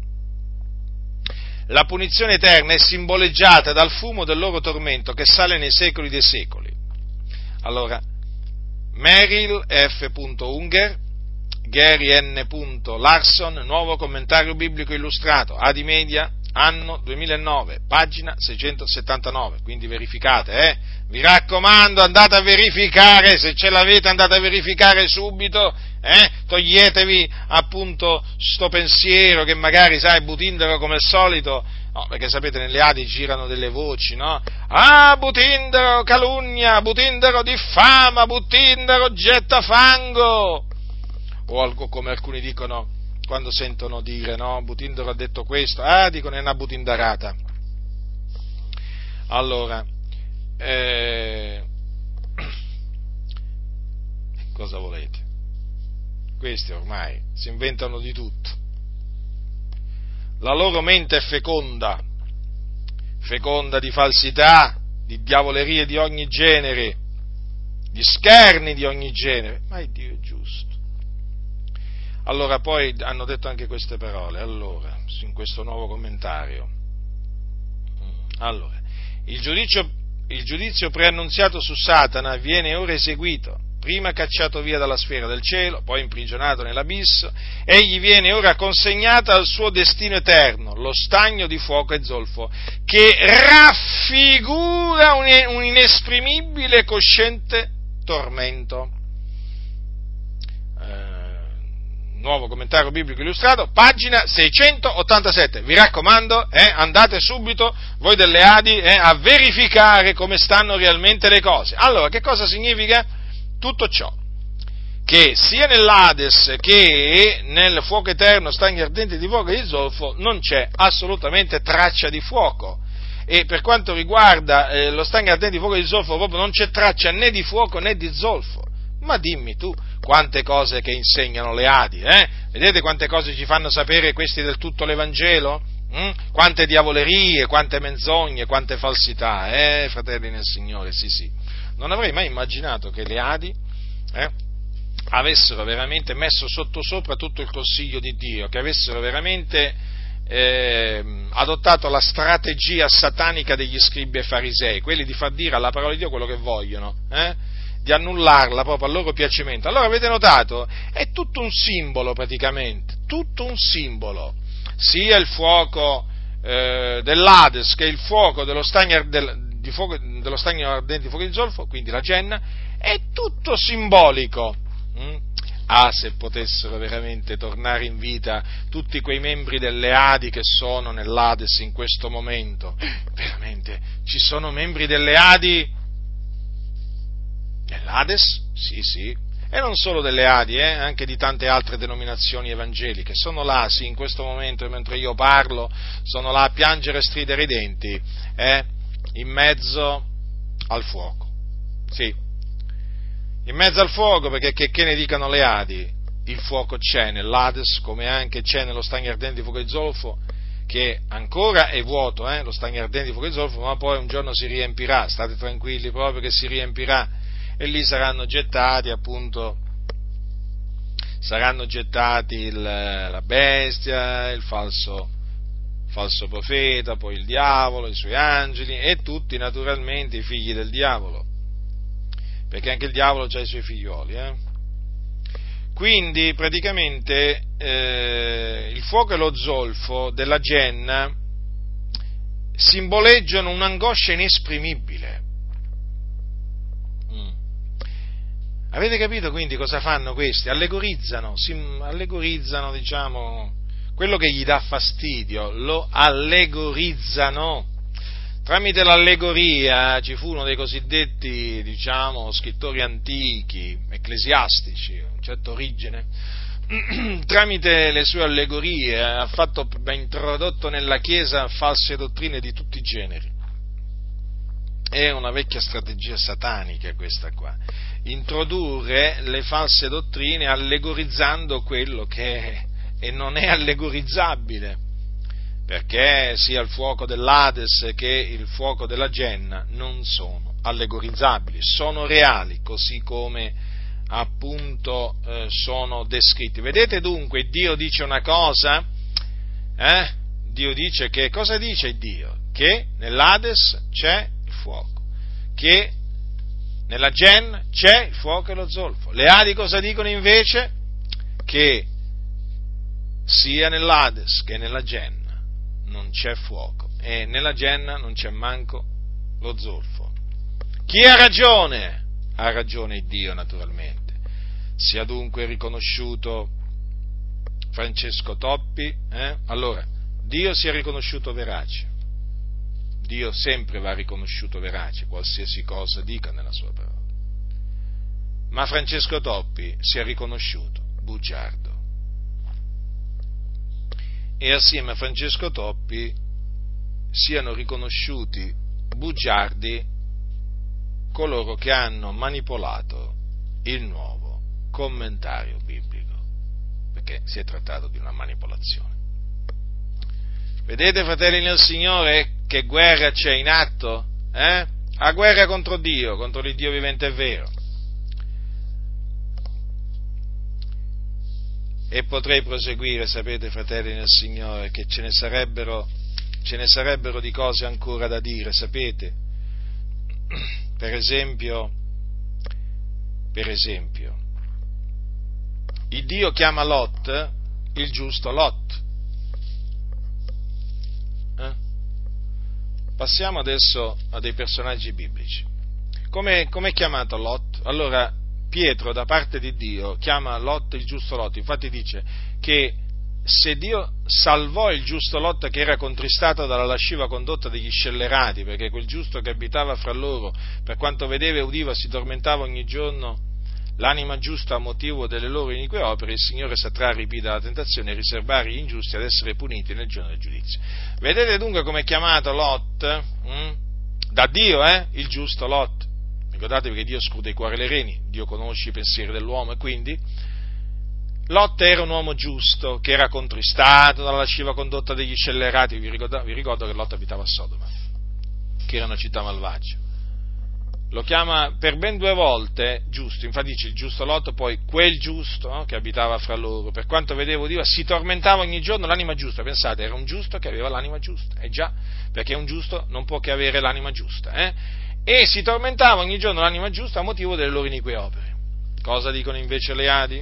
La punizione eterna è simboleggiata dal fumo del loro tormento che sale nei secoli dei secoli. Allora, Merrill F. Unger, Gary N. Larson, Nuovo Commentario Biblico Illustrato, Adi Media, anno 2009, pagina 679, quindi verificate, vi raccomando, andate a verificare, se ce l'avete andate a verificare subito, toglietevi appunto sto pensiero che magari, Butindaro come al solito, no, perché sapete nelle Adi girano delle voci, no? Butindaro calunnia, Butindaro diffama, Butindaro getta fango, o come alcuni dicono quando sentono dire, no, Butindaro ha detto questo, dicono è una butindarata. Allora, cosa volete? Questi ormai si inventano di tutto. La loro mente è feconda di falsità, di diavolerie di ogni genere, di scherni di ogni genere, ma il Dio è giusto. Allora poi hanno detto anche queste parole, allora, in questo nuovo commentario. Allora, il giudizio preannunziato su Satana viene ora eseguito, prima cacciato via dalla sfera del cielo, poi imprigionato nell'abisso, egli viene ora consegnato al suo destino eterno, lo stagno di fuoco e zolfo, che raffigura un inesprimibile e cosciente tormento. Nuovo Commentario Biblico Illustrato, pagina 687. Vi raccomando, andate subito, voi delle Adi, a verificare come stanno realmente le cose. Allora, che cosa significa tutto ciò? Che sia nell'Ades che nel fuoco eterno, stagno ardente di fuoco e di zolfo, non c'è assolutamente traccia di fuoco. E per quanto riguarda lo stagno ardente di fuoco e di zolfo, proprio non c'è traccia né di fuoco né di zolfo. Ma dimmi tu, quante cose che insegnano le Adi, Vedete quante cose ci fanno sapere questi del tutto l'Evangelo? Quante diavolerie, quante menzogne, quante falsità, fratelli nel Signore, sì. Non avrei mai immaginato che le Adi, avessero veramente messo sottosopra tutto il consiglio di Dio, che avessero veramente adottato la strategia satanica degli scribi e farisei, quelli di far dire alla parola di Dio quello che vogliono, di annullarla proprio al loro piacimento. Allora avete notato? È tutto un simbolo praticamente, tutto un simbolo, sia il fuoco dell'Ades che il fuoco dello stagno dello stagno ardente di fuoco di zolfo, quindi la Genna, è tutto simbolico. Ah, se potessero veramente tornare in vita tutti quei membri delle Adi che sono nell'Ades in questo momento. Veramente, ci sono membri delle Adi nell'Ades? Sì, sì. E non solo delle Adi, anche di tante altre denominazioni evangeliche. Sono là, sì, in questo momento, mentre io parlo, sono là a piangere e stridere i denti, in mezzo al fuoco. Sì. In mezzo al fuoco, perché che ne dicano le Adi, il fuoco c'è nell'Ades, come anche c'è nello stagno ardente di fuoco di zolfo, che ancora è vuoto, lo stagno ardente di fuoco di zolfo, ma poi un giorno si riempirà, state tranquilli proprio che si riempirà, e lì saranno gettati appunto, la bestia, il falso profeta, poi il diavolo, i suoi angeli, e tutti naturalmente i figli del diavolo, perché anche il diavolo ha i suoi figlioli. Quindi praticamente il fuoco e lo zolfo della Genna simboleggiano un'angoscia inesprimibile. Avete capito quindi cosa fanno questi? Allegorizzano, diciamo, quello che gli dà fastidio, lo allegorizzano. Tramite l'allegoria ci furono dei cosiddetti, diciamo, scrittori antichi, ecclesiastici, di certa origine, tramite le sue allegorie ha introdotto nella Chiesa false dottrine di tutti i generi. È una vecchia strategia satanica questa qua, introdurre le false dottrine allegorizzando quello che non è allegorizzabile, perché sia il fuoco dell'Ades che il fuoco della Genna non sono allegorizzabili, sono reali, così come appunto sono descritti. Vedete dunque, Dio dice una cosa, Dio dice che, cosa dice Dio? Che nell'Ades c'è il fuoco, che nella Genna c'è il fuoco e lo zolfo. Le Adi cosa dicono invece? Che sia nell'Ades che nella Genna non c'è fuoco, e nella Genna non c'è manco lo zolfo. Chi ha ragione? Ha ragione Dio, naturalmente. Sia dunque riconosciuto Francesco Toppi, allora, Dio sia riconosciuto verace. Dio sempre va riconosciuto verace, qualsiasi cosa dica nella sua parola. Ma Francesco Toppi sia riconosciuto bugiardo. E assieme a Francesco Toppi siano riconosciuti bugiardi coloro che hanno manipolato il nuovo commentario biblico, perché si è trattato di una manipolazione. Vedete, fratelli nel Signore, che guerra c'è in atto? La guerra contro Dio, contro l'Iddio vivente e vero. E potrei proseguire, sapete, fratelli nel Signore, che ce ne sarebbero di cose ancora da dire, sapete? Per esempio, il Dio chiama Lot il giusto Lot. Passiamo adesso a dei personaggi biblici. Come è chiamato Lot? Allora, Pietro, da parte di Dio, chiama Lot il giusto Lot. Infatti dice che se Dio salvò il giusto Lot, che era contristato dalla lasciva condotta degli scellerati, perché quel giusto che abitava fra loro, per quanto vedeva e udiva, si tormentava ogni giorno l'anima giusta a motivo delle loro inique opere, il Signore saprà ripidere dalla tentazione e riservare gli ingiusti ad essere puniti nel giorno del giudizio. Vedete dunque come è chiamato Lot? Da Dio, il giusto Lot. Ricordatevi che Dio scruta i cuori e le reni, Dio conosce i pensieri dell'uomo, e quindi Lot era un uomo giusto, che era contristato dalla lasciva condotta degli scellerati. Vi ricordo che Lot abitava a Sodoma, che era una città malvagia. Lo chiama per ben 2 volte giusto, infatti dice il giusto Lot, poi quel giusto che abitava fra loro, per quanto vedevo Dio, si tormentava ogni giorno l'anima giusta. Pensate, era un giusto che aveva l'anima giusta, già, perché un giusto non può che avere l'anima giusta, e si tormentava ogni giorno l'anima giusta a motivo delle loro inique opere. Cosa dicono invece le Adi?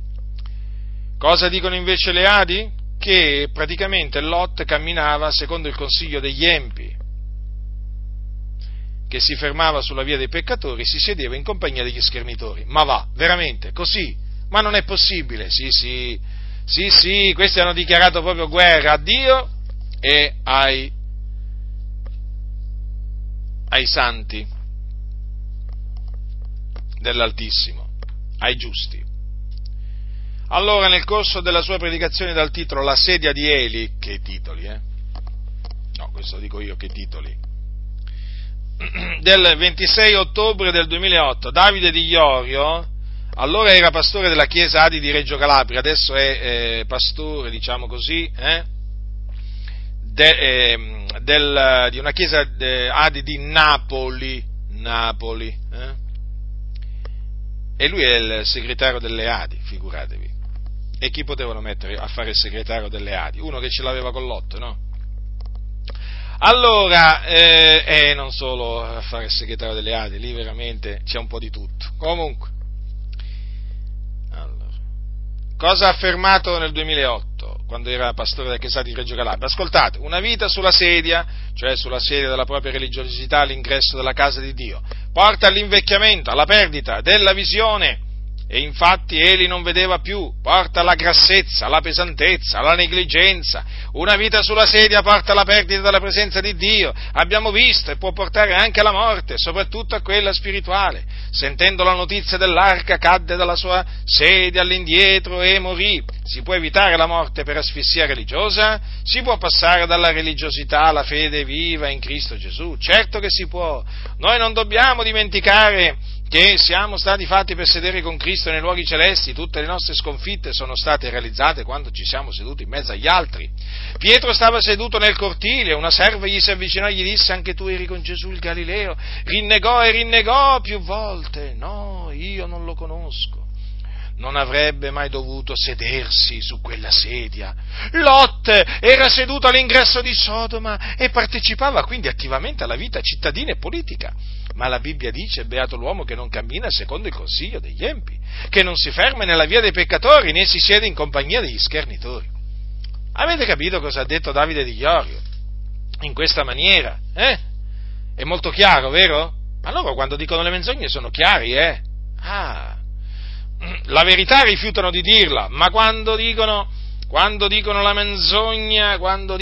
Che praticamente Lot camminava secondo il consiglio degli empi. che si fermava sulla via dei peccatori, si sedeva in compagnia degli schernitori. Ma va, veramente, così? Ma non è possibile. Sì, questi hanno dichiarato proprio guerra a Dio e ai santi dell'Altissimo, ai giusti. Allora, nel corso della sua predicazione dal titolo La sedia di Eli, che titoli, No, questo dico io, che titoli, del 26 ottobre del 2008, Davide Di Iorio, allora era pastore della chiesa Adi di Reggio Calabria, adesso è pastore, diciamo così, di una chiesa Adi di Napoli, e lui è il segretario delle Adi, figuratevi. E chi potevano mettere a fare il segretario delle Adi? Uno che ce l'aveva con l'otto, no? Allora, non solo a fare il segretario delle Adi, lì veramente c'è un po' di tutto. Comunque, allora, cosa ha affermato nel 2008, quando era pastore della chiesa di Reggio Calabria? Ascoltate, una vita sulla sedia, cioè sulla sedia della propria religiosità all'ingresso della casa di Dio, porta all'invecchiamento, alla perdita della visione, e infatti Eli non vedeva più, porta alla grassezza, alla pesantezza, alla negligenza. Una vita sulla sedia porta alla perdita della presenza di Dio, abbiamo visto, e può portare anche alla morte, soprattutto a quella spirituale. Sentendo la notizia dell'arca, cadde dalla sua sedia all'indietro e morì. Si può evitare la morte per asfissia religiosa? Si può passare dalla religiosità alla fede viva in Cristo Gesù? Certo che si può. Noi non dobbiamo dimenticare che siamo stati fatti per sedere con Cristo nei luoghi celesti. Tutte le nostre sconfitte sono state realizzate quando ci siamo seduti in mezzo agli altri. Pietro stava seduto nel cortile, una serva gli si avvicinò e gli disse: anche tu eri con Gesù il Galileo? Rinnegò più volte: no, io non lo conosco. Non avrebbe mai dovuto sedersi su quella sedia. Lot era seduto all'ingresso di Sodoma e partecipava quindi attivamente alla vita cittadina e politica. Ma la Bibbia dice: beato l'uomo che non cammina secondo il consiglio degli empi, che non si ferma nella via dei peccatori, né si siede in compagnia degli schernitori. Avete capito cosa ha detto Davide Di Iorio? In questa maniera, È molto chiaro, vero? Ma loro quando dicono le menzogne sono chiari, La verità rifiutano di dirla, ma quando dicono la menzogna,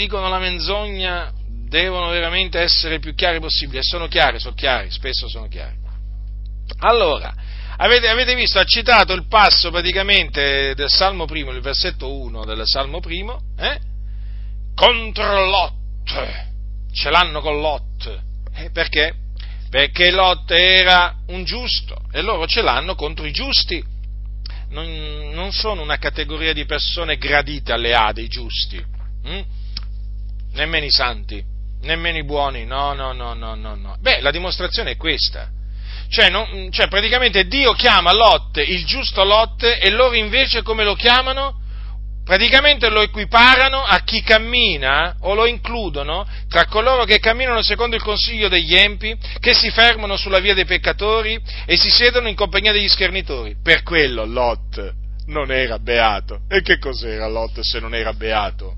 devono veramente essere più chiari possibile, e sono chiari, spesso sono chiari. Allora, avete visto, ha citato il passo praticamente del Salmo primo, il versetto 1 del Salmo primo, contro Lot, ce l'hanno con Lot, perché? Perché Lot era un giusto, e loro ce l'hanno contro i giusti. Non sono una categoria di persone gradite alle Adi, i giusti, nemmeno i santi, nemmeno i buoni, no. Beh, la dimostrazione è questa, cioè praticamente Dio chiama Lot, il giusto Lot, e loro invece come lo chiamano? Praticamente lo equiparano a chi cammina, o lo includono tra coloro che camminano secondo il consiglio degli empi, che si fermano sulla via dei peccatori e si siedono in compagnia degli schernitori. Per quello Lot non era beato. E che cos'era Lot se non era beato?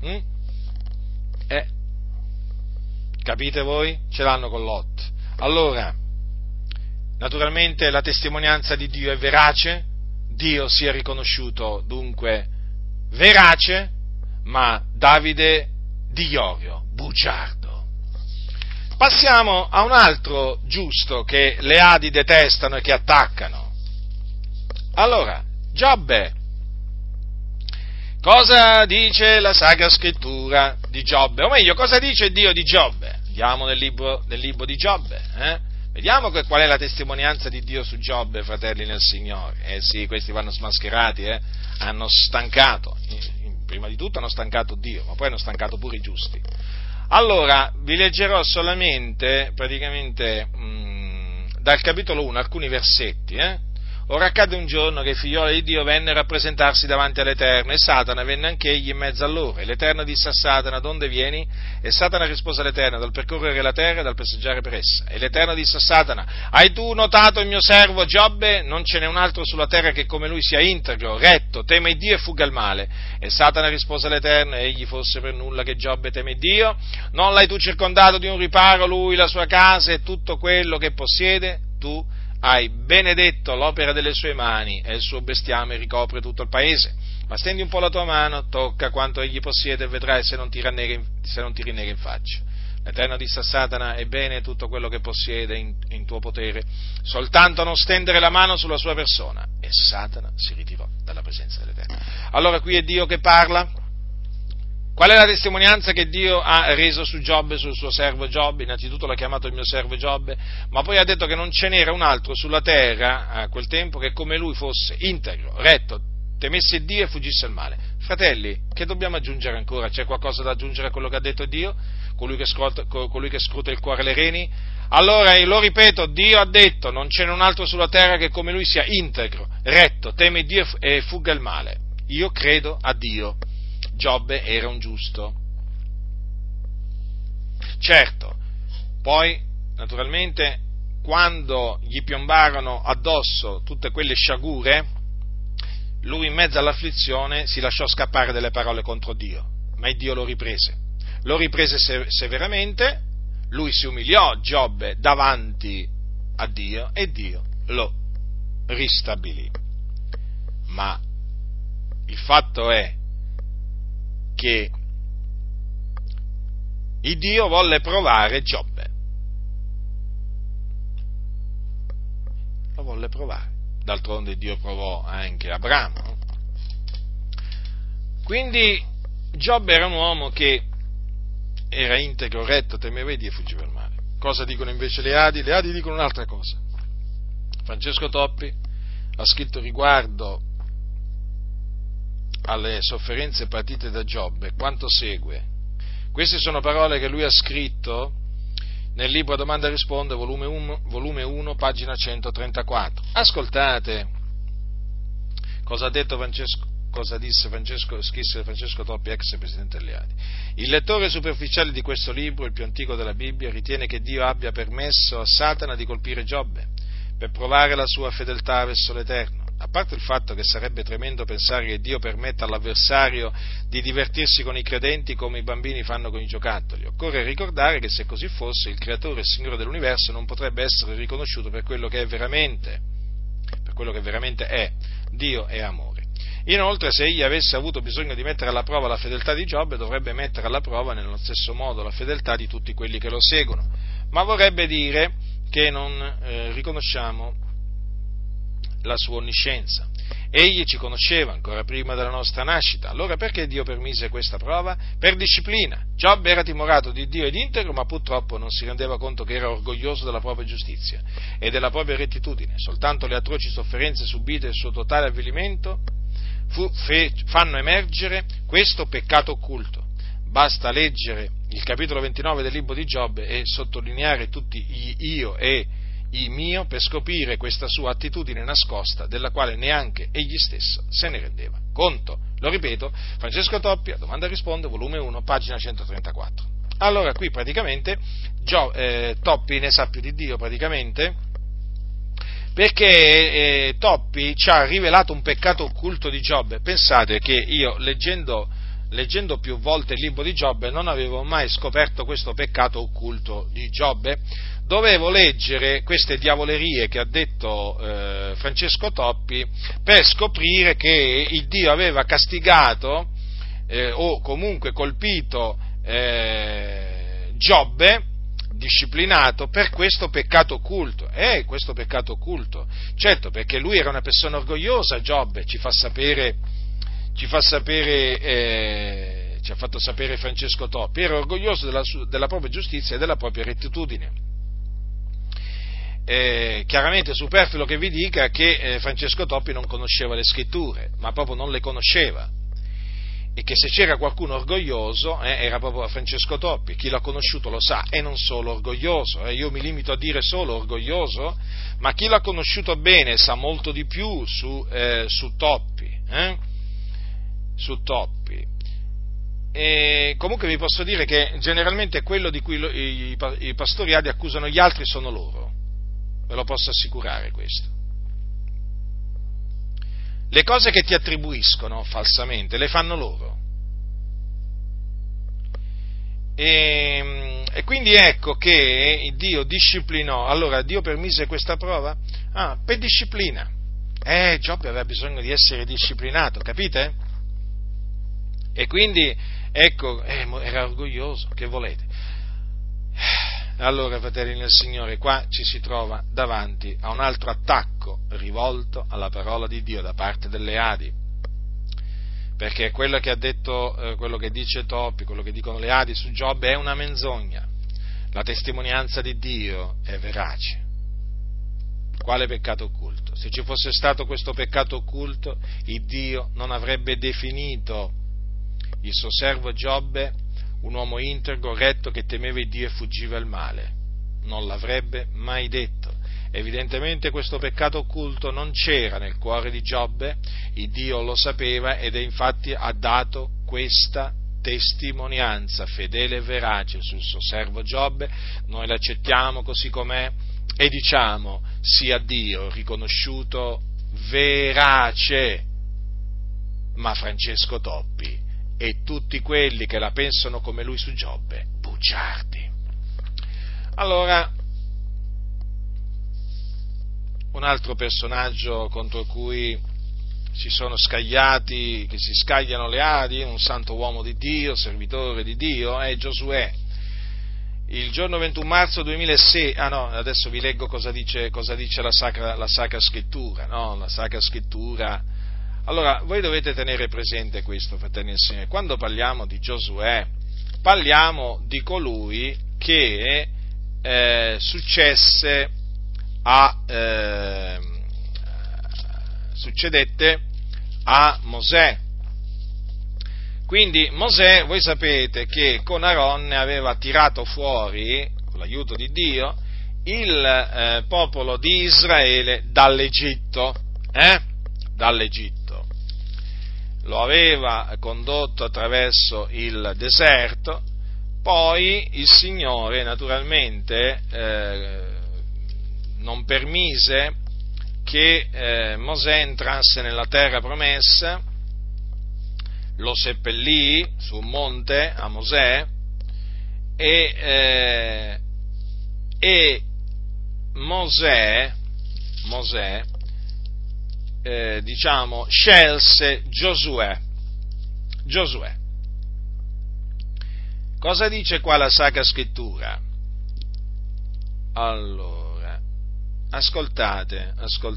Capite voi? Ce l'hanno con Lot. Allora, naturalmente la testimonianza di Dio è verace, Dio sia riconosciuto dunque verace, ma Davide Di Iorio bugiardo. Passiamo a un altro giusto che le Adi detestano e che attaccano. Allora, Giobbe. Cosa dice la Sacra Scrittura di Giobbe? O meglio, cosa dice Dio di Giobbe? Andiamo nel libro di Giobbe, Vediamo qual è la testimonianza di Dio su Giobbe, fratelli nel Signore. Sì, questi vanno smascherati, hanno stancato, prima di tutto hanno stancato Dio, ma poi hanno stancato pure i giusti. Allora, vi leggerò solamente, praticamente, dal capitolo 1, alcuni versetti, Ora accadde un giorno che i figlioli di Dio vennero a presentarsi davanti all'Eterno, e Satana venne anch'egli in mezzo a loro. E l'Eterno disse a Satana: donde vieni? E Satana rispose all'Eterno: dal percorrere la terra e dal passeggiare per essa. E l'Eterno disse a Satana: hai tu notato il mio servo Giobbe? Non ce n'è un altro sulla terra che come lui sia integro, retto, teme Dio e fugga il male. E Satana rispose all'Eterno: egli fosse per nulla che Giobbe teme Dio? Non l'hai tu circondato di un riparo, lui, la sua casa e tutto quello che possiede? Tu hai benedetto l'opera delle sue mani, e il suo bestiame ricopre tutto il paese. Ma stendi un po' la tua mano, tocca quanto egli possiede, e vedrai se non ti rinnega in faccia. L'Eterno disse a Satana: ebbene, tutto quello che possiede in tuo potere, soltanto non stendere la mano sulla sua persona. E Satana si ritirò dalla presenza dell'Eterno. Allora qui è Dio che parla. Qual è la testimonianza che Dio ha reso su Giobbe, sul suo servo Giobbe? Innanzitutto l'ha chiamato il mio servo Giobbe, ma poi ha detto che non ce n'era un altro sulla terra a quel tempo che come lui fosse integro, retto, temesse Dio e fuggisse il male. Fratelli, che dobbiamo aggiungere ancora? C'è qualcosa da aggiungere a quello che ha detto Dio? Colui che scruta il cuore e le reni? Allora, lo ripeto, Dio ha detto: non ce n'è un altro sulla terra che come lui sia integro, retto, teme Dio e fugga il male. Io credo a Dio. Giobbe era un giusto. Certo, poi, naturalmente, quando gli piombarono addosso tutte quelle sciagure, lui in mezzo all'afflizione si lasciò scappare delle parole contro Dio, ma Dio lo riprese severamente, lui si umiliò, Giobbe, davanti a Dio, e Dio lo ristabilì. Ma il fatto è che il Dio volle provare Giobbe, lo volle provare, d'altronde Dio provò anche Abramo. Quindi Giobbe era un uomo che era integro, retto, temeva Dio e fuggiva il male. Cosa dicono invece le Adi? Le Adi dicono un'altra cosa. Francesco Toppi ha scritto riguardo alle sofferenze patite da Giobbe quanto segue. Queste sono parole che lui ha scritto nel libro Domanda e Risponde, volume 1, pagina 134. Ascoltate cosa ha detto scrisse Francesco Toppi, ex presidente delle Adi. Il lettore superficiale di questo libro, il più antico della Bibbia, ritiene che Dio abbia permesso a Satana di colpire Giobbe per provare la sua fedeltà verso l'Eterno. A parte il fatto che sarebbe tremendo pensare che Dio permetta all'avversario di divertirsi con i credenti come i bambini fanno con i giocattoli, occorre ricordare che se così fosse, il Creatore e Signore dell'universo non potrebbe essere riconosciuto per quello che è veramente è. Dio è amore. Inoltre, se egli avesse avuto bisogno di mettere alla prova la fedeltà di Giobbe, dovrebbe mettere alla prova nello stesso modo la fedeltà di tutti quelli che lo seguono, ma vorrebbe dire che non riconosciamo la sua onniscienza. Egli ci conosceva ancora prima della nostra nascita. Allora perché Dio permise questa prova? Per disciplina. Giobbe era timorato di Dio ed integro, ma purtroppo non si rendeva conto che era orgoglioso della propria giustizia e della propria rettitudine. Soltanto le atroci sofferenze subite e il suo totale avvilimento fanno emergere questo peccato occulto. Basta leggere il capitolo 29 del libro di Giobbe e sottolineare tutti gli io e i mio per scoprire questa sua attitudine nascosta, della quale neanche egli stesso se ne rendeva conto. Lo ripeto, Francesco Toppi, a Domanda e Risponde, volume 1, pagina 134. Allora, qui praticamente Toppi ne sa più di Dio, praticamente, perché Toppi ci ha rivelato un peccato occulto di Giobbe. Pensate che io, leggendo più volte il libro di Giobbe, non avevo mai scoperto questo peccato occulto di Giobbe. Dovevo leggere queste diavolerie che ha detto Francesco Toppi per scoprire che il Dio aveva castigato o comunque colpito Giobbe, disciplinato per questo peccato occulto. Questo peccato occulto, certo, perché lui era una persona orgogliosa. Giobbe ci ha fatto sapere Francesco Toppi, era orgoglioso della propria giustizia e della propria rettitudine. Chiaramente è superfluo che vi dica che Francesco Toppi non conosceva le scritture, ma proprio non le conosceva, e che se c'era qualcuno orgoglioso era proprio Francesco Toppi. Chi l'ha conosciuto lo sa, e non solo orgoglioso, io mi limito a dire solo orgoglioso, ma chi l'ha conosciuto bene sa molto di più su Toppi, su Toppi. E comunque vi posso dire che generalmente quello di cui i pastoriadi accusano gli altri sono loro, ve lo posso assicurare questo. Le cose che ti attribuiscono falsamente le fanno loro. E quindi ecco che Dio disciplinò. Allora Dio permise questa prova? Per disciplina. Giobbe aveva bisogno di essere disciplinato, capite? E quindi, ecco, era orgoglioso, che volete? Allora, fratelli nel Signore, qua ci si trova davanti a un altro attacco rivolto alla parola di Dio da parte delle Adi, perché quello che ha detto, quello che dice Toppi, quello che dicono le Adi su Giobbe è una menzogna. La testimonianza di Dio è verace. Quale peccato occulto? Se ci fosse stato questo peccato occulto, il Dio non avrebbe definito il suo servo Giobbe un uomo integro, retto, che temeva il Dio e fuggiva il male. Non l'avrebbe mai detto. Evidentemente questo peccato occulto non c'era nel cuore di Giobbe, il Dio lo sapeva ed infatti ha dato questa testimonianza fedele e verace sul suo servo Giobbe. Noi l'accettiamo così com'è e diciamo: sia Dio riconosciuto verace. Ma Francesco Toppi e tutti quelli che la pensano come lui su Giobbe, bugiardi. Allora, un altro personaggio contro cui si sono scagliati, che si scagliano le Adi, un santo uomo di Dio, servitore di Dio, è Giosuè. Il giorno 21 marzo 2006, adesso vi leggo cosa dice la Sacra Scrittura, no? La Sacra Scrittura. Allora, voi dovete tenere presente questo, fratelli e signori, quando parliamo di Giosuè, parliamo di colui che succedette a Mosè. Quindi Mosè, voi sapete che con Aronne aveva tirato fuori, con l'aiuto di Dio, il popolo di Israele dall'Egitto, dall'Egitto. Lo aveva condotto attraverso il deserto, poi il Signore naturalmente non permise che Mosè entrasse nella terra promessa, lo seppellì su un monte a Mosè e Mosè scelse Giosuè. Cosa dice qua la Sacra Scrittura? Allora, ascoltate.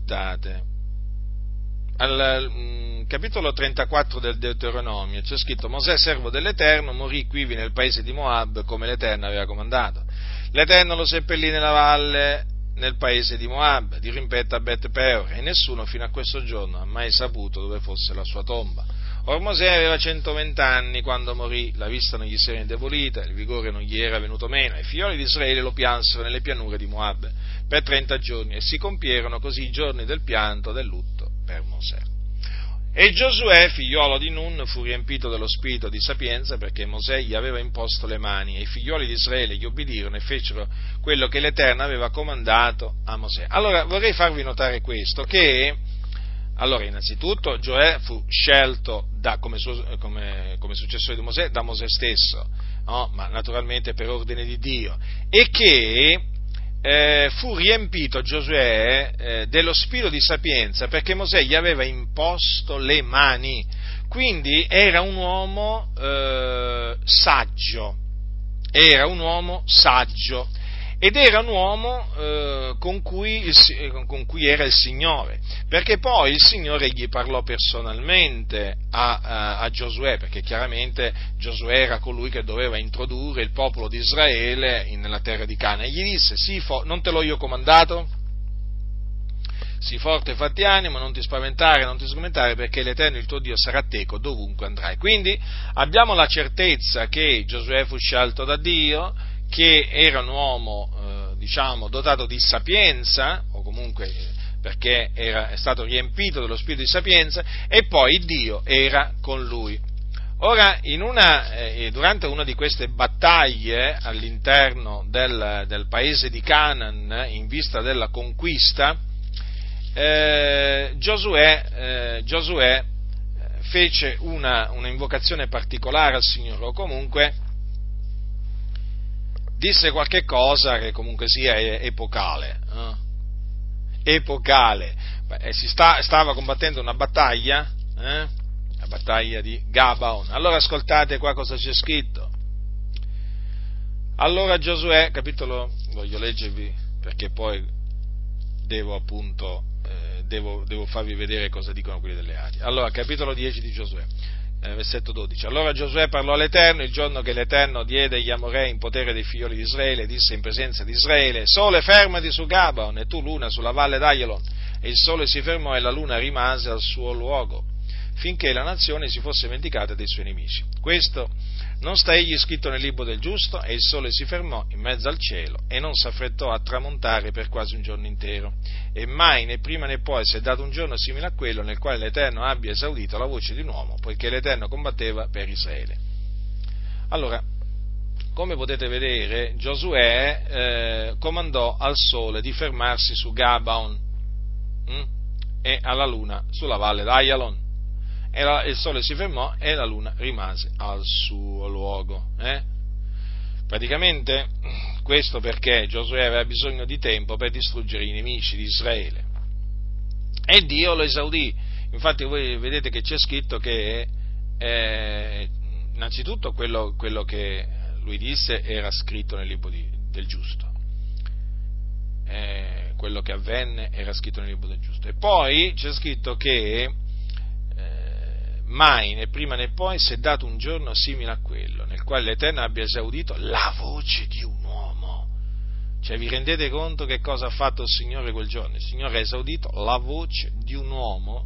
Al capitolo 34 del Deuteronomio c'è scritto: Mosè, servo dell'Eterno, morì quivi nel paese di Moab, come l'Eterno aveva comandato. L'Eterno lo seppellì nella valle, nel paese di Moab, di rimpetto a Bet Peor, e nessuno fino a questo giorno ha mai saputo dove fosse la sua tomba. Or Mosè aveva 120 anni quando morì, la vista non gli si era indebolita, il vigore non gli era venuto meno, e i figlioli di Israele lo piansero nelle pianure di Moab per 30 giorni, e si compierono così i giorni del pianto, del lutto per Mosè. E Giosuè, figliolo di Nun, fu riempito dello spirito di sapienza, perché Mosè gli aveva imposto le mani, e i figlioli di Israele gli obbedirono e fecero quello che l'Eterno aveva comandato a Mosè. Allora, vorrei farvi notare questo, che innanzitutto Giosuè fu scelto come successore di Mosè da Mosè stesso, no? Ma naturalmente per ordine di Dio, e che fu riempito Giosuè dello spirito di sapienza perché Mosè gli aveva imposto le mani, quindi era un uomo saggio, ed era un uomo con cui era il Signore, perché poi il Signore gli parlò personalmente a Giosuè, perché chiaramente Giosuè era colui che doveva introdurre il popolo di Israele nella terra di Canaan, e gli disse: non te l'ho io comandato? sii forte e fatti animo, non ti spaventare, non ti sgomentare, perché l'Eterno il tuo Dio sarà teco dovunque andrai. Quindi abbiamo la certezza che Giosuè fu scelto da Dio, che era un uomo, dotato di sapienza, o comunque perché è stato riempito dello spirito di sapienza, e poi Dio era con lui. Ora, durante una di queste battaglie all'interno del paese di Canaan, in vista della conquista, Giosuè fece una invocazione particolare al Signore, o comunque disse qualche cosa che comunque sia epocale. Epocale. Stava combattendo una battaglia, la battaglia di Gabaon. Allora ascoltate qua cosa c'è scritto. Allora Giosuè, capitolo, voglio leggervi perché poi devo farvi vedere cosa dicono quelli delle Adi. Allora, capitolo 10 di Giosuè, versetto 12. Allora Giosuè parlò all'Eterno il giorno che l'Eterno diede gli Amorei in potere dei figlioli di Israele, disse in presenza di Israele: Sole, fermati su Gabaon, e tu luna sulla valle d'Aialon. E il sole si fermò e la luna rimase al suo luogo, finché la nazione si fosse vendicata dei suoi nemici. Questo non sta egli scritto nel libro del giusto? E il sole si fermò in mezzo al cielo e non s'affrettò a tramontare per quasi un giorno intero. E mai, né prima né poi, si è dato un giorno simile a quello nel quale l'Eterno abbia esaudito la voce di un uomo, poiché l'Eterno combatteva per Israele. Allora, come potete vedere, Giosuè comandò al sole di fermarsi su Gabaon e alla luna sulla valle d'Aialon. Il sole si fermò e la luna rimase al suo luogo. Praticamente questo perché Giosuè aveva bisogno di tempo per distruggere i nemici di Israele. E Dio lo esaudì. Infatti voi vedete che c'è scritto che innanzitutto quello che lui disse era scritto nel libro del giusto. Quello che avvenne era scritto nel libro del giusto. E poi c'è scritto che mai, né prima né poi, si è dato un giorno simile a quello, nel quale l'Eterno abbia esaudito la voce di un uomo. Cioè, vi rendete conto che cosa ha fatto il Signore quel giorno? Il Signore ha esaudito la voce di un uomo,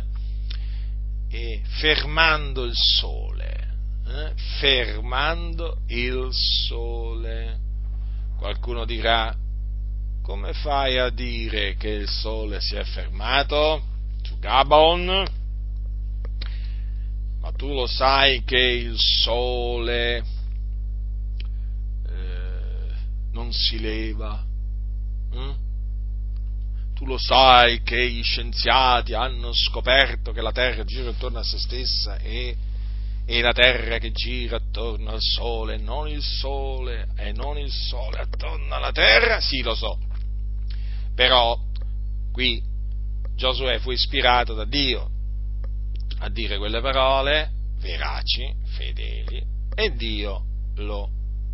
e fermando il sole. Fermando il sole. Qualcuno dirà: come fai a dire che il sole si è fermato su Gabaon? Ma tu lo sai che il sole non si leva? Tu lo sai che gli scienziati hanno scoperto che la Terra gira attorno a se stessa e la Terra che gira attorno al Sole, non il Sole attorno alla Terra? Sì, lo so. Però qui Giosuè fu ispirato da Dio a dire quelle parole veraci, fedeli, e Dio lo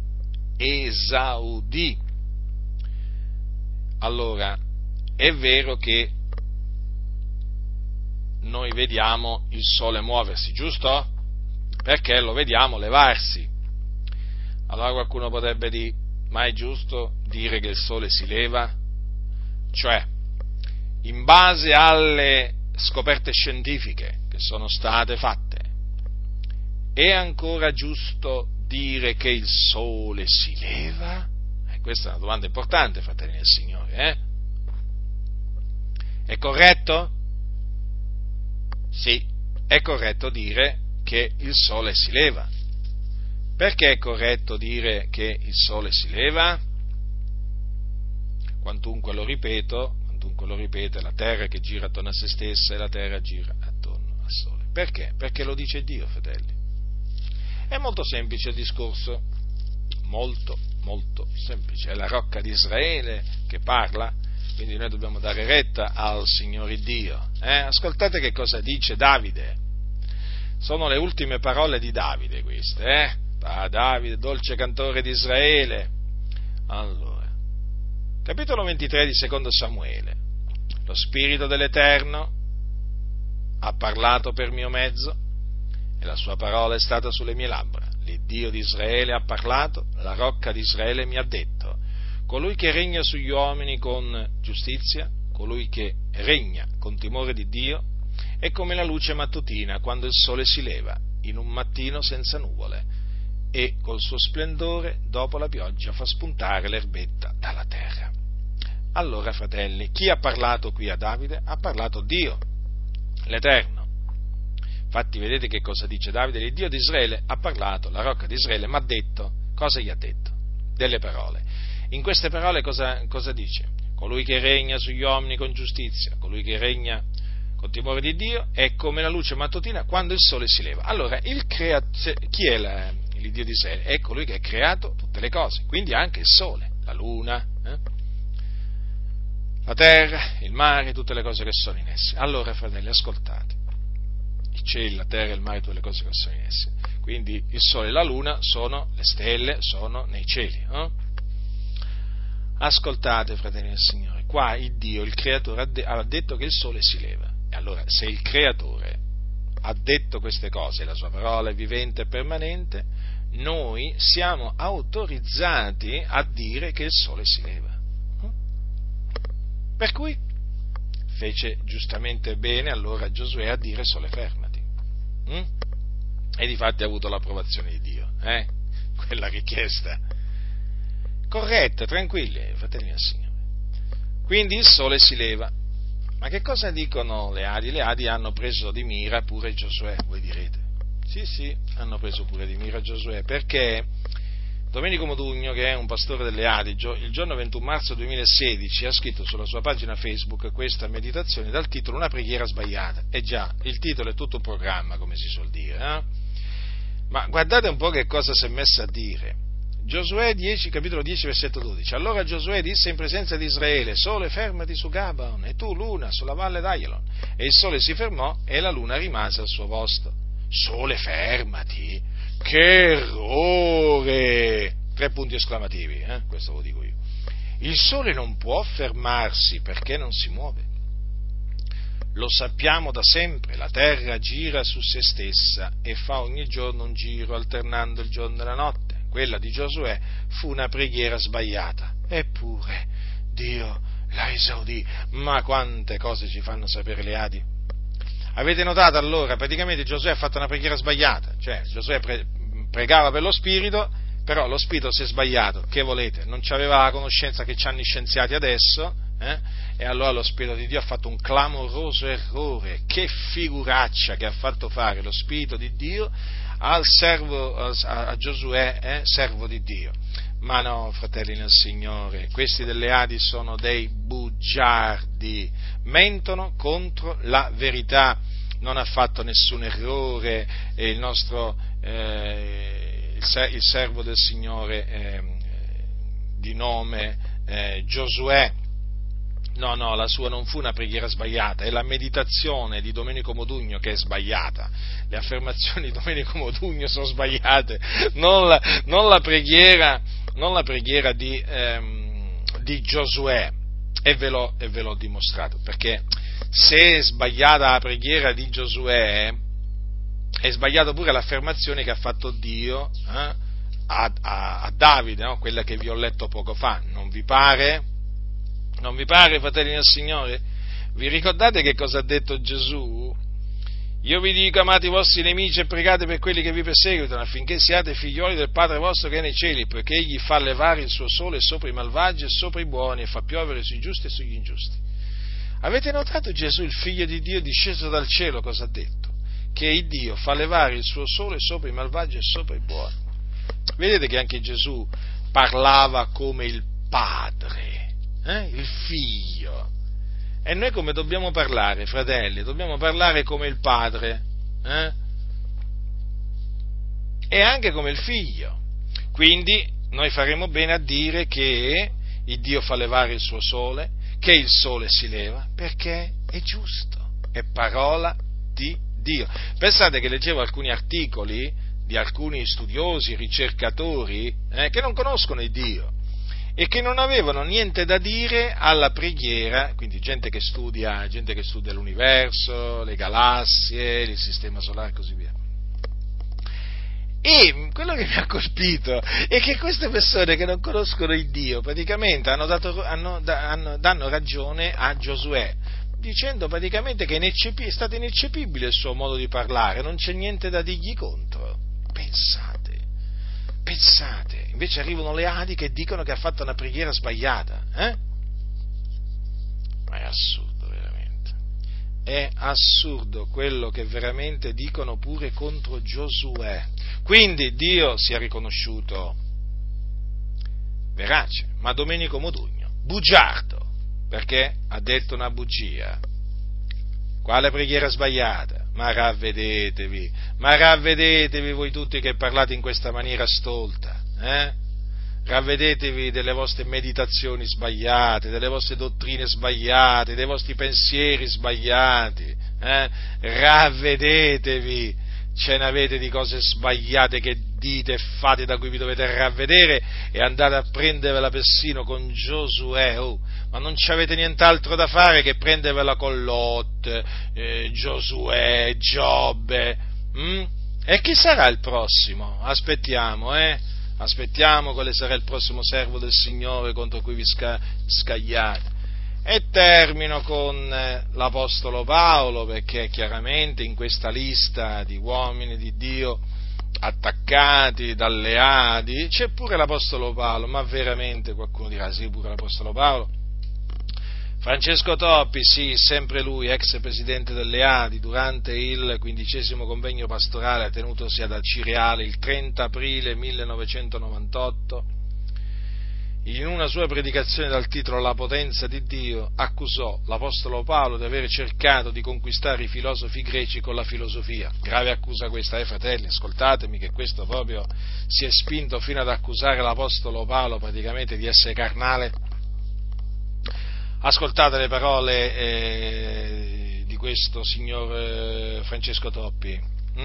esaudì. Allora, è vero che noi vediamo il sole muoversi, giusto? Perché lo vediamo levarsi. Allora qualcuno potrebbe dire: ma è giusto dire che il sole si leva? Cioè, in base alle scoperte scientifiche che sono state fatte, è ancora giusto dire che il sole si leva? Questa è una domanda importante, fratelli del Signore, È corretto? Sì, è corretto dire che il sole si leva. Perché è corretto dire che il sole si leva? Quantunque lo ripeto, è la terra che gira attorno a se stessa e la terra gira attorno al sole. Perché? Perché lo dice Dio, fratelli. È molto semplice il discorso, molto, molto semplice. È la rocca di Israele che parla, quindi noi dobbiamo dare retta al Signore Dio. Ascoltate che cosa dice Davide. Sono le ultime parole di Davide queste, Davide, dolce cantore di Israele. Allora, capitolo 23 di secondo Samuele. Lo Spirito dell'Eterno ha parlato per mio mezzo e la sua parola è stata sulle mie labbra. L'Iddio di Israele ha parlato, la rocca di Israele mi ha detto: colui che regna sugli uomini con giustizia, colui che regna con timore di Dio è come la luce mattutina quando il sole si leva in un mattino senza nuvole e col suo splendore dopo la pioggia fa spuntare l'erbetta dalla terra. Allora, fratelli, chi ha parlato qui a Davide? Ha parlato Dio, l'Eterno. Infatti vedete che cosa dice Davide? Il Dio di Israele ha parlato, la rocca di Israele mi ha detto. Cosa gli ha detto? Delle parole. In queste parole cosa dice? Colui che regna sugli uomini con giustizia, colui che regna con timore di Dio, è come la luce mattutina quando il sole si leva. Allora, chi è il Dio di Israele? È colui che ha creato tutte le cose, quindi anche il sole, la luna, la terra, il mare, tutte le cose che sono in essi. Allora, fratelli, ascoltate. I cieli, la terra, il mare, tutte le cose che sono in essi. Quindi il sole e la luna sono, le stelle sono nei cieli. Ascoltate, fratelli del Signore, qua il Dio, il Creatore, ha detto che il sole si leva. E allora, se il Creatore ha detto queste cose, la sua parola è vivente e permanente, noi siamo autorizzati a dire che il sole si leva. Per cui fece giustamente bene allora Giosuè a dire sole fermati. E difatti ha avuto l'approvazione di Dio, quella richiesta. Corretta, tranquilli, fratelli del Signore. Quindi il sole si leva. Ma che cosa dicono le Adi? Le Adi hanno preso di mira pure Giosuè, voi direte. Sì, hanno preso pure di mira Giosuè, perché Domenico Modugno, che è un pastore delle Adi, il giorno 21 marzo 2016 ha scritto sulla sua pagina Facebook questa meditazione dal titolo Una preghiera sbagliata. E già, il titolo è tutto un programma, come si suol dire. Ma guardate un po' che cosa si è messo a dire. Giosuè 10, capitolo 10, versetto 12. Allora Giosuè disse in presenza di Israele: Sole, fermati su Gabaon, e tu, luna, sulla valle d'Aialon. E il sole si fermò e la luna rimase al suo posto. Sole, fermati? Che errore! 3 punti esclamativi, questo lo dico io. Il sole non può fermarsi perché non si muove. Lo sappiamo da sempre, la terra gira su se stessa e fa ogni giorno un giro alternando il giorno e la notte. Quella di Giosuè fu una preghiera sbagliata, eppure Dio la esaudì. Ma quante cose ci fanno sapere le Adi? Avete notato allora? Praticamente Giosuè ha fatto una preghiera sbagliata, cioè Giosuè pregava per lo Spirito, però lo Spirito si è sbagliato, che volete? Non c'aveva la conoscenza che c'hanno i scienziati adesso, e allora lo Spirito di Dio ha fatto un clamoroso errore. Che figuraccia che ha fatto fare lo Spirito di Dio al servo, a Giosuè, servo di Dio. Ma no, fratelli nel Signore, questi delle Adi sono dei bugiardi, mentono contro la verità. Non ha fatto nessun errore il nostro il servo del Signore di nome Giosuè. No, la sua non fu una preghiera sbagliata, è la meditazione di Domenico Modugno che è sbagliata. Le affermazioni di Domenico Modugno sono sbagliate, non la preghiera di Giosuè, e ve l'ho dimostrato, perché se è sbagliata la preghiera di Giosuè, è sbagliata pure l'affermazione che ha fatto Dio a Davide, no? Quella che vi ho letto poco fa. Non vi pare? Non vi pare, fratelli del Signore? Vi ricordate che cosa ha detto Gesù? Io vi dico, amate i vostri nemici e pregate per quelli che vi perseguitano, affinché siate figlioli del Padre vostro che è nei cieli, poiché egli fa levare il suo sole sopra i malvagi e sopra i buoni, e fa piovere sui giusti e sugli ingiusti. Avete notato Gesù, il figlio di Dio, disceso dal cielo, cosa ha detto? Che il Dio fa levare il suo sole sopra i malvagi e sopra i buoni. Vedete che anche Gesù parlava come il Padre, il Figlio. E noi come dobbiamo parlare, fratelli? Dobbiamo parlare come il Padre, e anche come il Figlio. Quindi noi faremo bene a dire che il Dio fa levare il suo sole, che il sole si leva, perché è giusto, è parola di Dio. Pensate che leggevo alcuni articoli di alcuni studiosi, ricercatori, che non conoscono il Dio e che non avevano niente da dire alla preghiera, quindi gente che studia l'universo, le galassie, il sistema solare e così via. E quello che mi ha colpito è che queste persone che non conoscono il Dio praticamente danno ragione a Giosuè, dicendo praticamente che è stato ineccepibile il suo modo di parlare, non c'è niente da dirgli contro. Pensate, invece arrivano le Adi che dicono che ha fatto una preghiera sbagliata, Ma è assurdo, veramente. È assurdo quello che veramente dicono pure contro Giosuè. Quindi Dio sia riconosciuto verace, ma Domenico Modugno, bugiardo, perché ha detto una bugia. Quale preghiera sbagliata? Ma ravvedetevi voi tutti che parlate in questa maniera stolta, Ravvedetevi delle vostre meditazioni sbagliate, delle vostre dottrine sbagliate, dei vostri pensieri sbagliati, Ravvedetevi, ce ne avete di cose sbagliate che dite e fate da cui vi dovete ravvedere e andate a prendervela persino con Giosuè, ma non ci avete nient'altro da fare che prendervela con Lot, Giosuè, Giobbe, E chi sarà il prossimo? Aspettiamo, Aspettiamo quale sarà il prossimo servo del Signore contro cui vi scagliate. E termino con l'Apostolo Paolo, perché chiaramente in questa lista di uomini di Dio attaccati dalle Adi c'è pure l'Apostolo Paolo, ma veramente qualcuno dirà sì, pure l'Apostolo Paolo? Francesco Toppi, sì, sempre lui, ex presidente delle Adi, durante il 15° convegno pastorale tenutosi ad Acireale il 30 aprile 1998, in una sua predicazione dal titolo La potenza di Dio, accusò l'Apostolo Paolo di aver cercato di conquistare i filosofi greci con la filosofia. Grave accusa questa, fratelli, ascoltatemi, che questo proprio si è spinto fino ad accusare l'Apostolo Paolo praticamente di essere carnale. Ascoltate le parole di questo signor Francesco Toppi.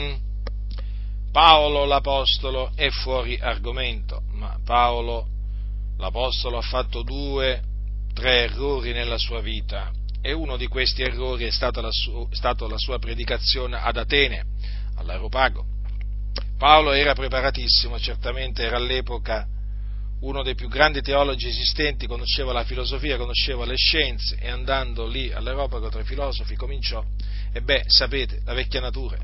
Paolo l'Apostolo è fuori argomento, ma Paolo l'Apostolo ha fatto 2-3 errori nella sua vita e uno di questi errori è stato la sua predicazione ad Atene, all'Areopago. Paolo era preparatissimo, certamente era all'epoca uno dei più grandi teologi esistenti, conosceva la filosofia, conosceva le scienze e andando lì all'Areopago tra i filosofi cominciò, sapete, la vecchia natura,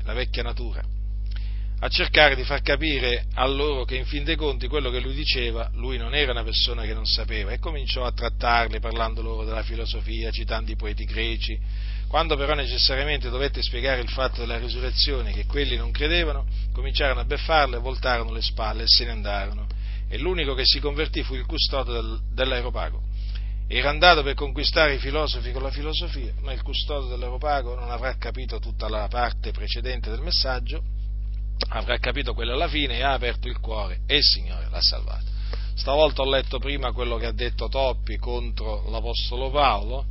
a cercare di far capire a loro che in fin dei conti quello che lui diceva, lui non era una persona che non sapeva, e cominciò a trattarli parlando loro della filosofia, citando i poeti greci. Quando però necessariamente dovette spiegare il fatto della risurrezione, che quelli non credevano, cominciarono a beffarlo e voltarono le spalle e se ne andarono. E l'unico che si convertì fu il custode dell'Areopago. Era andato per conquistare i filosofi con la filosofia, ma il custode dell'Areopago non avrà capito tutta la parte precedente del messaggio, avrà capito quello alla fine e ha aperto il cuore e il Signore l'ha salvato. Stavolta ho letto prima quello che ha detto Toppi contro l'Apostolo Paolo,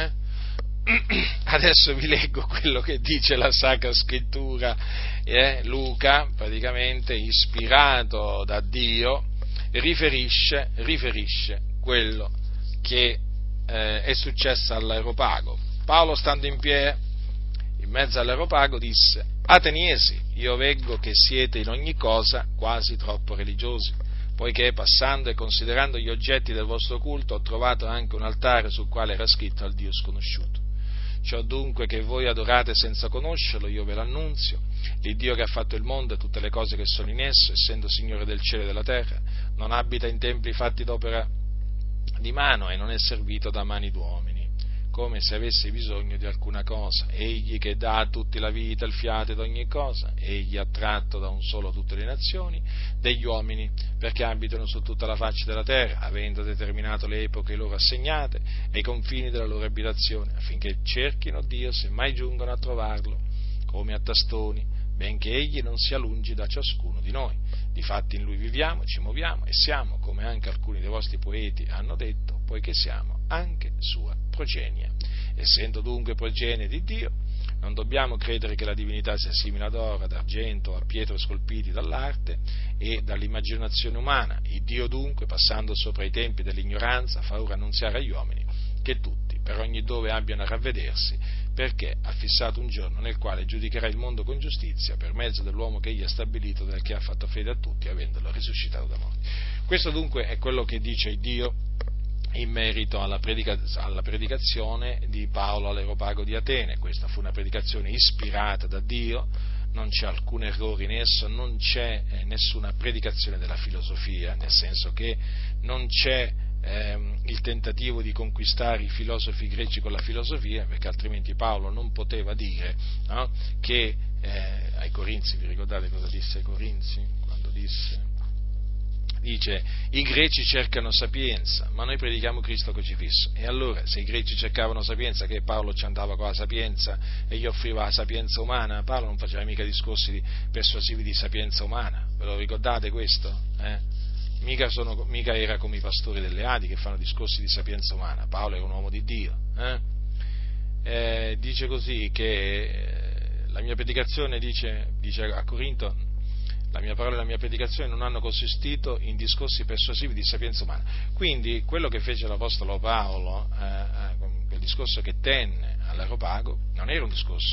Adesso vi leggo quello che dice la Sacra Scrittura. Luca, praticamente ispirato da Dio, riferisce quello che è successo all'Areopago. Paolo, stando in piedi in mezzo all'Areopago, disse: Ateniesi, io veggo che siete in ogni cosa quasi troppo religiosi, poiché passando e considerando gli oggetti del vostro culto ho trovato anche un altare sul quale era scritto al Dio sconosciuto. Ciò dunque che voi adorate senza conoscerlo, io ve l'annunzio: l'Iddio che ha fatto il mondo e tutte le cose che sono in esso, essendo Signore del cielo e della terra, non abita in templi fatti d'opera di mano e non è servito da mani d'uomini, come se avesse bisogno di alcuna cosa. Egli che dà a tutti la vita, il fiato ed ogni cosa, egli ha tratto da un solo tutte le nazioni degli uomini, perché abitano su tutta la faccia della terra, avendo determinato le epoche loro assegnate e i confini della loro abitazione, affinché cerchino Dio se mai giungono a trovarlo, come a tastoni, benché egli non sia lungi da ciascuno di noi. Difatti in lui viviamo, ci muoviamo e siamo, come anche alcuni dei vostri poeti hanno detto, poiché siamo anche sua progenie. Essendo dunque progenie di Dio, non dobbiamo credere che la divinità sia simile ad oro, ad argento, a pietre scolpiti dall'arte e dall'immaginazione umana. Il Dio dunque, passando sopra i tempi dell'ignoranza, fa ora annunziare agli uomini che tutti, per ogni dove abbiano a ravvedersi, perché ha fissato un giorno nel quale giudicherà il mondo con giustizia per mezzo dell'uomo che egli ha stabilito, del che ha fatto fede a tutti, avendolo risuscitato da morti. Questo dunque è quello che dice Dio in merito alla predicazione di Paolo all'Areopago di Atene. Questa fu una predicazione ispirata da Dio, non c'è alcun errore in esso, non c'è nessuna predicazione della filosofia, nel senso che non c'è il tentativo di conquistare i filosofi greci con la filosofia, perché altrimenti Paolo non poteva dire, no, che ai Corinzi, vi ricordate cosa disse ai Corinzi? Quando dice: i greci cercano sapienza, ma noi predichiamo Cristo crocifisso. E allora, se i greci cercavano sapienza, che Paolo ci andava con la sapienza e gli offriva la sapienza umana? Paolo non faceva mica discorsi persuasivi di sapienza umana, ve lo ricordate questo? Mica era come i pastori delle Adi che fanno discorsi di sapienza umana. Paolo era un uomo di Dio. Dice così che la mia predicazione, dice a Corinto, la mia parola e la mia predicazione non hanno consistito in discorsi persuasivi di sapienza umana. Quindi quello che fece l'Apostolo Paolo, quel discorso che tenne all'Areopago, non era un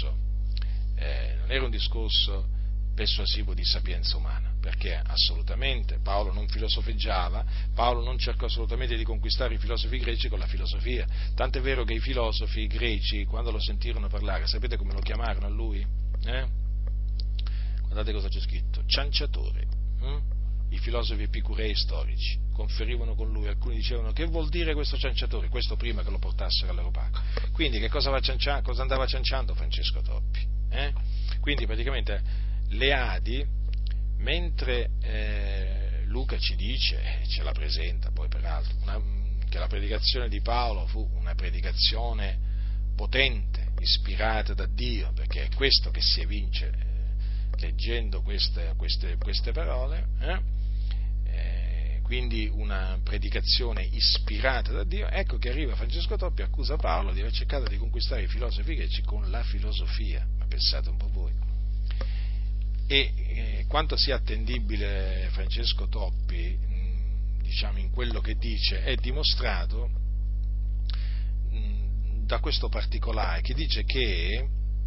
discorso persuasivo di sapienza umana, perché assolutamente Paolo non filosofeggiava, Paolo non cercò assolutamente di conquistare i filosofi greci con la filosofia, tant'è vero che i filosofi greci, quando lo sentirono parlare, sapete come lo chiamarono a lui? Guardate cosa c'è scritto: cianciatore. I filosofi epicurei storici conferivano con lui, alcuni dicevano: che vuol dire questo cianciatore? Questo prima che lo portassero all'Areopago. Quindi che cosa andava cianciando Francesco Toppi? Quindi praticamente le Adi, mentre Luca ci dice, ce la presenta poi peraltro, che la predicazione di Paolo fu una predicazione potente, ispirata da Dio, perché è questo che si evince leggendo queste parole, quindi una predicazione ispirata da Dio. Ecco che arriva Francesco Toppi e accusa Paolo di aver cercato di conquistare i filosofi greci con la filosofia. Ma pensate un po' voi. E quanto sia attendibile Francesco Toppi, diciamo, in quello che dice, è dimostrato da questo particolare che dice che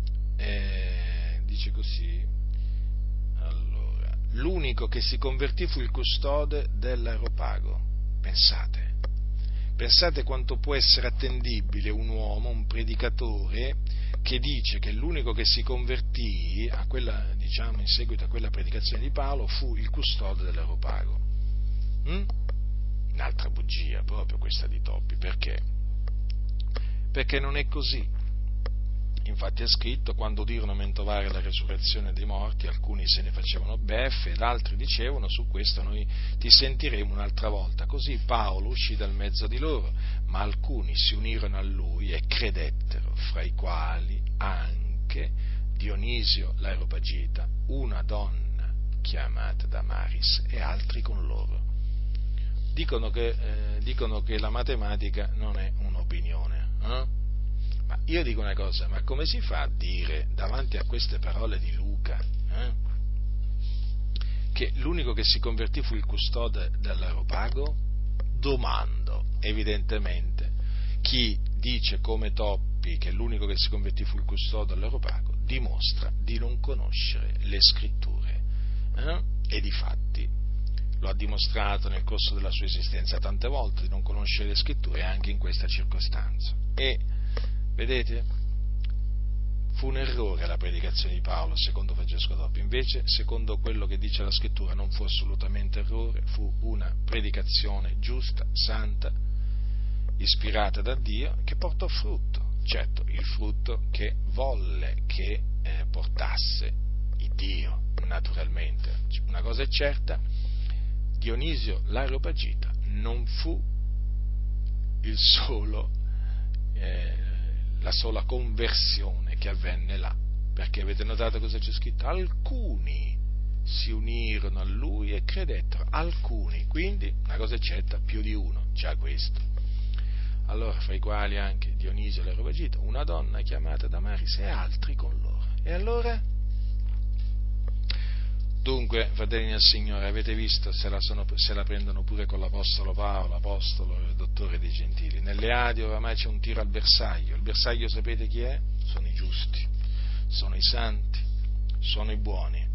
dice così: allora, l'unico che si convertì fu il custode dell'Areopago. Pensate quanto può essere attendibile un uomo, un predicatore, che dice che l'unico che si convertì a quella, diciamo, in seguito a quella predicazione di Paolo fu il custode dell'Areopago. Un'altra bugia proprio questa di Toppi. Perché? Perché non è così. Infatti è scritto: quando udirono mentovare la resurrezione dei morti, alcuni se ne facevano beffe ed altri dicevano: su questo noi ti sentiremo un'altra volta. Così Paolo uscì dal mezzo di loro, ma alcuni si unirono a lui e credettero, fra i quali anche Dionisio l'Areopagita, una donna chiamata Damaris, e altri con loro. Dicono che la matematica non è un'opinione, Ma io dico una cosa: ma come si fa a dire davanti a queste parole di Luca che l'unico che si convertì fu il custode dell'Areopago? Domando, evidentemente, chi dice come Toppi che l'unico che si convertì fu il custode dell'Areopago dimostra di non conoscere le scritture, e difatti lo ha dimostrato nel corso della sua esistenza tante volte di non conoscere le scritture, anche in questa circostanza. E vedete, fu un errore la predicazione di Paolo, secondo Francesco Toppi. Invece, secondo quello che dice la scrittura, non fu assolutamente errore, fu una predicazione giusta, santa, ispirata da Dio, che portò frutto. Certo, il frutto che volle che portasse il Dio, naturalmente. Una cosa è certa: Dionisio l'Areopagita non fu la sola conversione che avvenne là, perché avete notato cosa c'è scritto? Alcuni si unirono a lui e credettero, alcuni, quindi una cosa è certa, più di uno, già questo. Allora, fra i quali anche Dionisio l'Areopagita, una donna chiamata Damaris e altri con loro. E allora? Dunque, fratelli del Signore, avete visto, se la prendono pure con l'Apostolo Paolo, apostolo e dottore dei gentili. Nelle Adi oramai c'è un tiro al bersaglio. Il bersaglio sapete chi è? Sono i giusti, sono i santi, sono i buoni.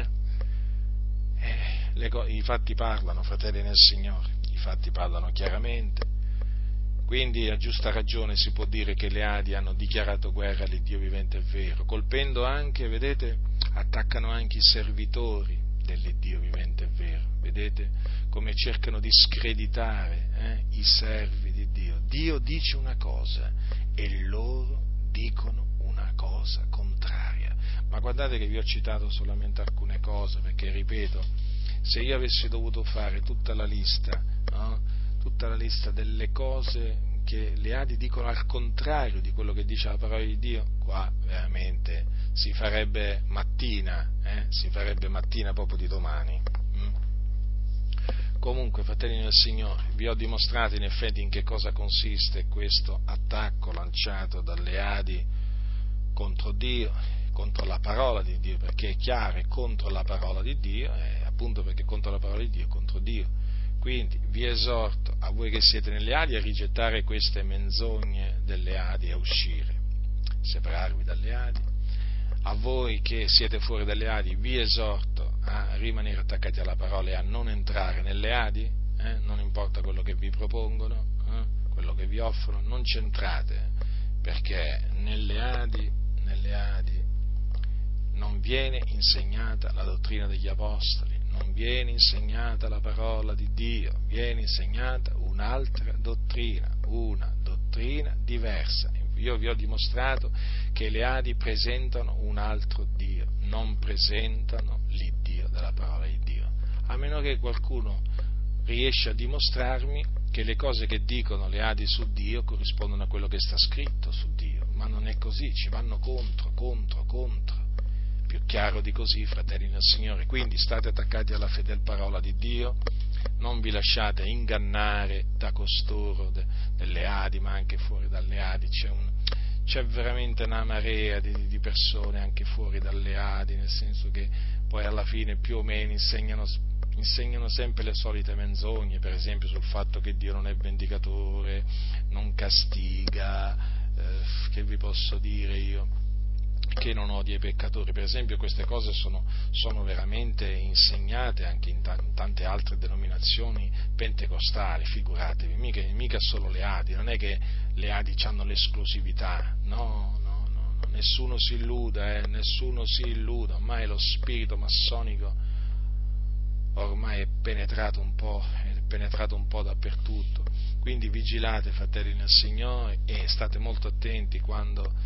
I fatti parlano, fratelli nel Signore, i fatti parlano chiaramente. Quindi a giusta ragione si può dire che le Adi hanno dichiarato guerra all'Iddio vivente e vero, colpendo anche, vedete, attaccano anche i servitori dell'Iddio vivente e vero, vedete come cercano di screditare i servi di Dio. Dio dice una cosa e loro dicono una cosa contraria. Ma guardate che vi ho citato solamente alcune cose, perché ripeto, se io avessi dovuto fare tutta la lista, no? Tutta la lista delle cose che le Adi dicono al contrario di quello che dice la parola di Dio, qua veramente si farebbe mattina proprio di domani. Comunque, fratelli del Signore, vi ho dimostrato in effetti in che cosa consiste questo attacco lanciato dalle Adi contro Dio, contro la parola di Dio, perché è chiaro, è contro la parola di Dio, e appunto perché è contro la parola di Dio, è contro Dio. Quindi vi esorto, a voi che siete nelle Adi, a rigettare queste menzogne delle Adi e a uscire, separarvi dalle Adi. A voi che siete fuori dalle Adi, vi esorto a rimanere attaccati alla parola e a non entrare nelle Adi, non importa quello che vi propongono, quello che vi offrono, non c'entrate, perché nelle Adi non viene insegnata la dottrina degli Apostoli, non viene insegnata la parola di Dio, viene insegnata un'altra dottrina, una dottrina diversa. Io vi ho dimostrato che le Adi presentano un altro Dio, non presentano l'Iddio della parola di Dio, a meno che qualcuno riesce a dimostrarmi che le cose che dicono le Adi su Dio corrispondono a quello che sta scritto su Dio, ma non è così, ci vanno contro. Più chiaro di così, fratelli nel Signore. Quindi state attaccati alla fedele parola di Dio, non vi lasciate ingannare da costoro delle Adi, ma anche fuori dalle Adi c'è veramente una marea di persone anche fuori dalle Adi, nel senso che poi alla fine più o meno insegnano sempre le solite menzogne, per esempio sul fatto che Dio non è vendicatore, non castiga, che vi posso dire io, che non odia i peccatori. Per esempio queste cose sono veramente insegnate anche in tante altre denominazioni pentecostali, figuratevi, mica solo le Adi, non è che le Adi hanno l'esclusività, no, nessuno si illuda, ormai lo spirito massonico ormai è penetrato un po' dappertutto, quindi vigilate, fratelli nel Signore, e state molto attenti quando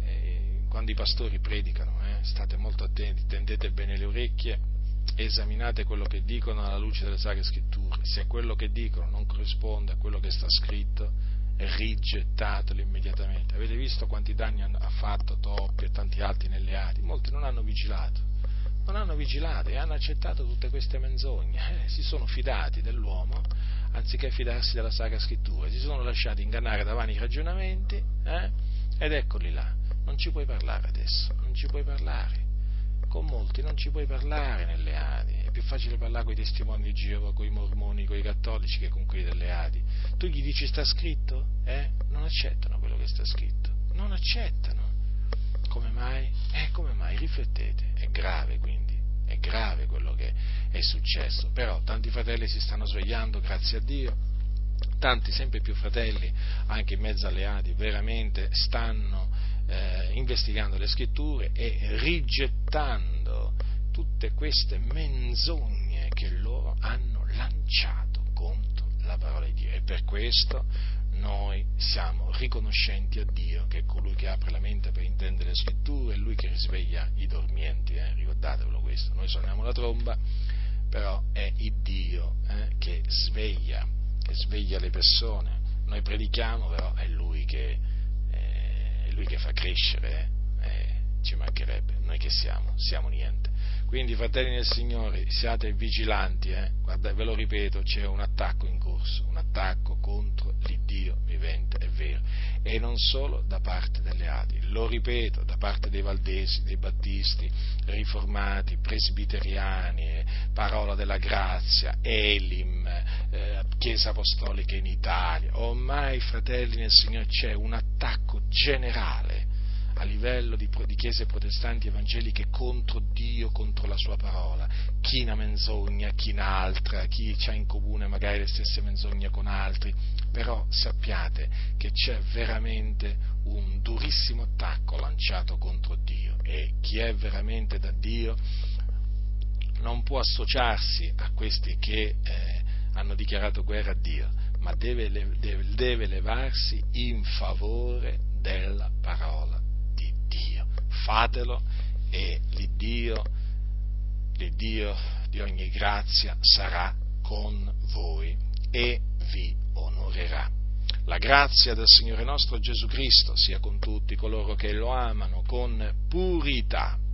i pastori predicano, state molto attenti, tendete bene le orecchie, esaminate quello che dicono alla luce delle Sacre Scritture. Se quello che dicono non corrisponde a quello che sta scritto, rigettatelo immediatamente. Avete visto quanti danni ha fatto Toppi e tanti altri nelle Adi? Molti non hanno vigilato e hanno accettato tutte queste menzogne, si sono fidati dell'uomo anziché fidarsi della Sacra Scrittura, si sono lasciati ingannare da vani ragionamenti, ed eccoli là. Non ci puoi parlare adesso, non ci puoi parlare, con molti non ci puoi parlare nelle Adi, è più facile parlare con i testimoni di Geova, con i mormoni, con i cattolici che con quelli delle Adi. Tu gli dici sta scritto? Non accettano quello che sta scritto, non accettano. Come mai? Come mai? Riflettete, è grave quindi, è grave quello che è successo, però tanti fratelli si stanno svegliando, grazie a Dio, tanti sempre più fratelli, anche in mezzo alle Adi, veramente stanno investigando le Scritture e rigettando tutte queste menzogne che loro hanno lanciato contro la parola di Dio, e per questo noi siamo riconoscenti a Dio, che è colui che apre la mente per intendere le Scritture, è Lui che risveglia i dormienti, ricordatevelo questo. Noi suoniamo la tromba, però è il Dio che sveglia le persone. Noi predichiamo, però è Lui che fa crescere, ci mancherebbe, noi che siamo niente. Quindi, fratelli del Signore, siate vigilanti, guarda, ve lo ripeto, c'è un attacco in corso, un attacco contro l'Iddio vivente e vero, e non solo da parte delle Adi, lo ripeto, da parte dei Valdesi, dei Battisti, Riformati, Presbiteriani, Parola della Grazia, Elim, Chiesa Apostolica in Italia. Ormai, fratelli nel Signore, c'è un attacco generale a livello di chiese protestanti evangeliche contro Dio, contro la sua parola, chi una menzogna, chi un'altra, chi ha in comune magari le stesse menzogne con altri, però sappiate che c'è veramente un durissimo attacco lanciato contro Dio, e chi è veramente da Dio non può associarsi a questi che hanno dichiarato guerra a Dio, ma deve levarsi in favore della parola di Dio. Fatelo, e l'Iddio di ogni grazia sarà con voi e vi onorerà. La grazia del Signore nostro Gesù Cristo sia con tutti coloro che lo amano con purità.